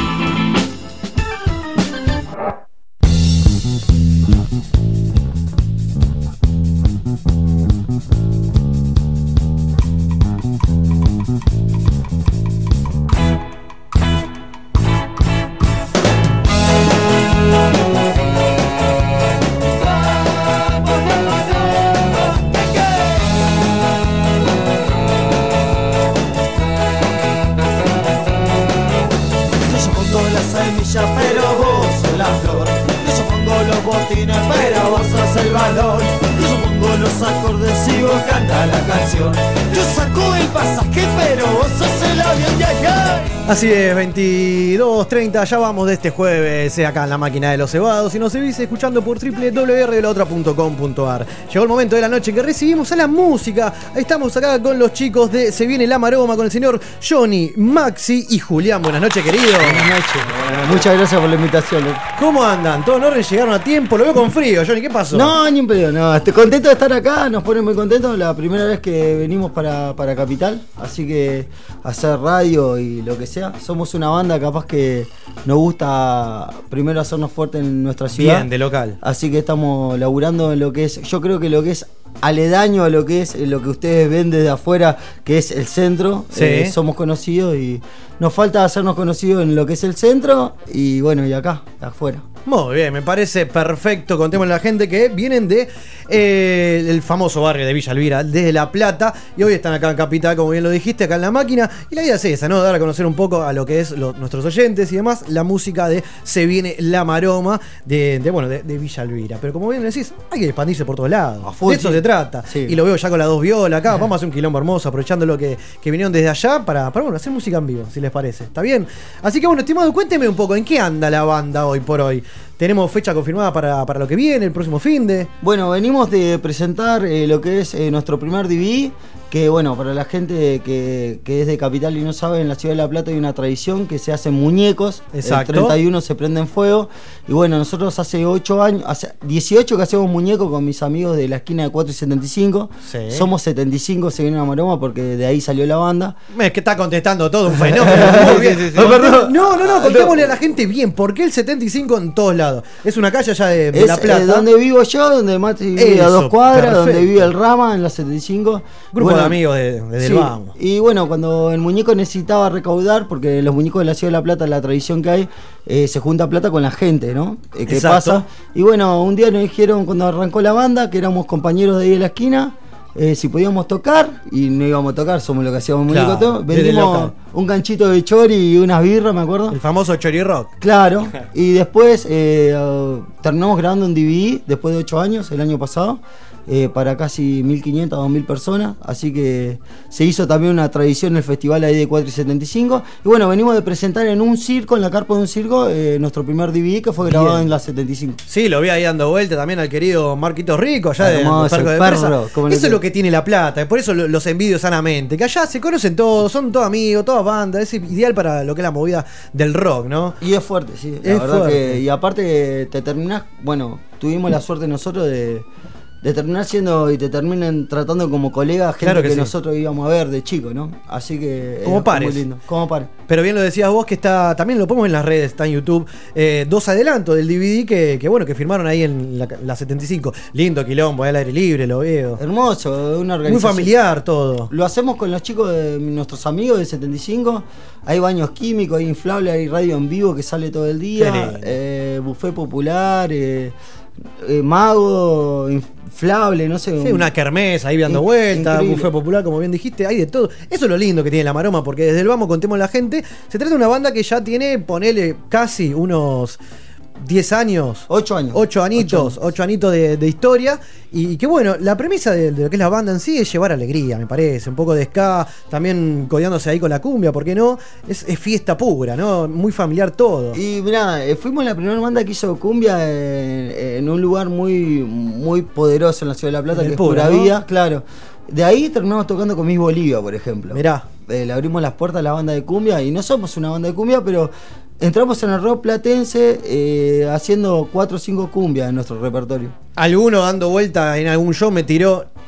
Pero vos sos la flor. Yo pongo los botines, pero vos sos el valor. Yo pongo los acordes y vos canta la canción. Yo saco el pasaje, pero vos sos el avión, ya, ya.
Así es, veintidós treinta, ya vamos de este jueves eh, acá en la máquina de los cebados y nos seguís escuchando por doble u doble u doble u punto la otra punto com punto a r. Llegó el momento de la noche en que recibimos a la música. Estamos acá con los chicos de Se Viene la Maroma, con el señor Johnny, Maxi y Julián. Buenas noches, querido.
Buenas noches. Bueno, muchas gracias por la invitación.
¿Cómo andan? ¿Todos en orden? ¿Llegaron a tiempo? Lo veo con frío, Johnny, ¿qué pasó?
No, ni un pedo, no. Estoy contento de estar acá, nos pone muy contentos. La primera vez que venimos para, para Capital, así que hacer radio y lo que sea. Somos una banda capaz que nos gusta primero hacernos fuerte en nuestra ciudad.
Bien, de local.
Así que estamos laburando en lo que es, yo creo que lo que es aledaño a lo que es lo que ustedes ven desde afuera, que es el centro.
Sí.
Eh, somos conocidos y nos falta hacernos conocidos en lo que es el centro y bueno, y acá, afuera.
Muy bien, me parece perfecto. Contémosle a la gente que vienen de eh, el famoso barrio de Villa Elvira, desde La Plata, y hoy están acá en Capital, como bien lo dijiste, acá en la máquina. Y la idea es esa, ¿no? Dar a conocer un poco a lo que es lo, nuestros oyentes y demás, la música de Se Viene la Maroma, de, de bueno, de, de Villa Elvira. Pero como bien decís, hay que expandirse por todos lados.
A full,
de eso
sí.
se trata.
Sí.
Y lo veo ya con las dos violas acá. Vamos a hacer un quilombo hermoso, aprovechando lo que, que vinieron desde allá para, para bueno, hacer música en vivo, si les parece. ¿Está bien? Así que bueno, estimado, cuénteme un poco, ¿en qué anda la banda hoy por hoy? Tenemos fecha confirmada para, para lo que viene, el próximo fin de.
Bueno, venimos de presentar eh, lo que es eh, nuestro primer D V D. Que bueno, para la gente que, que es de Capital y no sabe, en la ciudad de La Plata hay una tradición que se hacen muñecos.
Exacto.
El treinta y uno se prenden fuego. Y bueno, nosotros hace ocho años, hace dieciocho que hacemos muñecos con mis amigos de la esquina de cuatro y setenta y cinco.
Sí.
Somos setenta y cinco, Se Viene la Maroma, porque de ahí salió la banda.
Es que está contestando todo un fenómeno. Muy bien.
Sí, sí, sí.
Contemos- no, no, no, contémosle a la gente bien. ¿Por qué el setenta y cinco en todos lados? Es una calle allá de, de
Es
La Plata.
eh, donde vivo yo, donde Mati vive a
Eso,
dos cuadras,
perfecto.
donde vive el Rama en la setenta y cinco.
Grupo
Bueno,
de amigos de, de Del
sí,
Vamos.
y bueno, cuando el muñeco necesitaba recaudar, porque los muñecos de la ciudad de La Plata, la tradición que hay, eh, se junta plata con la gente, ¿no? Eh, ¿Qué
Exacto.
pasa? Y bueno, un día nos dijeron cuando arrancó la banda, que éramos compañeros de ahí de la esquina, eh, si podíamos tocar, y no íbamos a tocar, somos lo que hacíamos muñeco
Claro,
todo.
desde el
Vendimos
local.
un ganchito de chori y unas birras, me acuerdo.
El famoso Chori Rock.
Claro, y después eh, uh, terminamos grabando un D V D después de ocho años, el año pasado, eh, para casi mil quinientas, dos mil personas, así que se hizo también una tradición en el festival ahí de cuatro y setenta y cinco, y bueno, venimos de presentar en un circo, en la carpa de un circo, eh, nuestro primer D V D que fue grabado
Bien.
en la setenta y cinco.
Sí, lo vi ahí dando vuelta también al querido Marquitos Rico, allá de
Hermoso,
Perco de
el
Presa.
perro, como
Eso
le
es
digo.
lo que tiene La Plata, por eso lo- los envidio sanamente. Que allá se conocen todos, son todos amigos, todas bandas, es ideal para lo que es la movida del rock, ¿no?
Y es fuerte, sí, la
Es
verdad
fuerte.
que, y aparte te terminás, bueno, tuvimos la suerte nosotros de, de terminar siendo y te terminan tratando como colegas, gente
Claro
que,
que sí.
nosotros íbamos a ver de chico, ¿no? Así que
Como
es
pares.
muy lindo, como pares.
Pero bien lo decías vos, que está, también lo ponemos en las redes, está en YouTube, eh, dos adelantos del D V D que, que bueno, que firmaron ahí en la, la setenta y cinco. Lindo quilombo, al aire libre, lo veo.
Hermoso, una organización.
Muy familiar todo.
Lo hacemos con los chicos de nuestros amigos de setenta y cinco. Hay baños químicos, hay inflables, hay radio en vivo que sale todo el
Qué
día.
lindo.
Eh, buffet popular, eh, eh, mago, inflable, no sé.
Sí,
un-
una kermés ahí dando
In-
vuelta,
increíble.
buffet popular, como bien dijiste, hay de todo. Eso es lo lindo que tiene La Maroma, porque desde el Vamos contemos a la gente. Se trata de una banda que ya tiene, ponele, casi unos diez años.
ocho años.
ocho anitos, ocho anitos de, de historia. Y que bueno, la premisa de, de lo que es la banda en sí es llevar alegría, me parece. Un poco de ska, también codeándose ahí con la cumbia, ¿por qué no? Es, es fiesta pura, ¿no? Muy familiar todo.
Y mirá, eh, fuimos la primera banda que hizo cumbia en, en un lugar muy, muy poderoso en la ciudad de La Plata,
En
que
el
es Pura
Pura, ¿no?
Vida, claro. De ahí terminamos tocando con Miss Bolivia, por ejemplo.
Mirá.
Eh, le abrimos las puertas a la banda de cumbia y no somos una banda de cumbia, pero entramos en el rock platense eh, haciendo cuatro o cinco cumbias en nuestro repertorio.
Alguno dando vuelta en algún show me tiró.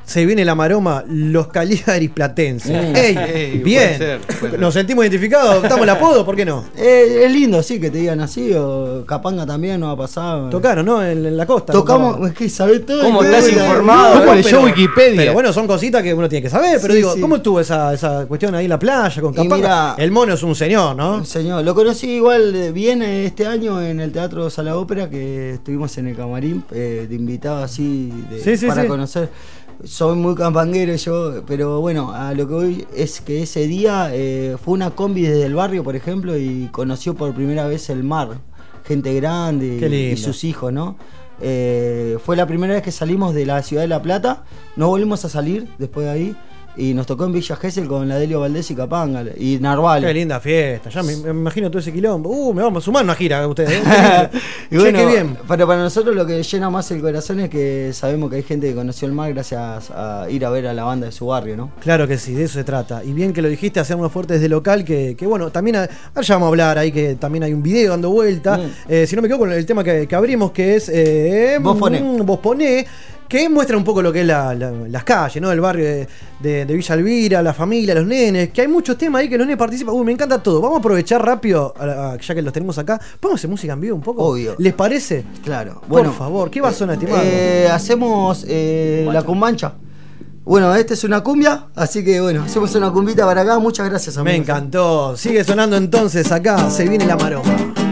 Se viene la maroma, los Caligari platenses.
Mm.
¡Ey!
Ey,
Bien.
puede ser, puede ser.
Nos sentimos identificados, damos el apodo, ¿por qué no?
Eh, es lindo, sí, que te digan así. O Capanga también nos ha pasado.
Tocaron, ¿no? En, en la costa.
Tocamos,
¿no?
es que sabés todo.
¿Cómo
y
estás
te-
informado?
¿Cómo
¿Cómo
leyó
pero-
Wikipedia?
Pero bueno, son cositas que uno tiene que saber. Pero
Sí,
digo,
sí.
¿cómo estuvo esa, esa cuestión ahí en la playa con
Y
Capanga?
mira-
El mono es un señor, ¿no?
Señor, lo conocí igual eh, bien eh, este año en el Teatro Sala Ópera, que estuvimos en el camarín eh, de invitado así de-
Sí, sí,
para
sí.
conocer. Soy muy campanguero yo, pero bueno, a lo que voy es que ese día eh, fue una combi desde el barrio, por ejemplo, y conoció por primera vez el mar. Gente grande
Qué
y,
lindo.
y sus hijos, ¿no? Eh, fue la primera vez que salimos de la ciudad de La Plata, no volvimos a salir después de ahí. Y nos tocó en Villa Gesell con la Delio Valdés y Capanga y Narval.
Qué linda fiesta. Ya me, me imagino todo ese quilombo. Uh, me vamos a sumar una gira ustedes. ¿eh?
Y
Che,
bueno,
qué bien.
pero para nosotros lo que llena más el corazón es que sabemos que hay gente que conoció el mar gracias a ir a ver a la banda de su barrio, ¿no?
Claro que sí, de eso se trata. Y bien que lo dijiste, hacer unos fuertes de local, que, que bueno, también, a- ahora ya vamos a hablar ahí, que también hay un video dando vuelta.
Mm.
Eh, si no me equivoco, con el tema que, que abrimos, que es... Eh,
Vos poné.
mm, Vos poné, que muestra un poco lo que es la- la- las calles, ¿no? El barrio de, de- de Villa Elvira, la familia, los nenes, que hay muchos temas ahí que los nenes participan. Uy, me encanta todo. Vamos a aprovechar rápido, a- a- ya que los tenemos acá. ¿Podemos hacer música en vivo un poco?
Obvio.
¿Les parece?
Claro.
Por
Bueno,
favor, ¿qué va a sonar, estimado?
Eh, hacemos eh, la cumbancha. Bueno, esta es una cumbia, así que bueno, hacemos una cumbita para acá. Muchas gracias,
Me
amigos.
encantó. Sigue sonando entonces acá. Se viene la maroma.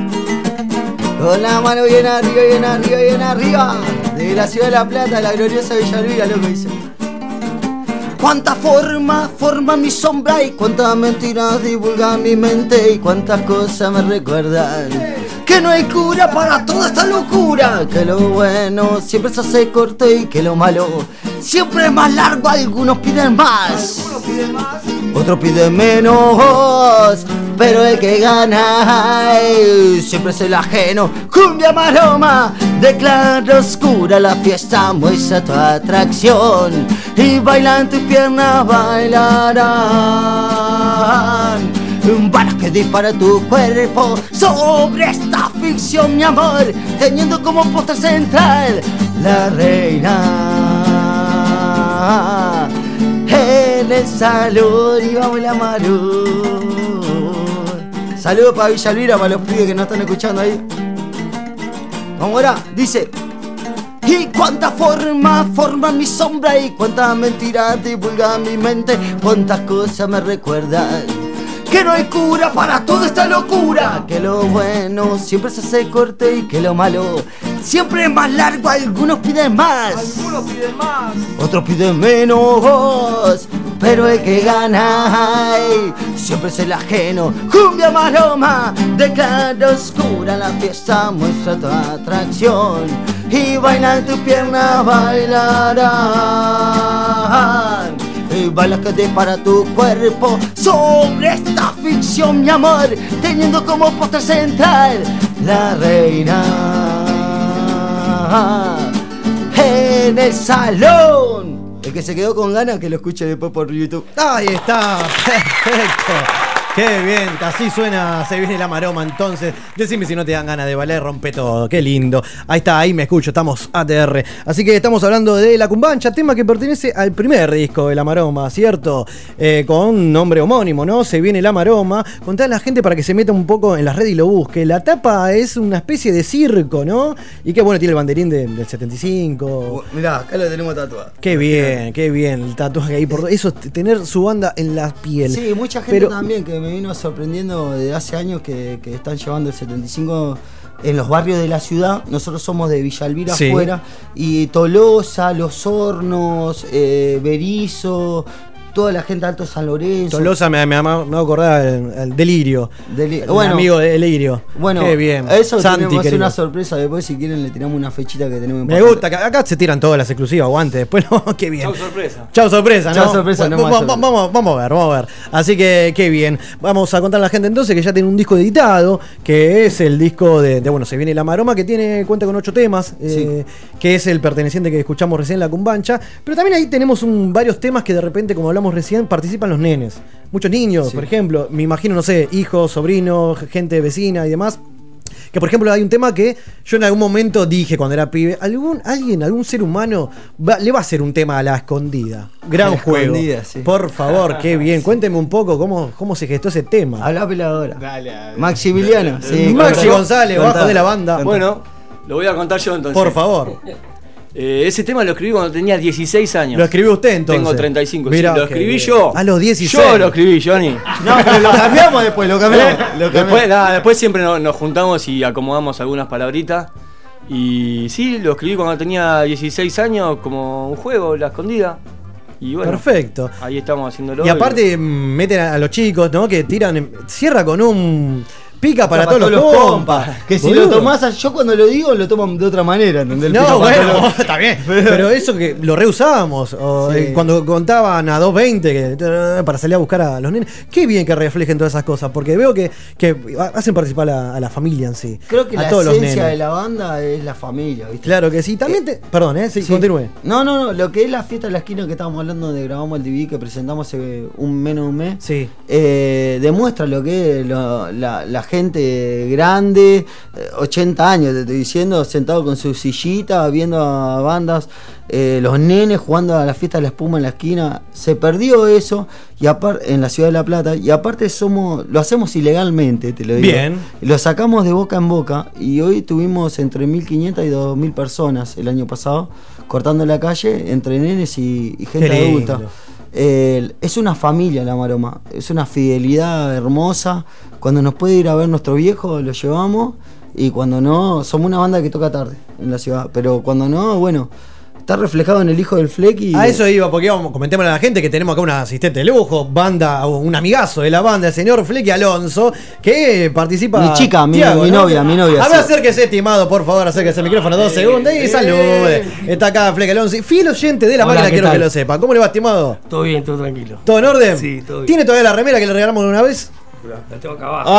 Con la mano bien arriba, bien arriba, bien arriba. De la ciudad de La Plata, la gloriosa Villa Elvira, loco dice. Cuánta forma forma mi sombra y cuántas mentiras divulga mi mente y cuántas cosas me recuerdan que no hay cura para toda esta locura, que lo bueno siempre se hace corto y que lo malo siempre es más largo. Algunos piden más, otros piden menos, pero el que gana ay, siempre es el ajeno. Cumbia maroma de claro oscura, la fiesta muestra tu atracción y bailan tus piernas, bailarán. Balas que dispara tu cuerpo sobre esta ficción, mi amor, teniendo como postre central la reina en el salón. Y vamos la marón. Saludos para Villa Elvira, para los pibes que no están escuchando ahí. Vamos ahora, dice. Y cuánta forma forma mi sombra y cuántas mentiras divulga mi mente, cuántas cosas me recuerdan que no hay cura para toda esta locura, que lo bueno siempre se hace corto y que lo malo siempre es más largo. Algunos piden más,
Algunos piden más.
otros piden menos, pero el que gana ay, siempre es el ajeno. Cumbia maroma de cara oscura, la fiesta muestra tu atracción y bailan tus piernas, bailarán. Y balas que dispara tu cuerpo sobre esta ficción, mi amor, teniendo como postre central la reina en el salón. El que se quedó con ganas que lo escuche después por YouTube.
Ahí está, perfecto. Qué bien, así suena, se viene la maroma entonces. Decime si no te dan ganas de bailar, rompe todo, qué lindo. Ahí está, ahí me escucho, estamos A T R. Así que estamos hablando de La Cumbancha, tema que pertenece al primer disco de La Maroma, ¿cierto? Eh, con nombre homónimo, ¿no? Se viene La Maroma. Contá a la gente para que se meta un poco en las redes y lo busque. La tapa es una especie de circo, ¿no? Y qué bueno, tiene el banderín de- del setenta y cinco.
Mirá, acá lo tenemos tatuado.
Qué bien, qué bien, el tatuaje ahí por eso, es tener su banda en la piel.
Sí, mucha gente
Pero-
también que me vino sorprendiendo desde hace años que, que están llevando el setenta y cinco en los barrios de la ciudad. Nosotros somos de Villa Elvira
Sí.
afuera, y Tolosa, Los Hornos, eh, Berizo, toda la gente de Alto San Lorenzo.
Tolosa me, me, me va a acordar el, el Delirio.
Deli-
el
bueno,
amigo de Delirio.
Bueno,
Qué bien.
eso
Santi,
tenemos
querido.
una sorpresa. Después, si quieren, le tiramos una fechita que tenemos en
Me
Pajarito.
gusta, que acá se tiran todas las exclusivas, aguante. Después no, qué bien.
Chau, sorpresa.
Chau, sorpresa, ¿no?
Chau, sorpresa, no
Va-
más
va-
sorpresa.
vamos, vamos a ver, vamos a ver. Así que, qué bien. Vamos a contar a la gente entonces que ya tiene un disco editado, que es el disco de, de, bueno, Se Viene La Maroma, que tiene cuenta con ocho temas, eh, que es el perteneciente que escuchamos recién, La Cumbancha. Pero también ahí tenemos un, varios temas que de repente, como hablamos recién, participan los nenes. Muchos niños,
Sí.
por ejemplo, me imagino, no sé, hijos, sobrinos, gente vecina y demás, Que por ejemplo hay un tema que yo en algún momento dije cuando era pibe, algún alguien, algún ser humano va- le va a hacer un tema a la escondida. Gran
La
juego.
escondida, sí.
Por favor, qué bien. Cuénteme un poco cómo, cómo se gestó ese tema.
Habla peladora.
Dale, dale.
Maximiliano. Sí,
Maxi
contá.
González,
Contá.
bajo de la banda.
Bueno, lo voy a contar yo entonces.
Por favor.
Eh, ese tema lo escribí cuando tenía dieciséis años.
¿Lo escribió usted entonces?
Tengo treinta y cinco.
Mirá,
sí, lo
qué
escribí
bien.
yo.
A los dieciséis.
Yo lo escribí, Johnny.
No, pero lo cambiamos después, lo cambiamos. Lo cambiamos.
Después, nada, después siempre nos, nos juntamos y acomodamos algunas palabritas. Y sí, lo escribí cuando tenía dieciséis años como un juego, La Escondida. Y bueno,
Perfecto.
ahí estamos haciéndolo.
Y aparte mm, meten a, a los chicos, ¿no? Que tiran, cierra con un pica para,
Para
todos los compas.
Que si
Boludo.
lo tomás, yo cuando lo digo lo toman de otra manera, ¿entendés? El pica
No,
para
bueno,
todos los-
está bien. Pero eso que lo reusábamos. O,
Sí.
eh, cuando contaban a dos veinte que, eh, para salir a buscar a los nenes. Qué bien que reflejen todas esas cosas. Porque veo que, que hacen participar a, a la familia en sí.
Creo que
a
la
todos los
esencia
nenes.
de la banda es la familia, ¿viste?
Claro que sí. También te. Perdón, ¿eh? Sí,
Sí.
continúe.
No, no, no, lo que es la fiesta de la esquina que estábamos hablando de grabamos el D V D que presentamos hace un menos de un mes,
Sí.
eh, demuestra lo que es lo- la, la gente grande, eh, ochenta años te estoy diciendo, sentado con su sillita, viendo a bandas, eh, los nenes jugando a la fiesta de la espuma en la esquina. Se perdió eso y aparte en la ciudad de La Plata, y aparte somos lo hacemos ilegalmente, te lo digo.
Bien.
Lo sacamos de boca en boca y hoy tuvimos entre mil quinientas y dos mil personas el año pasado cortando la calle entre nenes y, y gente
Qué lindo.
adulta. Eh, es una familia la Maroma, es una fidelidad hermosa. Cuando nos puede ir a ver nuestro viejo, lo llevamos. Y cuando no, somos una banda que toca tarde en la ciudad. Pero cuando no, bueno, está reflejado en el hijo del Fleck. Y,
A eso iba, porque íbamos, comentémosle a la gente que tenemos acá un asistente de lujo, banda, un amigazo de la banda, el señor Flecky Alonso, que participa.
Mi chica, mi-
Tiago,
mi
¿no?
novia, mi novia,
A ver,
sí.
acérquese, estimado, por favor, acérquese al micrófono dos segundos y salude. Está acá Flecky Alonso, fiel oyente de la
Hola,
máquina,
¿qué
quiero
tal?
que lo sepa. ¿Cómo le va, estimado?
Todo bien, todo tranquilo.
¿Todo en orden?
Sí, todo bien.
¿Tiene todavía la remera que le regalamos una vez?
La tengo acá abajo.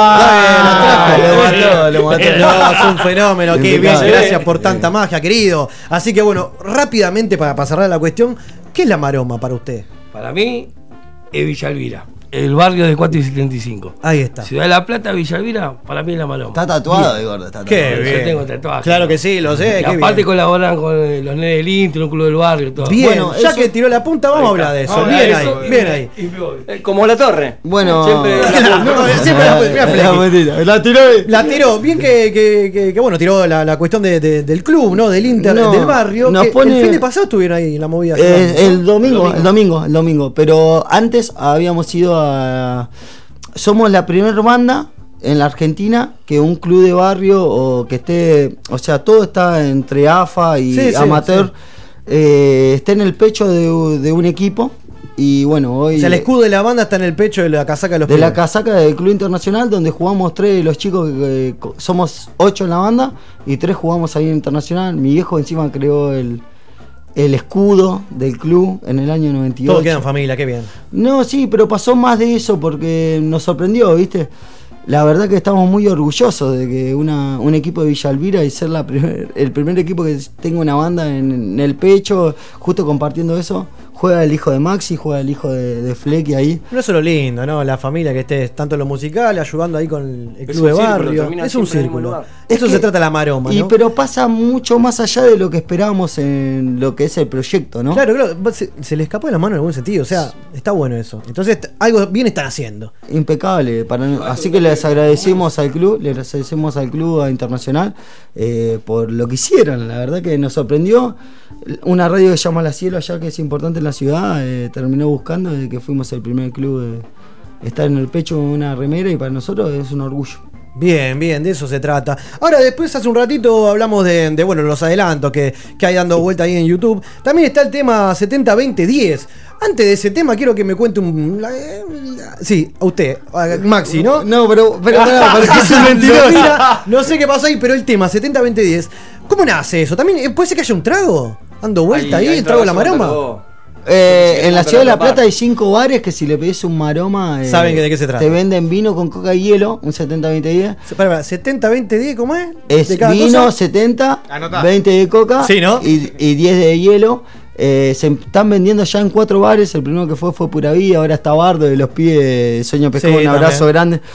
Ah,
lo mató, lo mató.
No, es un fenómeno, qué bien,
Impecable.
gracias por tanta magia, querido. Así que bueno, rápidamente para, para cerrar la cuestión, ¿qué es la maroma para usted?
Para mí, es Villa Elvira. El barrio de cuatro y setenta y cinco.
Ahí está.
Ciudad de La Plata, Villa Elvira, para mí es la Maroma.
Está tatuado de gordo, está
Qué
tatuado.
bien.
Yo tengo tatuajes.
Claro que sí, lo sé.
Y
qué
aparte
bien.
colaboran con eh, los nenes del Inter, un club del barrio, todo.
Bien,
Bueno,
ya
eso-
que tiró la punta, vamos a
Ahí
hablar de
está.
eso.
Vamos a
Bien
hablar de
ahí,
eso
bien
y-
ahí.
y me voy.
Eh, como La Torre.
Bueno,
Siempre-
Claro, no, siempre la, mirá, Flecky.
la, puntita, la tiró.
La tiró, bien que, que, que- que, bueno, tiró la, la cuestión de, de- del club, ¿no? Del Inter,
No,
del barrio.
nos
que
pone-
El fin de pasado estuvieron ahí en la movida.
Eh, el domingo, el domingo, el domingo. Pero antes habíamos ido a. Somos la primera banda en la Argentina que un club de barrio o que esté. O sea, todo está entre A F A y
Sí, sí,
amateur.
sí.
eh, esté en el pecho de, de un equipo. Y bueno, hoy.
O sea, el escudo de la banda está en el pecho de la casaca de los
de la
pibes.
casaca del Club Internacional, donde jugamos tres de los chicos, que, que somos ocho en la banda y tres jugamos ahí en Internacional. Mi viejo encima creó el, el escudo del club en el año noventa y ocho.
Todo queda en familia, qué bien.
No, sí, pero pasó más de eso porque nos sorprendió, ¿viste? La verdad que estamos muy orgullosos de que una, un equipo de Villa Elvira y ser la primer- el primer equipo que tenga una banda en, en el pecho, justo compartiendo eso. Juega el hijo de Maxi, juega el hijo de, de Flecky ahí.
No eso es lo lindo, ¿no? La familia que esté tanto en lo musical, ayudando ahí con el
Es
club
un
de
círculo,
barrio.
termina
Es un
siempre en el mismo
círculo.
lugar.
Eso
Es
se
que-
trata la maroma,
Y
¿no?
pero pasa mucho más allá de lo que esperábamos en lo que es el proyecto, ¿no?
Claro, claro, se, se le escapó de la mano en algún sentido, o sea, está bueno eso. Entonces, t- algo bien están haciendo.
Impecable. Para, así que les agradecemos al club, les agradecemos al club a Internacional eh, por lo que hicieron. La verdad que nos sorprendió. Una radio que se llama La Cielo allá, que es importante en la ciudad, eh, terminó buscando de que fuimos el primer club de estar en el pecho con una remera y para nosotros es un orgullo.
Bien, bien, de eso se trata. Ahora, después, hace un ratito hablamos de, de, bueno, los adelantos que, que hay dando vuelta ahí en YouTube. También está el tema setenta veinte diez. Antes de ese tema, quiero que me cuente un. la- la- sí, a usted, a Maxi, ¿no?
No, pero, pero, pará, porque es un
Lo
mentiroso.
mira, no sé qué pasó ahí, pero el tema setenta veinte diez. ¿Cómo nace eso? ¿También eh, puede ser que haya un trago? Dando vuelta ahí, el trago de la maroma.
Eh,
Sí,
en la
pero
ciudad de La
atrapar.
Plata hay cinco bares que si le pedís un maroma eh,
Saben que de qué se trata.
te venden vino con coca y hielo, un setenta veinte diez.
Para, para, setenta veinte diez, ¿cómo es?
Es
¿De cada
vino
cosa?
setenta,
Anotá.
veinte de coca
Sí, ¿no?
y, y diez de hielo. Eh, se están vendiendo ya en cuatro bares. El primero que fue fue Pura Vida, ahora está Bardo de los pibes Sueño Pescado,
Sí,
un abrazo
también.
grande.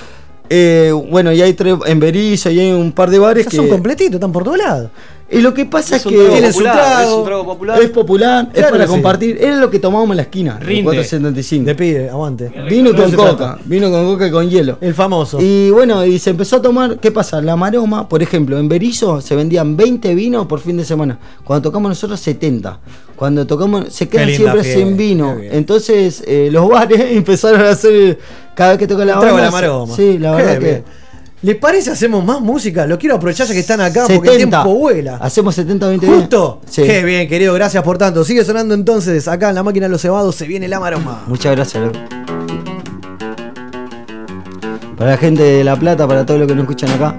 Eh, bueno, y hay tres en Berizo y hay un par de bares
Esos
que
son completitos, están por todos lados.
Y lo que pasa es,
Es un
que
trago
tienen
popular,
su trago,
es un trago popular.
es popular, es
Claro
para
que sí.
compartir. Era lo que tomábamos en la esquina, el
Rinde.
cuatrocientos setenta y cinco.
De pibe, aguante.
Vino
No
con
se
coca,
trata.
vino con coca y con hielo.
El famoso.
Y bueno, y se empezó a tomar, ¿qué pasa? La maroma, por ejemplo, en Berizo se vendían veinte vinos por fin de semana. Cuando tocamos nosotros setenta. Cuando tocamos, se quedan
linda
siempre
fiesta,
sin vino.
qué bien.
entonces eh, los bares empezaron a hacer, cada vez que toca la
El trago de
banda.
la maroma.
Sí, la
Qué
verdad
bien.
que...
¿Les parece hacemos más música? Lo quiero aprovechar ya que están acá porque el
setenta.
tiempo vuela.
Hacemos setenta, veinte
¿Justo?
Sí.
Qué bien, querido, gracias por tanto. Sigue sonando entonces acá en la máquina de los cebados, se viene la maroma.
Muchas gracias, loco. Para la gente de La Plata, para todos los que nos escuchan acá.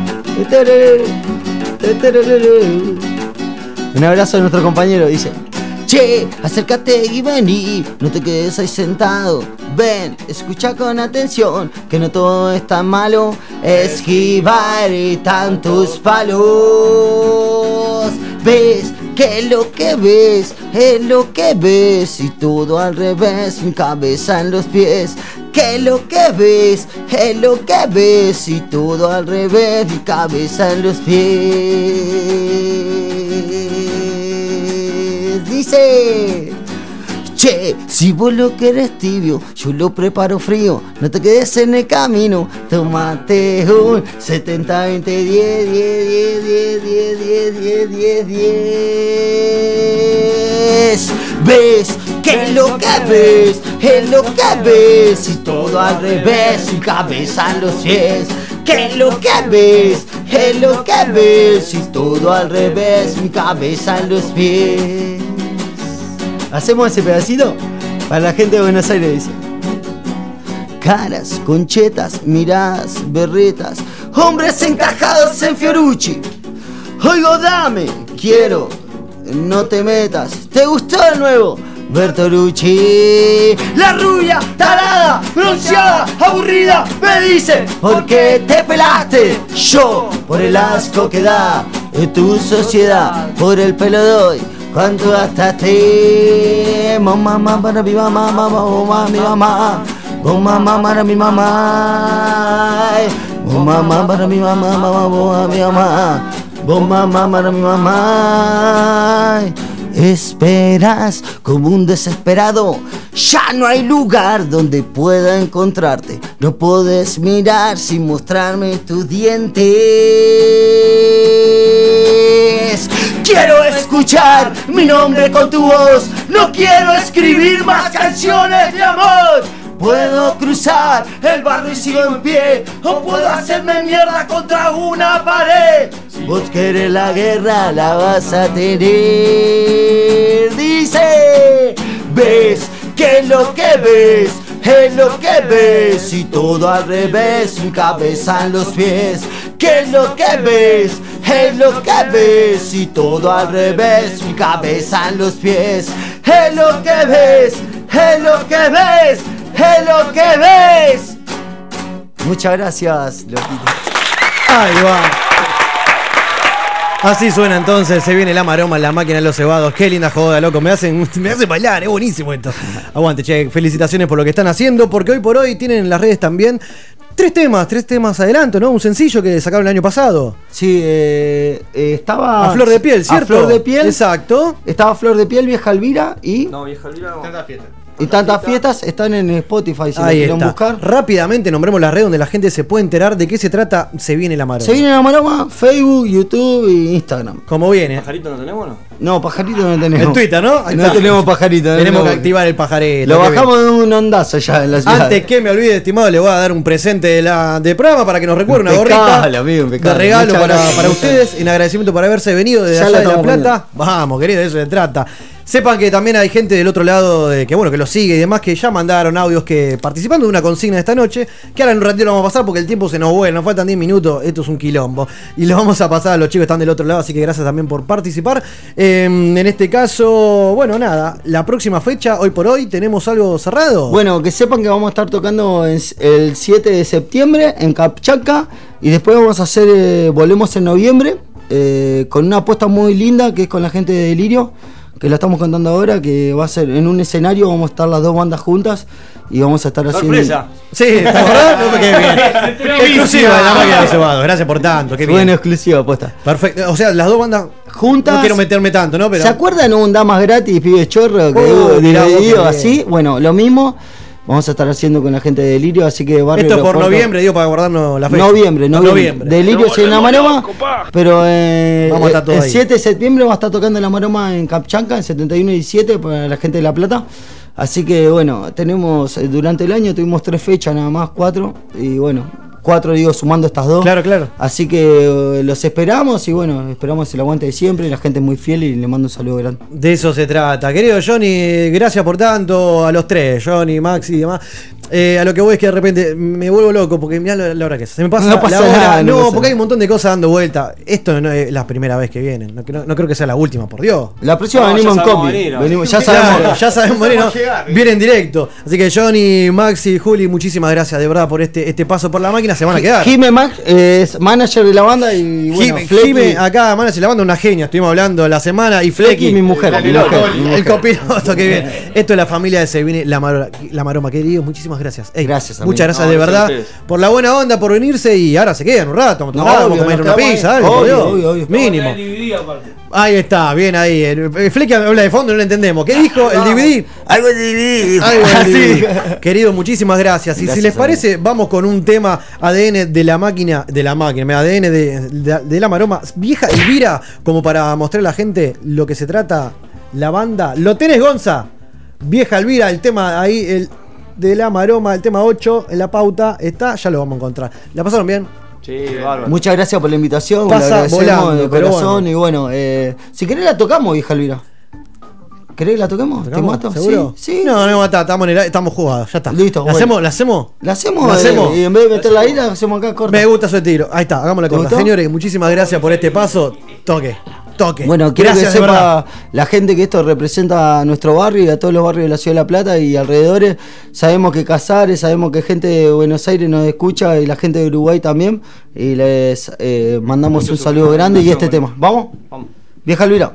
Un abrazo a nuestro compañero, dice. Che, acércate y vení, no te quedes ahí sentado. Ven, escucha con atención, que no todo es tan malo. Esquivar tantos palos. Ves que lo que ves es lo que ves y todo al revés, mi cabeza en los pies. Que lo que ves es lo que ves y todo al revés, mi cabeza en los pies. Dice, che, si vos lo querés tibio, yo lo preparo frío. No te quedes en el camino, tómate un setenta, veinte, diez, diez, diez, diez, diez, diez, diez, diez. Ves que lo que ves es lo que ves y todo al revés, y cabeza en los pies. Que lo que ves es lo que ves y todo al revés, mi cabeza en los pies. ¿Hacemos ese pedacito? Para la gente de Buenos Aires dice. Caras, conchetas, miradas, berretas, hombres encajados en Fiorucci. Oigo, dame, quiero, no te metas. ¿Te gustó el nuevo? Bertolucci, la rubia, tarada, bronceada, aburrida, me dice, ¿por qué te pelaste? Yo, por el asco que da en tu sociedad, por el pelo doy. ¿Cuánto gastaste? Mamá, mamá, para mi mamá, mamá, mamá, mi mamá. Mamá, para mi mamá. Mamá, para mi mamá, mamá, mamá, mi mamá. Mamá, para mi mamá. Esperas como un desesperado. Ya no hay lugar donde pueda encontrarte. No puedes mirar sin mostrarme tus dientes. Quiero escuchar mi nombre con tu voz. No quiero escribir más canciones de amor. Puedo cruzar el barrio y sigo en pie, o puedo hacerme mierda contra una pared. Vos querés la guerra, la vas a tener. Dice, ves que lo que ves es lo que ves y todo al revés, mi cabeza en los pies. Que lo que ves es lo que ves y todo al revés, mi cabeza en los pies. Es lo que ves, es lo que ves, es lo que ves. Muchas gracias, loquito.
Ahí va. Así suena entonces, se viene la maroma en la máquina de los cebados. Qué linda joda, loco. Me hacen, me hacen bailar, es buenísimo esto. Aguante, che, felicitaciones por lo que están haciendo, porque hoy por hoy tienen en las redes también tres temas, tres temas adelanto, ¿no? Un sencillo que sacaron el año pasado.
Sí, eh, eh, estaba...
A flor de piel, ¿cierto?
A flor de piel.
Exacto.
Estaba Flor de Piel, Vieja Elvira y...
No, Vieja Elvira no. Tanta fiesta.
Y tantas fiestas están en Spotify, si
Ahí
lo quieren
está.
buscar.
Rápidamente nombremos la red donde la gente se puede enterar de qué se trata. Se viene la maroma.
Se viene la maroma, Facebook, YouTube e Instagram.
Como viene.
¿Pajarito no tenemos, no?
No, pajarito no tenemos.
En Twitter, ¿no? Ahí
no
está.
tenemos pajarito.
Tenemos
no.
que activar el pajarito.
Lo
qué
bajamos
bien.
de un ondazo ya en la ciudad.
Antes que me olvide, estimado, le voy a dar un presente de la de programa para que nos recuerde una
Impecable,
gorrita
amigo, impecable.
de regalo
Muchas
para,
gracias,
para
muchas
ustedes. En agradecimiento por haberse venido desde
Ya
allá
la
de La
estamos
Plata. Vamos, querido, de eso se trata. Sepan que también hay gente del otro lado de, que bueno que lo sigue y demás, que ya mandaron audios que participando de una consigna de esta noche, que ahora en un ratito lo vamos a pasar porque el tiempo se nos vuelve, nos faltan diez minutos, esto es un quilombo. Y lo vamos a pasar a los chicos que están del otro lado, así que gracias también por participar. Eh, en este caso, bueno, nada, la próxima fecha, hoy por hoy, ¿tenemos algo cerrado?
Bueno, que sepan que vamos a estar tocando en- el siete de septiembre en Capchaca y después vamos a hacer, eh, volvemos en noviembre eh, con una apuesta muy linda que es con la gente de Delirio, que lo estamos contando ahora, que va a ser en un escenario, vamos a estar las dos bandas juntas y vamos a estar haciendo...
¡Sorpresa!
Sí, ¿te acordás? No, qué bien. Exclusiva de la máquina de cebados. Gracias por tanto. Qué bien.
Bueno, exclusiva, puesta.
Perfecto. O sea, las dos bandas
juntas.
No quiero meterme tanto, ¿no? Pero...
¿Se acuerdan un Damas Gratis, Pibes Chorro? Que
Uh,
hubo
mirá vos,
dividido
qué
así.
bien.
Bueno, lo mismo vamos a estar haciendo con la gente de Delirio, así que Barrio
Esto es por
Aeropuerto-
noviembre, digo, para guardarnos la fecha.
Noviembre,
Por
noviembre. Delirio
Pero
en la
volvemos
Maroma, pero eh,
Vamos a estar todos
el
ahí.
siete de septiembre va a estar tocando en la Maroma en Capchanca, en setenta y uno y diecisiete, para la gente de La Plata. Así que bueno, tenemos eh, durante el año tuvimos tres fechas nada más, cuatro, y bueno, cuatro digo sumando estas dos.
Claro, claro.
Así que eh, los esperamos y bueno, esperamos el aguante de siempre, la gente es muy fiel y le mando un saludo grande.
De eso se trata. Querido Johnny, gracias por tanto a los tres, Johnny, Maxi y demás. Eh, a lo que voy es que de repente me vuelvo loco porque mirá la, la hora que es. Se me pasa,
No pasa
la hora.
nada, no
No,
pasa
porque hay
nada.
un montón de cosas dando vuelta. Esto no es la primera vez que vienen. No, no- no creo que sea la última, por Dios.
La próxima
No,
venimos
ya
en
sabemos
copy.
venir, ¿no?
Venimos- ya
Claro,
sabemos.
ya sabemos venir, ¿no? Vienen directo. Así que Johnny, Maxi, Juli, muchísimas gracias de verdad por este, este paso por la máquina. Se van a quedar.
Jime Max eh, es manager de la banda y bueno,
Jime,
Flecky-
Jime, acá, Manas y la banda, una genia. Estuvimos hablando la semana. Y Flecky,
Flecky, mi mujer,
El
mi
copiloto,
mujer, mi
el
mujer.
copiloto, qué bien. Esto es la familia de Se Viene la, Maro- la Maroma. Querido, muchísimas gracias. Ey,
Gracias,
muchas
amigo.
gracias
No,
de
gracias a
verdad
ustedes.
por la buena onda, por venirse. Y ahora se quedan un rato. Vamos a
No,
tomar, vamos a
obvio,
comer
nos
una
quedamos
pizza,
ahí.
algo, por
Obvio,
Dios.
obvio, obvio.
Mínimo. Ahí está, bien ahí. El, el Flecky habla de fondo, no lo entendemos. ¿Qué dijo? ¿El D V D?
Algo de D V D.
Algo del
Así.
D V D. Querido, muchísimas gracias. Y si
Gracias,
les parece, vamos con un tema A D N de la máquina, de la máquina, A D N de, de- de la Maroma. Vieja Elvira, como para mostrar a la gente lo que se trata, la banda. ¿Lo tenés, Gonza? Vieja Elvira, el tema ahí, el de la Maroma, el tema ocho, en la pauta, está, ya lo vamos a encontrar. ¿La pasaron bien?
Sí, bárbaro.
Muchas gracias por la invitación,
Pasa
le agradecemos
volando,
de
pero
corazón
bueno.
y bueno, eh, si querés la tocamos, vieja Elvira. ¿Querés que la toquemos? ¿Te
¿Tocamos?
mato?
¿Seguro?
Sí, sí.
No, no me mata, estamos, en el- estamos jugados, ya está.
Listo,
¿La
bueno.
hacemos? ¿La hacemos?
La hacemos,
¿La
eh,
hacemos?
y en vez de meterla ahí, la hacemos acá corta.
Me gusta su estilo. Ahí está, hagámosla
¿Te
corta.
gustó?
Señores, muchísimas gracias por este paso. Toque, toque.
Bueno, quiero
gracias
que
de verdad.
sepa la gente que esto representa a nuestro barrio y a todos los barrios de la Ciudad de La Plata y alrededores. Sabemos que Casares, sabemos que gente de Buenos Aires nos escucha y la gente de Uruguay también. Y les eh, mandamos un saludo grande y este tema. ¿Vamos?
Vamos.
Vieja Elvira.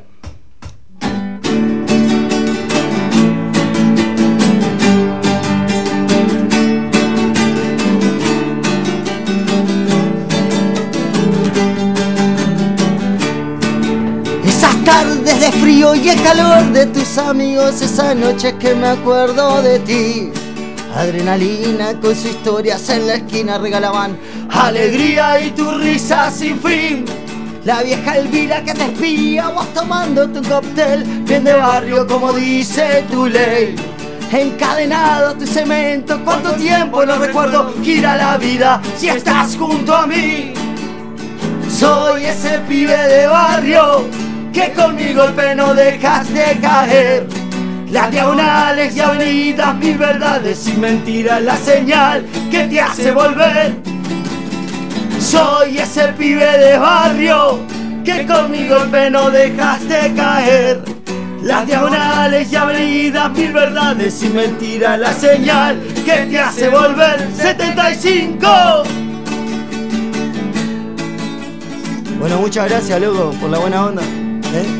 Esas tardes de frío y el calor de tus amigos, esas noches que me acuerdo de ti. Adrenalina con sus historias en la esquina regalaban alegría y tu risa sin fin. La vieja Elvira que te espía, vos tomando tu cóctel, bien de barrio como dice tu ley. Encadenado a tu cemento, cuánto tiempo no recuerdo, gira la vida si estás junto a mí. Soy ese pibe de barrio que con mi golpe no dejas de caer. Las diagonales y avenidas, mil verdades y mentiras, la señal que te hace volver. Soy ese pibe de barrio que con mi golpe no dejas de caer. Las diagonales y avenidas, mil verdades y mentiras, la señal que te hace volver. setenta y cinco. Bueno, muchas gracias, loco, por la buena onda. ¿Eh?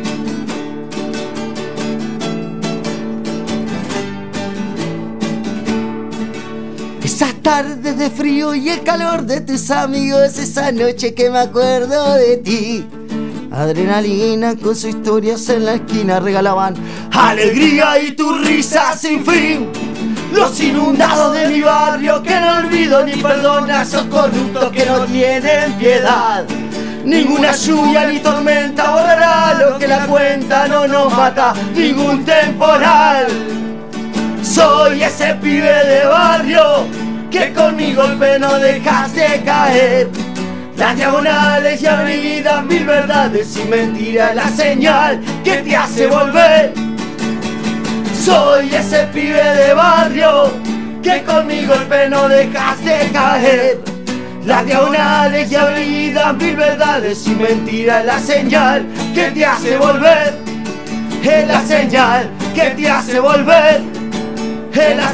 Esas tardes de frío y el calor de tus amigos, esa noche que me acuerdo de ti. Adrenalina con sus historias en la esquina regalaban alegría y tu risa sin fin. Los inundados de mi barrio que no olvido ni perdono a esos corruptos que no tienen piedad. Ninguna lluvia ni tormenta borrará lo que la cuenta no nos mata, ningún temporal. Soy ese pibe de barrio que con mi golpe no dejas de caer. Las diagonales y avenidas, mil verdades y mentiras, la señal que te hace volver. Soy ese pibe de barrio que con mi golpe no dejas de caer. Las diagonales y avenidas, mil verdades y mentiras, la señal que te hace volver. Es la señal que te hace volver. Es la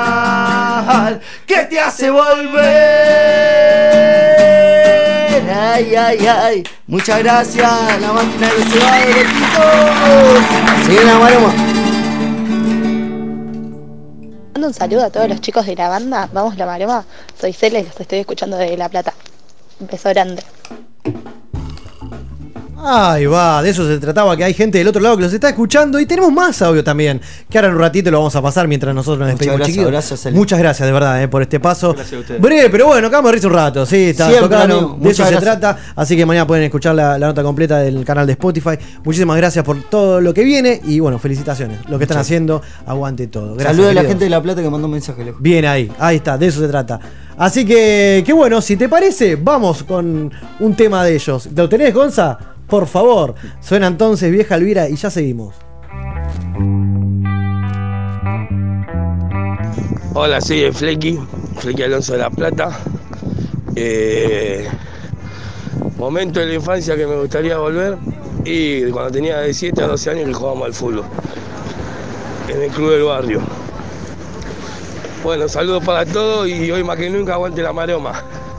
señal que te hace volver. ay, ay, ay. Muchas gracias, la máquina de los cebados, loquitos. Se viene la maroma.
Mando un saludo a todos los chicos de la banda. Vamos la maroma. Soy Cele y los estoy escuchando de La Plata. Un beso grande.
Ahí va, de eso se trataba, que hay gente del otro lado que los está escuchando y tenemos más audio también, que ahora en un ratito lo vamos a pasar mientras nosotros nos despedimos,
gracias,
chiquillos.
gracias, Ale.
Muchas gracias, de verdad, eh, por este paso.
Gracias a ustedes.
Breve, pero bueno, acá me risa un rato, sí, está
Siempre,
tocando,
amigo.
de
Muchas
eso se
gracias.
trata, así que mañana pueden escuchar la, la nota completa del canal de Spotify. Muchísimas gracias por todo lo que viene y bueno, felicitaciones, lo que están
Muchas.
haciendo, aguante todo. Gracias,
Saludos a la
queridos.
gente de La Plata que mandó un mensaje, loco.
Bien ahí, ahí está, de eso se trata. Así que, que bueno, si te parece, vamos con un tema de ellos. ¿Lo tenés, Gonza? Por favor. Suena entonces Vieja Elvira y ya seguimos.
Hola, soy el Flecky, Flecky Alonso de La Plata. Eh, momento de la infancia que me gustaría volver y cuando tenía de siete a doce años que jugábamos al fútbol en el club del barrio. Bueno, saludos para todos y hoy más que nunca aguante la maroma.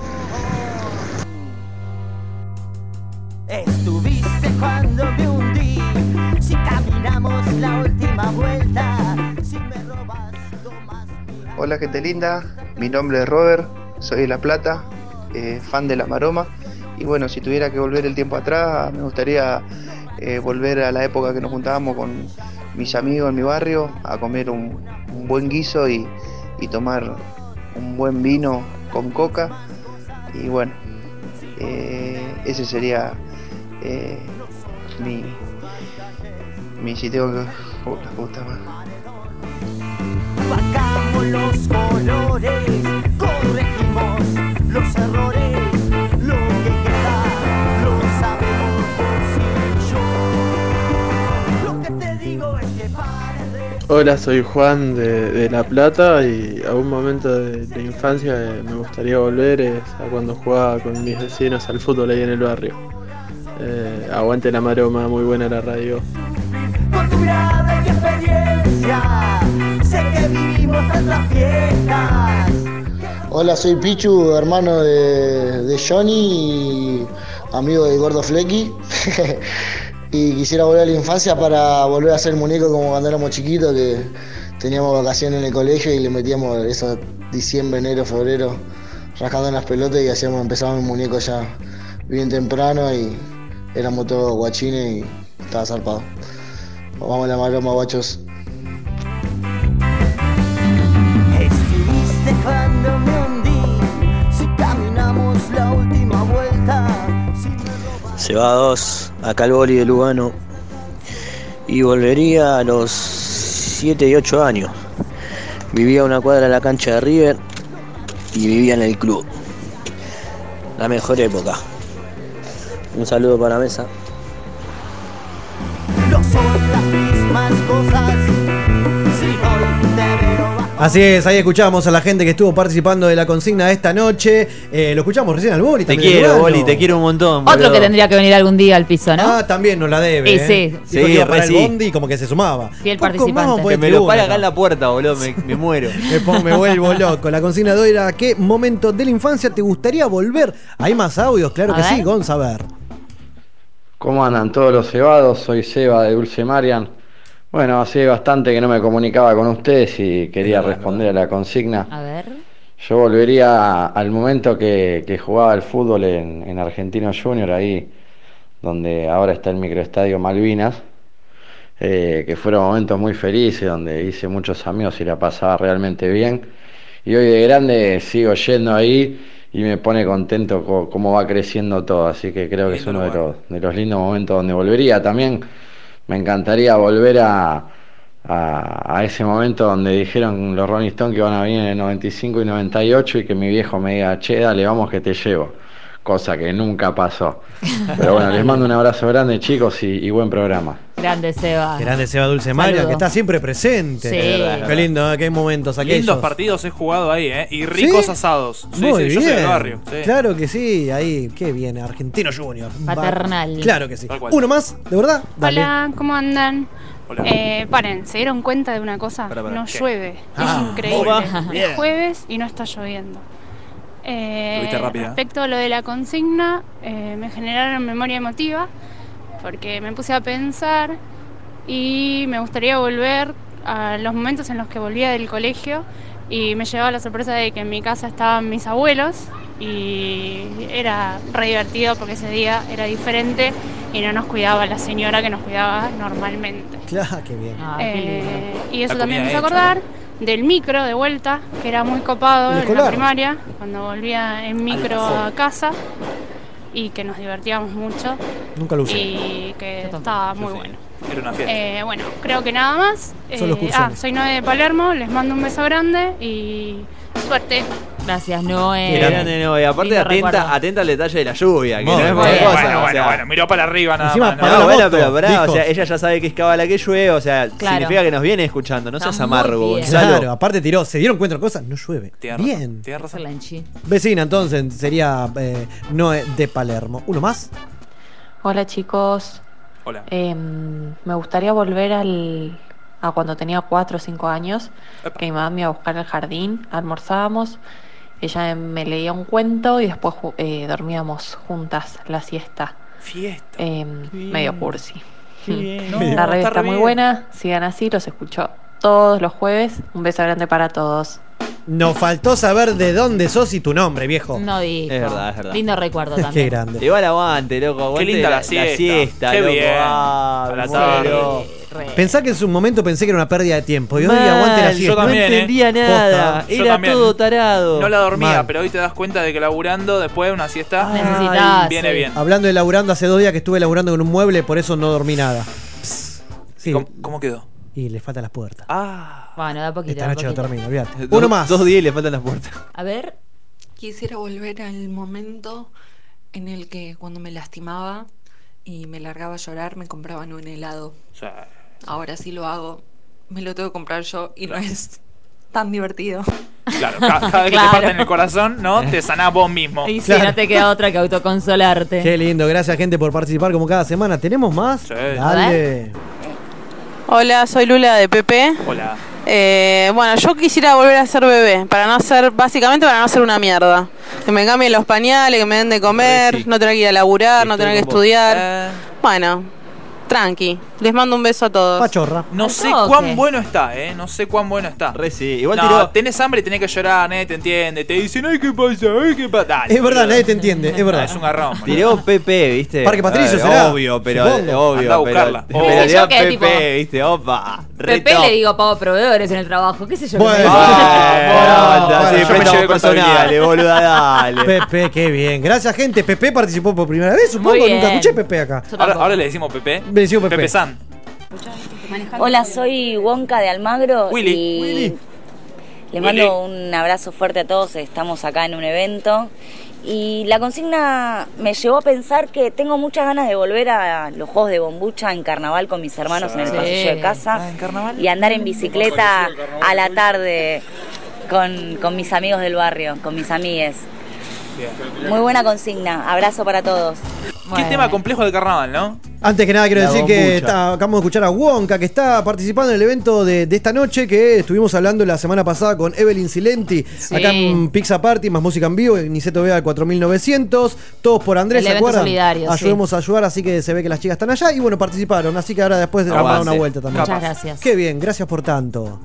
Estuviste cuando me hundí, si caminamos la última vuelta, si me robas tomas mi...
Hola gente linda, mi nombre es Robert, soy de La Plata, eh, fan de La Maroma. Y bueno, si tuviera que volver el tiempo atrás, me gustaría eh, volver a la época que nos juntábamos con mis amigos en mi barrio a comer un, un buen guiso y, y tomar un buen vino con coca. Y bueno, eh, ese sería eh, mi, mi si tengo que... Uh, la puta madre.
Bajamos los colores, corregimos los errores, lo que queda lo sabemos vos y yo. Lo que te digo es que pares de...
Hola, soy Juan de, de La Plata y a un momento de, de infancia que me gustaría volver es a cuando jugaba con mis vecinos al fútbol ahí en el barrio. Eh, aguante la maroma, muy buena la radio.
Por tu mirada y experiencia, sé que vivimos tantas fiestas.
Hola, soy Pichu, hermano de, de Johnny y amigo de Gordo Flecky. Y quisiera volver a la infancia para volver a ser muñeco como cuando éramos chiquitos, que teníamos vacaciones en el colegio y le metíamos esos diciembre, enero, febrero, rascando en las pelotas y hacíamos, empezábamos el muñeco ya bien temprano y éramos todos guachines y estaba zarpado. Vamos a la maroma, guachos.
Estuviste cuando me hundí, si caminamos la última vuelta.
Se va a dos, acá el boli de Lugano. Y volvería a los siete y ocho años. Vivía a una cuadra de la cancha de River y vivía en el club. La mejor época. Un saludo para la mesa.
No son las mismas cosas, si hoy te veo bajo.
Así es, ahí escuchamos a la gente que estuvo participando de la consigna de esta noche. Eh, lo escuchamos recién al Boli.
Te
también
quiero,
Lugano.
Boli, te quiero un montón.
Otro
boludo.
que tendría que venir algún día al piso, ¿no?
Ah, también nos la debe.
Y
¿eh?
sí.
Dijo
Sí,
que iba para
re
el
sí.
bondi y como que se sumaba.
Fiel
Poco
participante.
más, pues,
Que me lo
tribuna,
para acá en
acá.
la puerta, boludo, me, me muero.
Me, pongo- me vuelvo loco. La consigna de hoy era: ¿qué momento de la infancia te gustaría volver? ¿Hay más audios? Claro
A
que
ver.
sí, Gonza, a ver.
¿Cómo andan todos los cebados? Soy Seba de Dulce Marian. Bueno, hace bastante que no me comunicaba con ustedes y quería responder a la consigna.
A ver.
Yo volvería al momento que, que jugaba al fútbol en, en Argentino Junior, ahí donde ahora está el microestadio Malvinas, eh, que fueron momentos muy felices, donde hice muchos amigos y la pasaba realmente bien. Y hoy de grande sigo yendo ahí y me pone contento co- cómo va creciendo todo, así que creo que es uno de los, de los lindos momentos donde volvería. También me encantaría volver a, a, a ese momento donde dijeron los Rolling Stones que iban a venir en el noventa y cinco y noventa y ocho y que mi viejo me diga, che, dale, vamos que te llevo. Cosa que nunca pasó. Pero bueno, les mando un abrazo grande, chicos, y, y buen programa.
Grande Seba.
Grande Seba Dulce María,
Saludo.
que está siempre presente.
Sí.
Es verdad, qué lindo, ¿eh? Qué momentos aquellos.
Lindos partidos he jugado ahí, ¿eh? Y ricos
¿Sí?
asados. Sí,
Muy
sí,
bien.
yo soy del barrio. Sí.
Claro que sí, ahí, qué bien, Argentino Junior.
Paternal.
Va- Claro que sí.
Tal cual.
Uno más, de verdad. Dale.
Hola, ¿cómo andan?
Hola.
Eh, paren, ¿se dieron cuenta de una cosa?
Para, para,
no
¿qué?
llueve,
Ah,
es increíble.
muy bien.
Es jueves y no está lloviendo. Eh,
Tuviste rápida.
Respecto a lo de la consigna, eh, me generaron memoria emotiva porque me puse a pensar y me gustaría volver a los momentos en los que volvía del colegio y me llevaba la sorpresa de que en mi casa estaban mis abuelos y era re divertido porque ese día era diferente y no nos cuidaba la señora que nos cuidaba normalmente.
Claro, qué bien.
Ah, qué lindo.
Eh, y eso
La
también me
comida
hizo
hecha,
acordar del micro de vuelta, que era muy copado
¿El
en
escolar?
la primaria, cuando volvía en micro a casa y que nos divertíamos mucho
Nunca lo usé.
y que estaba muy bueno.
Era una fiesta.
Eh, bueno, creo que nada más.
Son los
Eh,
cursiones.
ah, soy Noé de Palermo, les mando un beso grande y suerte.
Gracias, Noé.
Qué grande, no, y aparte
Lindo
atenta,
recuerdo.
atenta al detalle de la lluvia, que
Muy
no es
bien.
poca
Bueno,
cosa.
bueno,
o
bueno,
sea.
bueno, miró para arriba nada
Encima
más. ¿no?
para
No,
la
bueno,
moto,
pero pará,
dijo.
o sea, ella ya sabe que es cábala que llueve, o sea,
Claro.
significa que nos viene escuchando, no
Está
seas
muy
amargo,
bien.
Gonzalo.
Claro, aparte tiró, ¿se dieron cuenta de cosas? No llueve.
Tienes razón,
Bien.
tienes razón.
Lanchi.
Vecina, entonces, sería eh, Noé de Palermo. ¿Uno más?
Hola chicos,
Hola.
Eh, me gustaría volver al, a cuando tenía cuatro o cinco años,
Epa.
que mi mamá me iba a buscar al jardín, almorzábamos, ella me leía un cuento y después ju- eh, dormíamos juntas la siesta,
Fiesta.
eh, medio cursi.
bien. No,
La red
está
está
re
muy
bien.
buena, sigan así, los escucho todos los jueves, un beso grande para todos.
Nos faltó saber de dónde sos y tu nombre, viejo.
No dijo.
Es verdad, es verdad.
Lindo recuerdo
Qué
también.
grande.
Igual aguante, loco, aguante.
Qué linda la siesta.
siesta,
Qué
loco.
bien.
Ah,
A la
me
tarde.
muero.
Re.
Pensá que en su momento pensé que era una pérdida de tiempo. Y hoy
Mal,
aguante la
yo
siesta.
también,
no
¿eh?
entendía nada,
Posta.
Yo
era
también.
todo tarado.
No la dormía,
Mal.
pero hoy te das cuenta de que laburando después de una siesta
Necesitas,
viene
sí.
bien.
Hablando de laburando, hace dos días que estuve laburando con un mueble, por eso no dormí nada. Sí.
¿Cómo, cómo quedó?
Y le faltan las puertas.
Ah.
Bueno, da poquito.
Esta
da
noche lo
poquito.
termino, olvídate.
Dos-
Uno más.
Dos días y le faltan las puertas.
A ver.
Quisiera volver al momento en el que cuando me lastimaba y me largaba a llorar me compraban un helado.
O sea,
Ahora sí lo hago, me lo tengo que comprar yo y no es tan divertido.
claro, ca- cada vez que
Claro.
te parten el corazón, ¿no? Te sanás vos mismo.
Y sí,
Claro.
no te queda otra que autoconsolarte.
Qué lindo, gracias gente por participar como cada semana. ¿Tenemos más?
Sí.
Dale.
Hola, soy Lula de Pepe.
Hola.
Eh, bueno, yo quisiera volver a ser bebé, para no ser, básicamente para no ser una mierda. Que me cambien los pañales, que me den de comer,
Re sí.
no tener que ir a laburar, no
Estoy
tener que
con vos.
estudiar.
Eh,
Bueno, tranqui. Les mando un beso a todos.
Pachorra.
no
Al
sé
toque.
cuán bueno está, ¿eh? No sé cuán bueno está.
Re sí. Igual
No,
tiró.
tenés hambre y tenés que llorar, nadie te entiende. Te dicen, ay, ¿qué pasa? Ay, ¿qué pasa? Dale,
Es verdad,
boludo.
nadie te entiende, es
No,
verdad.
es un garrón. boludo.
Tiró Pepe, ¿viste?
Parque Patricio,
Ah,
¿será?
Obvio, pero
Supongo.
obvio.
Andá a buscarla.
Pero,
Oh.
pero
Sí,
tiró
yo que,
Pepe,
tipo,
¿viste? Opa. re
Pepe
top.
le digo pago proveedores en el trabajo. ¿Qué sé yo?
Bueno.
Ah,
Bueno,
sí,
yo me
préstamos
llevé contabilidad.
personales, boluda, dale.
Pepe, qué bien. Gracias gente. Pepe participó por primera vez, supongo.
Muy
Nunca
bien.
escuché Pepe acá.
Yo
Ahora,
tampoco.
ahora le decimos Pepe.
Le decimos Pepe.
Pepe San.
Hola, soy Wonka de Almagro
Willy.
y
Willy.
les mando un abrazo fuerte a todos. Estamos acá en un evento y la consigna me llevó a pensar que tengo muchas ganas de volver a los juegos de bombucha en carnaval con mis hermanos en el
Sí.
pasillo de casa
Ah, ¿en carnaval?
y andar en bicicleta a la tarde con, con mis amigos del barrio, con mis amigues.
Bien.
Muy buena consigna, abrazo para todos.
Qué
Bueno.
tema complejo del carnaval, ¿no?
Antes que nada quiero
La
decir que
bombucha.
está- acabamos de escuchar a Wonka, que está participando en el evento de, de esta noche que estuvimos hablando la semana pasada con Evelyn Silenti,
Sí.
acá en Pizza Party, más música en vivo, en Niceto Vega al cuatro mil novecientos, todos por Andrés,
El
¿se
evento
acuerdan?
solidario,
Ayudemos a ayudar, así que se ve que las chicas están allá y bueno, participaron, así que ahora después vamos a dar
Avance.
una vuelta también.
Muchas
Capaz.
gracias.
Qué bien, gracias por tanto.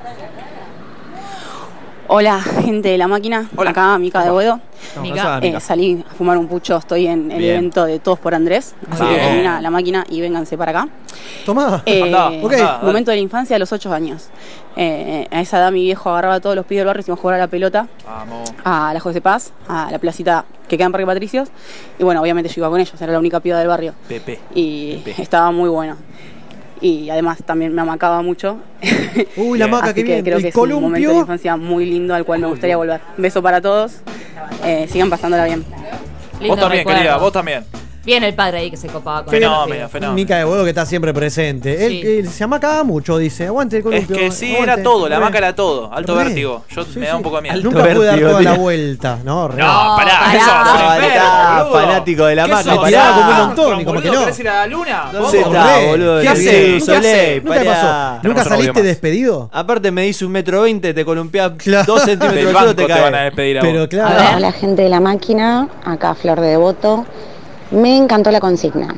Hola, gente de la máquina.
Hola.
Acá, Mica de Boedo.
Mica.
Pasada,
Eh,
Mica.
salí a fumar un pucho, estoy en el
Bien.
evento de Todos por Andrés. Así
Bien.
que termina la máquina y vénganse para acá.
Tomá.
Eh,
Andá,
ok.
andá, dale.
momento de la infancia a los ocho años. Eh, a esa edad mi viejo agarraba a todos los pibes del barrio y se iba a jugar a la pelota
Vamos.
a la José Paz, a la placita que queda en Parque Patricios. Y bueno, obviamente yo iba con ellos, era la única piba del barrio.
Pepe.
Y
Pepe.
estaba muy bueno. Y además también me amacaba mucho.
Uy, la maca,
Así
qué
que
bien.
creo
El
que es un momento de
columpio.
infancia muy lindo al cual me gustaría volver. Un beso para todos. Eh, sigan pasándola bien.
Vos también, querida, vos también.
Bien el padre ahí que se copaba con
Fenómeno,
el
fenómeno.
Mica de huevo que está siempre presente. Él,
Sí.
él se amacaba mucho, dice. Aguante el
Es
columpio.
que sí,
aguante.
era todo, la
Re.
maca era todo. Alto
Re.
vértigo. Yo me da un poco de miedo.
Nunca pude dar toda la vuelta. No, re.
No, pará,
pará.
eso va a ser
No,
enfermo,
está
boludo.
fanático de la
¿Qué
maca,
sos?
Me tiraba como un
Ah,
montón y como que
boludo,
no.
¿querés ir a la luna?
¿Dónde
Vamos.
está,
Re.
boludo?
¿Qué
El
hace?
Cirque du
¿Nunca
Soleil,
hace? ¿Nunca
pará.
pasó? ¿Nunca
otro audio
saliste
más.
despedido?
Aparte me dice un metro veinte, te columpiás
Claro.
dos centímetros
Del
del
banco
suelo, te
te van a
caes.
despedir a
Pero
vos.
claro.
Hola gente de la máquina, acá Flor de Devoto. Me encantó la consigna.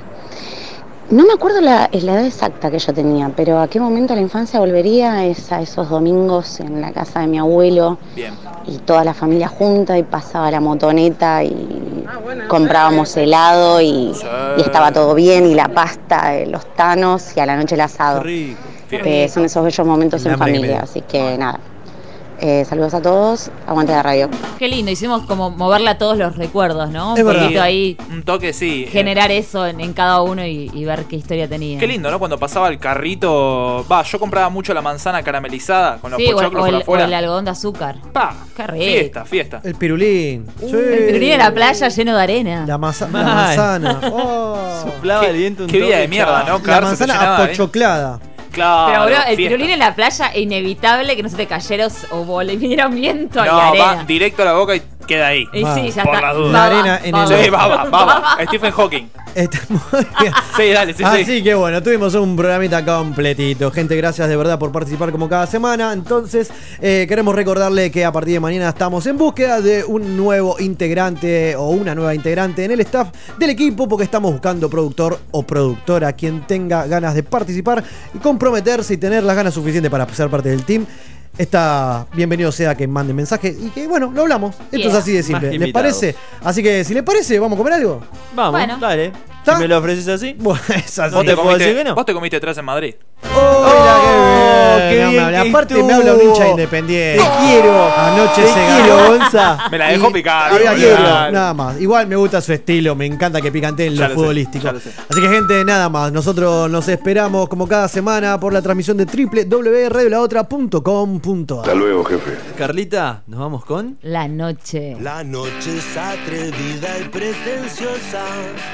No me acuerdo la, la edad exacta que yo tenía, pero a qué momento de la infancia volvería es a esos domingos en la casa de mi abuelo.
Bien.
Y toda la familia junta y pasaba la motoneta y comprábamos helado y, y estaba todo bien y la pasta, eh, los tanos y a la noche el asado.
Rico.
Eh, son esos bellos momentos
El
en
hambre que me
familia,
dio.
así que nada. Eh, saludos a todos, aguante la radio.
Qué lindo, hicimos como moverle a todos los recuerdos, ¿no?
Es
Un
verdad.
poquito ahí,
Un toque, sí.
generar eso en, en cada uno y, y ver qué historia tenía.
Qué lindo, ¿no? Cuando pasaba el carrito. Va, yo compraba mucho la manzana caramelizada con los
Sí, o,
pochoclos
o
por
el,
afuera.
o el algodón de azúcar.
Pa,
Qué rico.
fiesta, fiesta.
El pirulín. Sí.
El pirulín en la playa lleno de arena.
La, masa- la
Mal.
manzana. Oh.
Soplaba
Qué-
el viento un
qué vida
toque,
de mierda,
chao.
¿no?
La
Claro, se te
manzana
llenaba, ¿eh?
apochoclada.
Claro.
Pero boludo, el
fiesta.
pirulín en la playa, inevitable que no se te cayera o o le viniera un viento y
No,
arena.
va directo a la boca y queda ahí.
Y sí, ya
por
está.
las dudas.
La
Baba,
arena en
baba.
el-
Sí, baba, baba. Stephen Hawking.
Está muy bien.
Sí, dale, sí,
Así
sí.
que bueno, tuvimos un programita completito. Gente, gracias de verdad por participar como cada semana. Entonces, eh, queremos recordarle que a partir de mañana estamos en búsqueda de un nuevo integrante o una nueva integrante en el staff del equipo, porque estamos buscando productor o productora, quien tenga ganas de participar y comprometerse y tener las ganas suficientes para ser parte del team. Está bienvenido sea que mande mensaje y que bueno, lo hablamos. Esto
Yeah.
es así de
Más
simple.
que
¿Les
invitados.
parece? Así que si les parece, ¿vamos a comer algo?
Vamos,
Bueno.
dale.
¿Está?
Si me lo ofreces así.
Bueno, es así.
¿Vos te,
te puedo decir que
comiste,
no.
vos te comiste tres en Madrid.
¡Oh,
qué
qué
bien
bien!
que
Aparte
estuvo.
me habla un hincha independiente.
Te quiero.
Anoche
Te
se
quiero,
ganó.
Gonza.
Me la dejó
Y
picar.
había que
boludo.
verlo, nada más. Igual me gusta su estilo, me encanta que picanteen
Ya
lo
lo sé,
futbolístico.
ya lo sé.
Así que gente, nada más. Nosotros nos esperamos como cada semana por la transmisión de doble u doble u doble u punto radio la otra punto com punto a r.
luego, jefe.
Carlita, nos vamos con.
La noche.
La noche es atrevida y pretenciosa.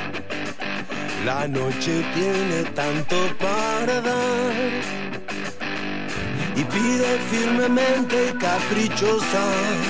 La noche tiene tanto para dar. Y pide firmemente y caprichosa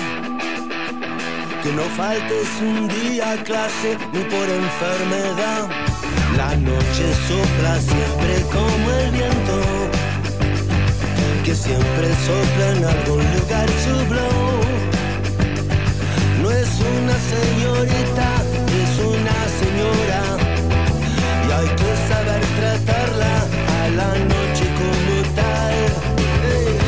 que no faltes un día a clase ni por enfermedad. La noche sopla siempre como el viento, que siempre sopla en algún lugar su blow. No es una señorita, es una señora, y hay que saber tratarla a la noche como tal. Hey.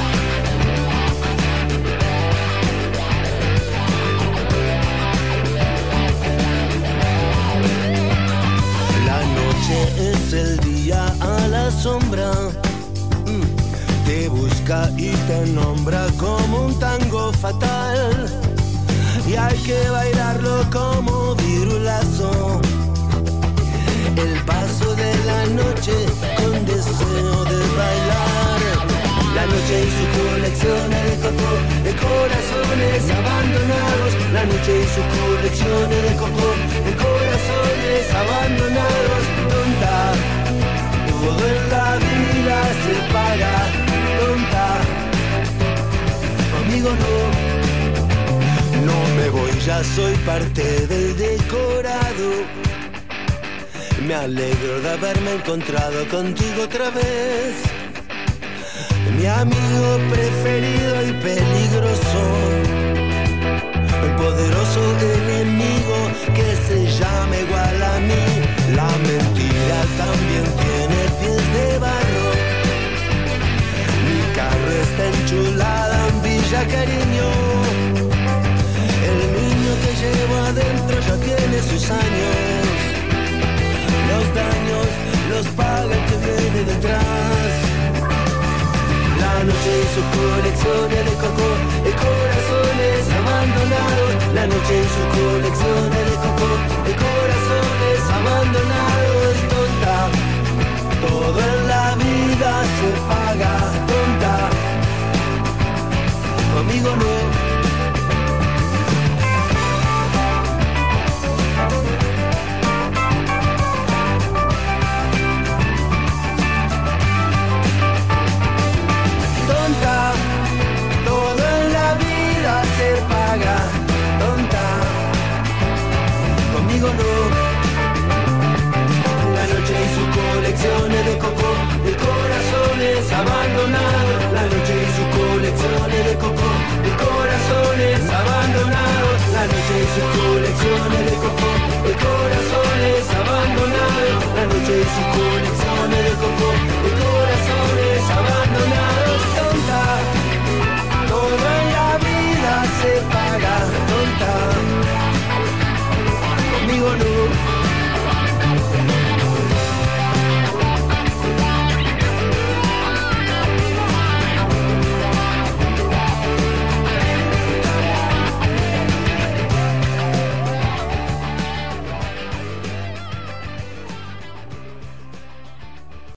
La noche es el día a la sombra, mm, te busca y te nombra como un tango fatal, y hay que bailarlo como virulazo. El paso de la noche con deseo de bailar. La noche y su colección de coco, de corazones abandonados. La noche y su colección de coco, de corazones abandonados. Tonta, todo en la vida se paga. Tonta, amigo no, no me voy, ya soy parte del decorado. Me alegro de haberme encontrado contigo otra vez, mi amigo preferido y peligroso, el poderoso enemigo que se llama igual a mí. La mentira también tiene pies de barro, mi carro está enchulada en Villa Cariño, el niño que llevo adentro ya tiene sus años. Los daños los paga el que viene detrás. La noche y sus colecciones de coco, de corazones abandonados. La noche y sus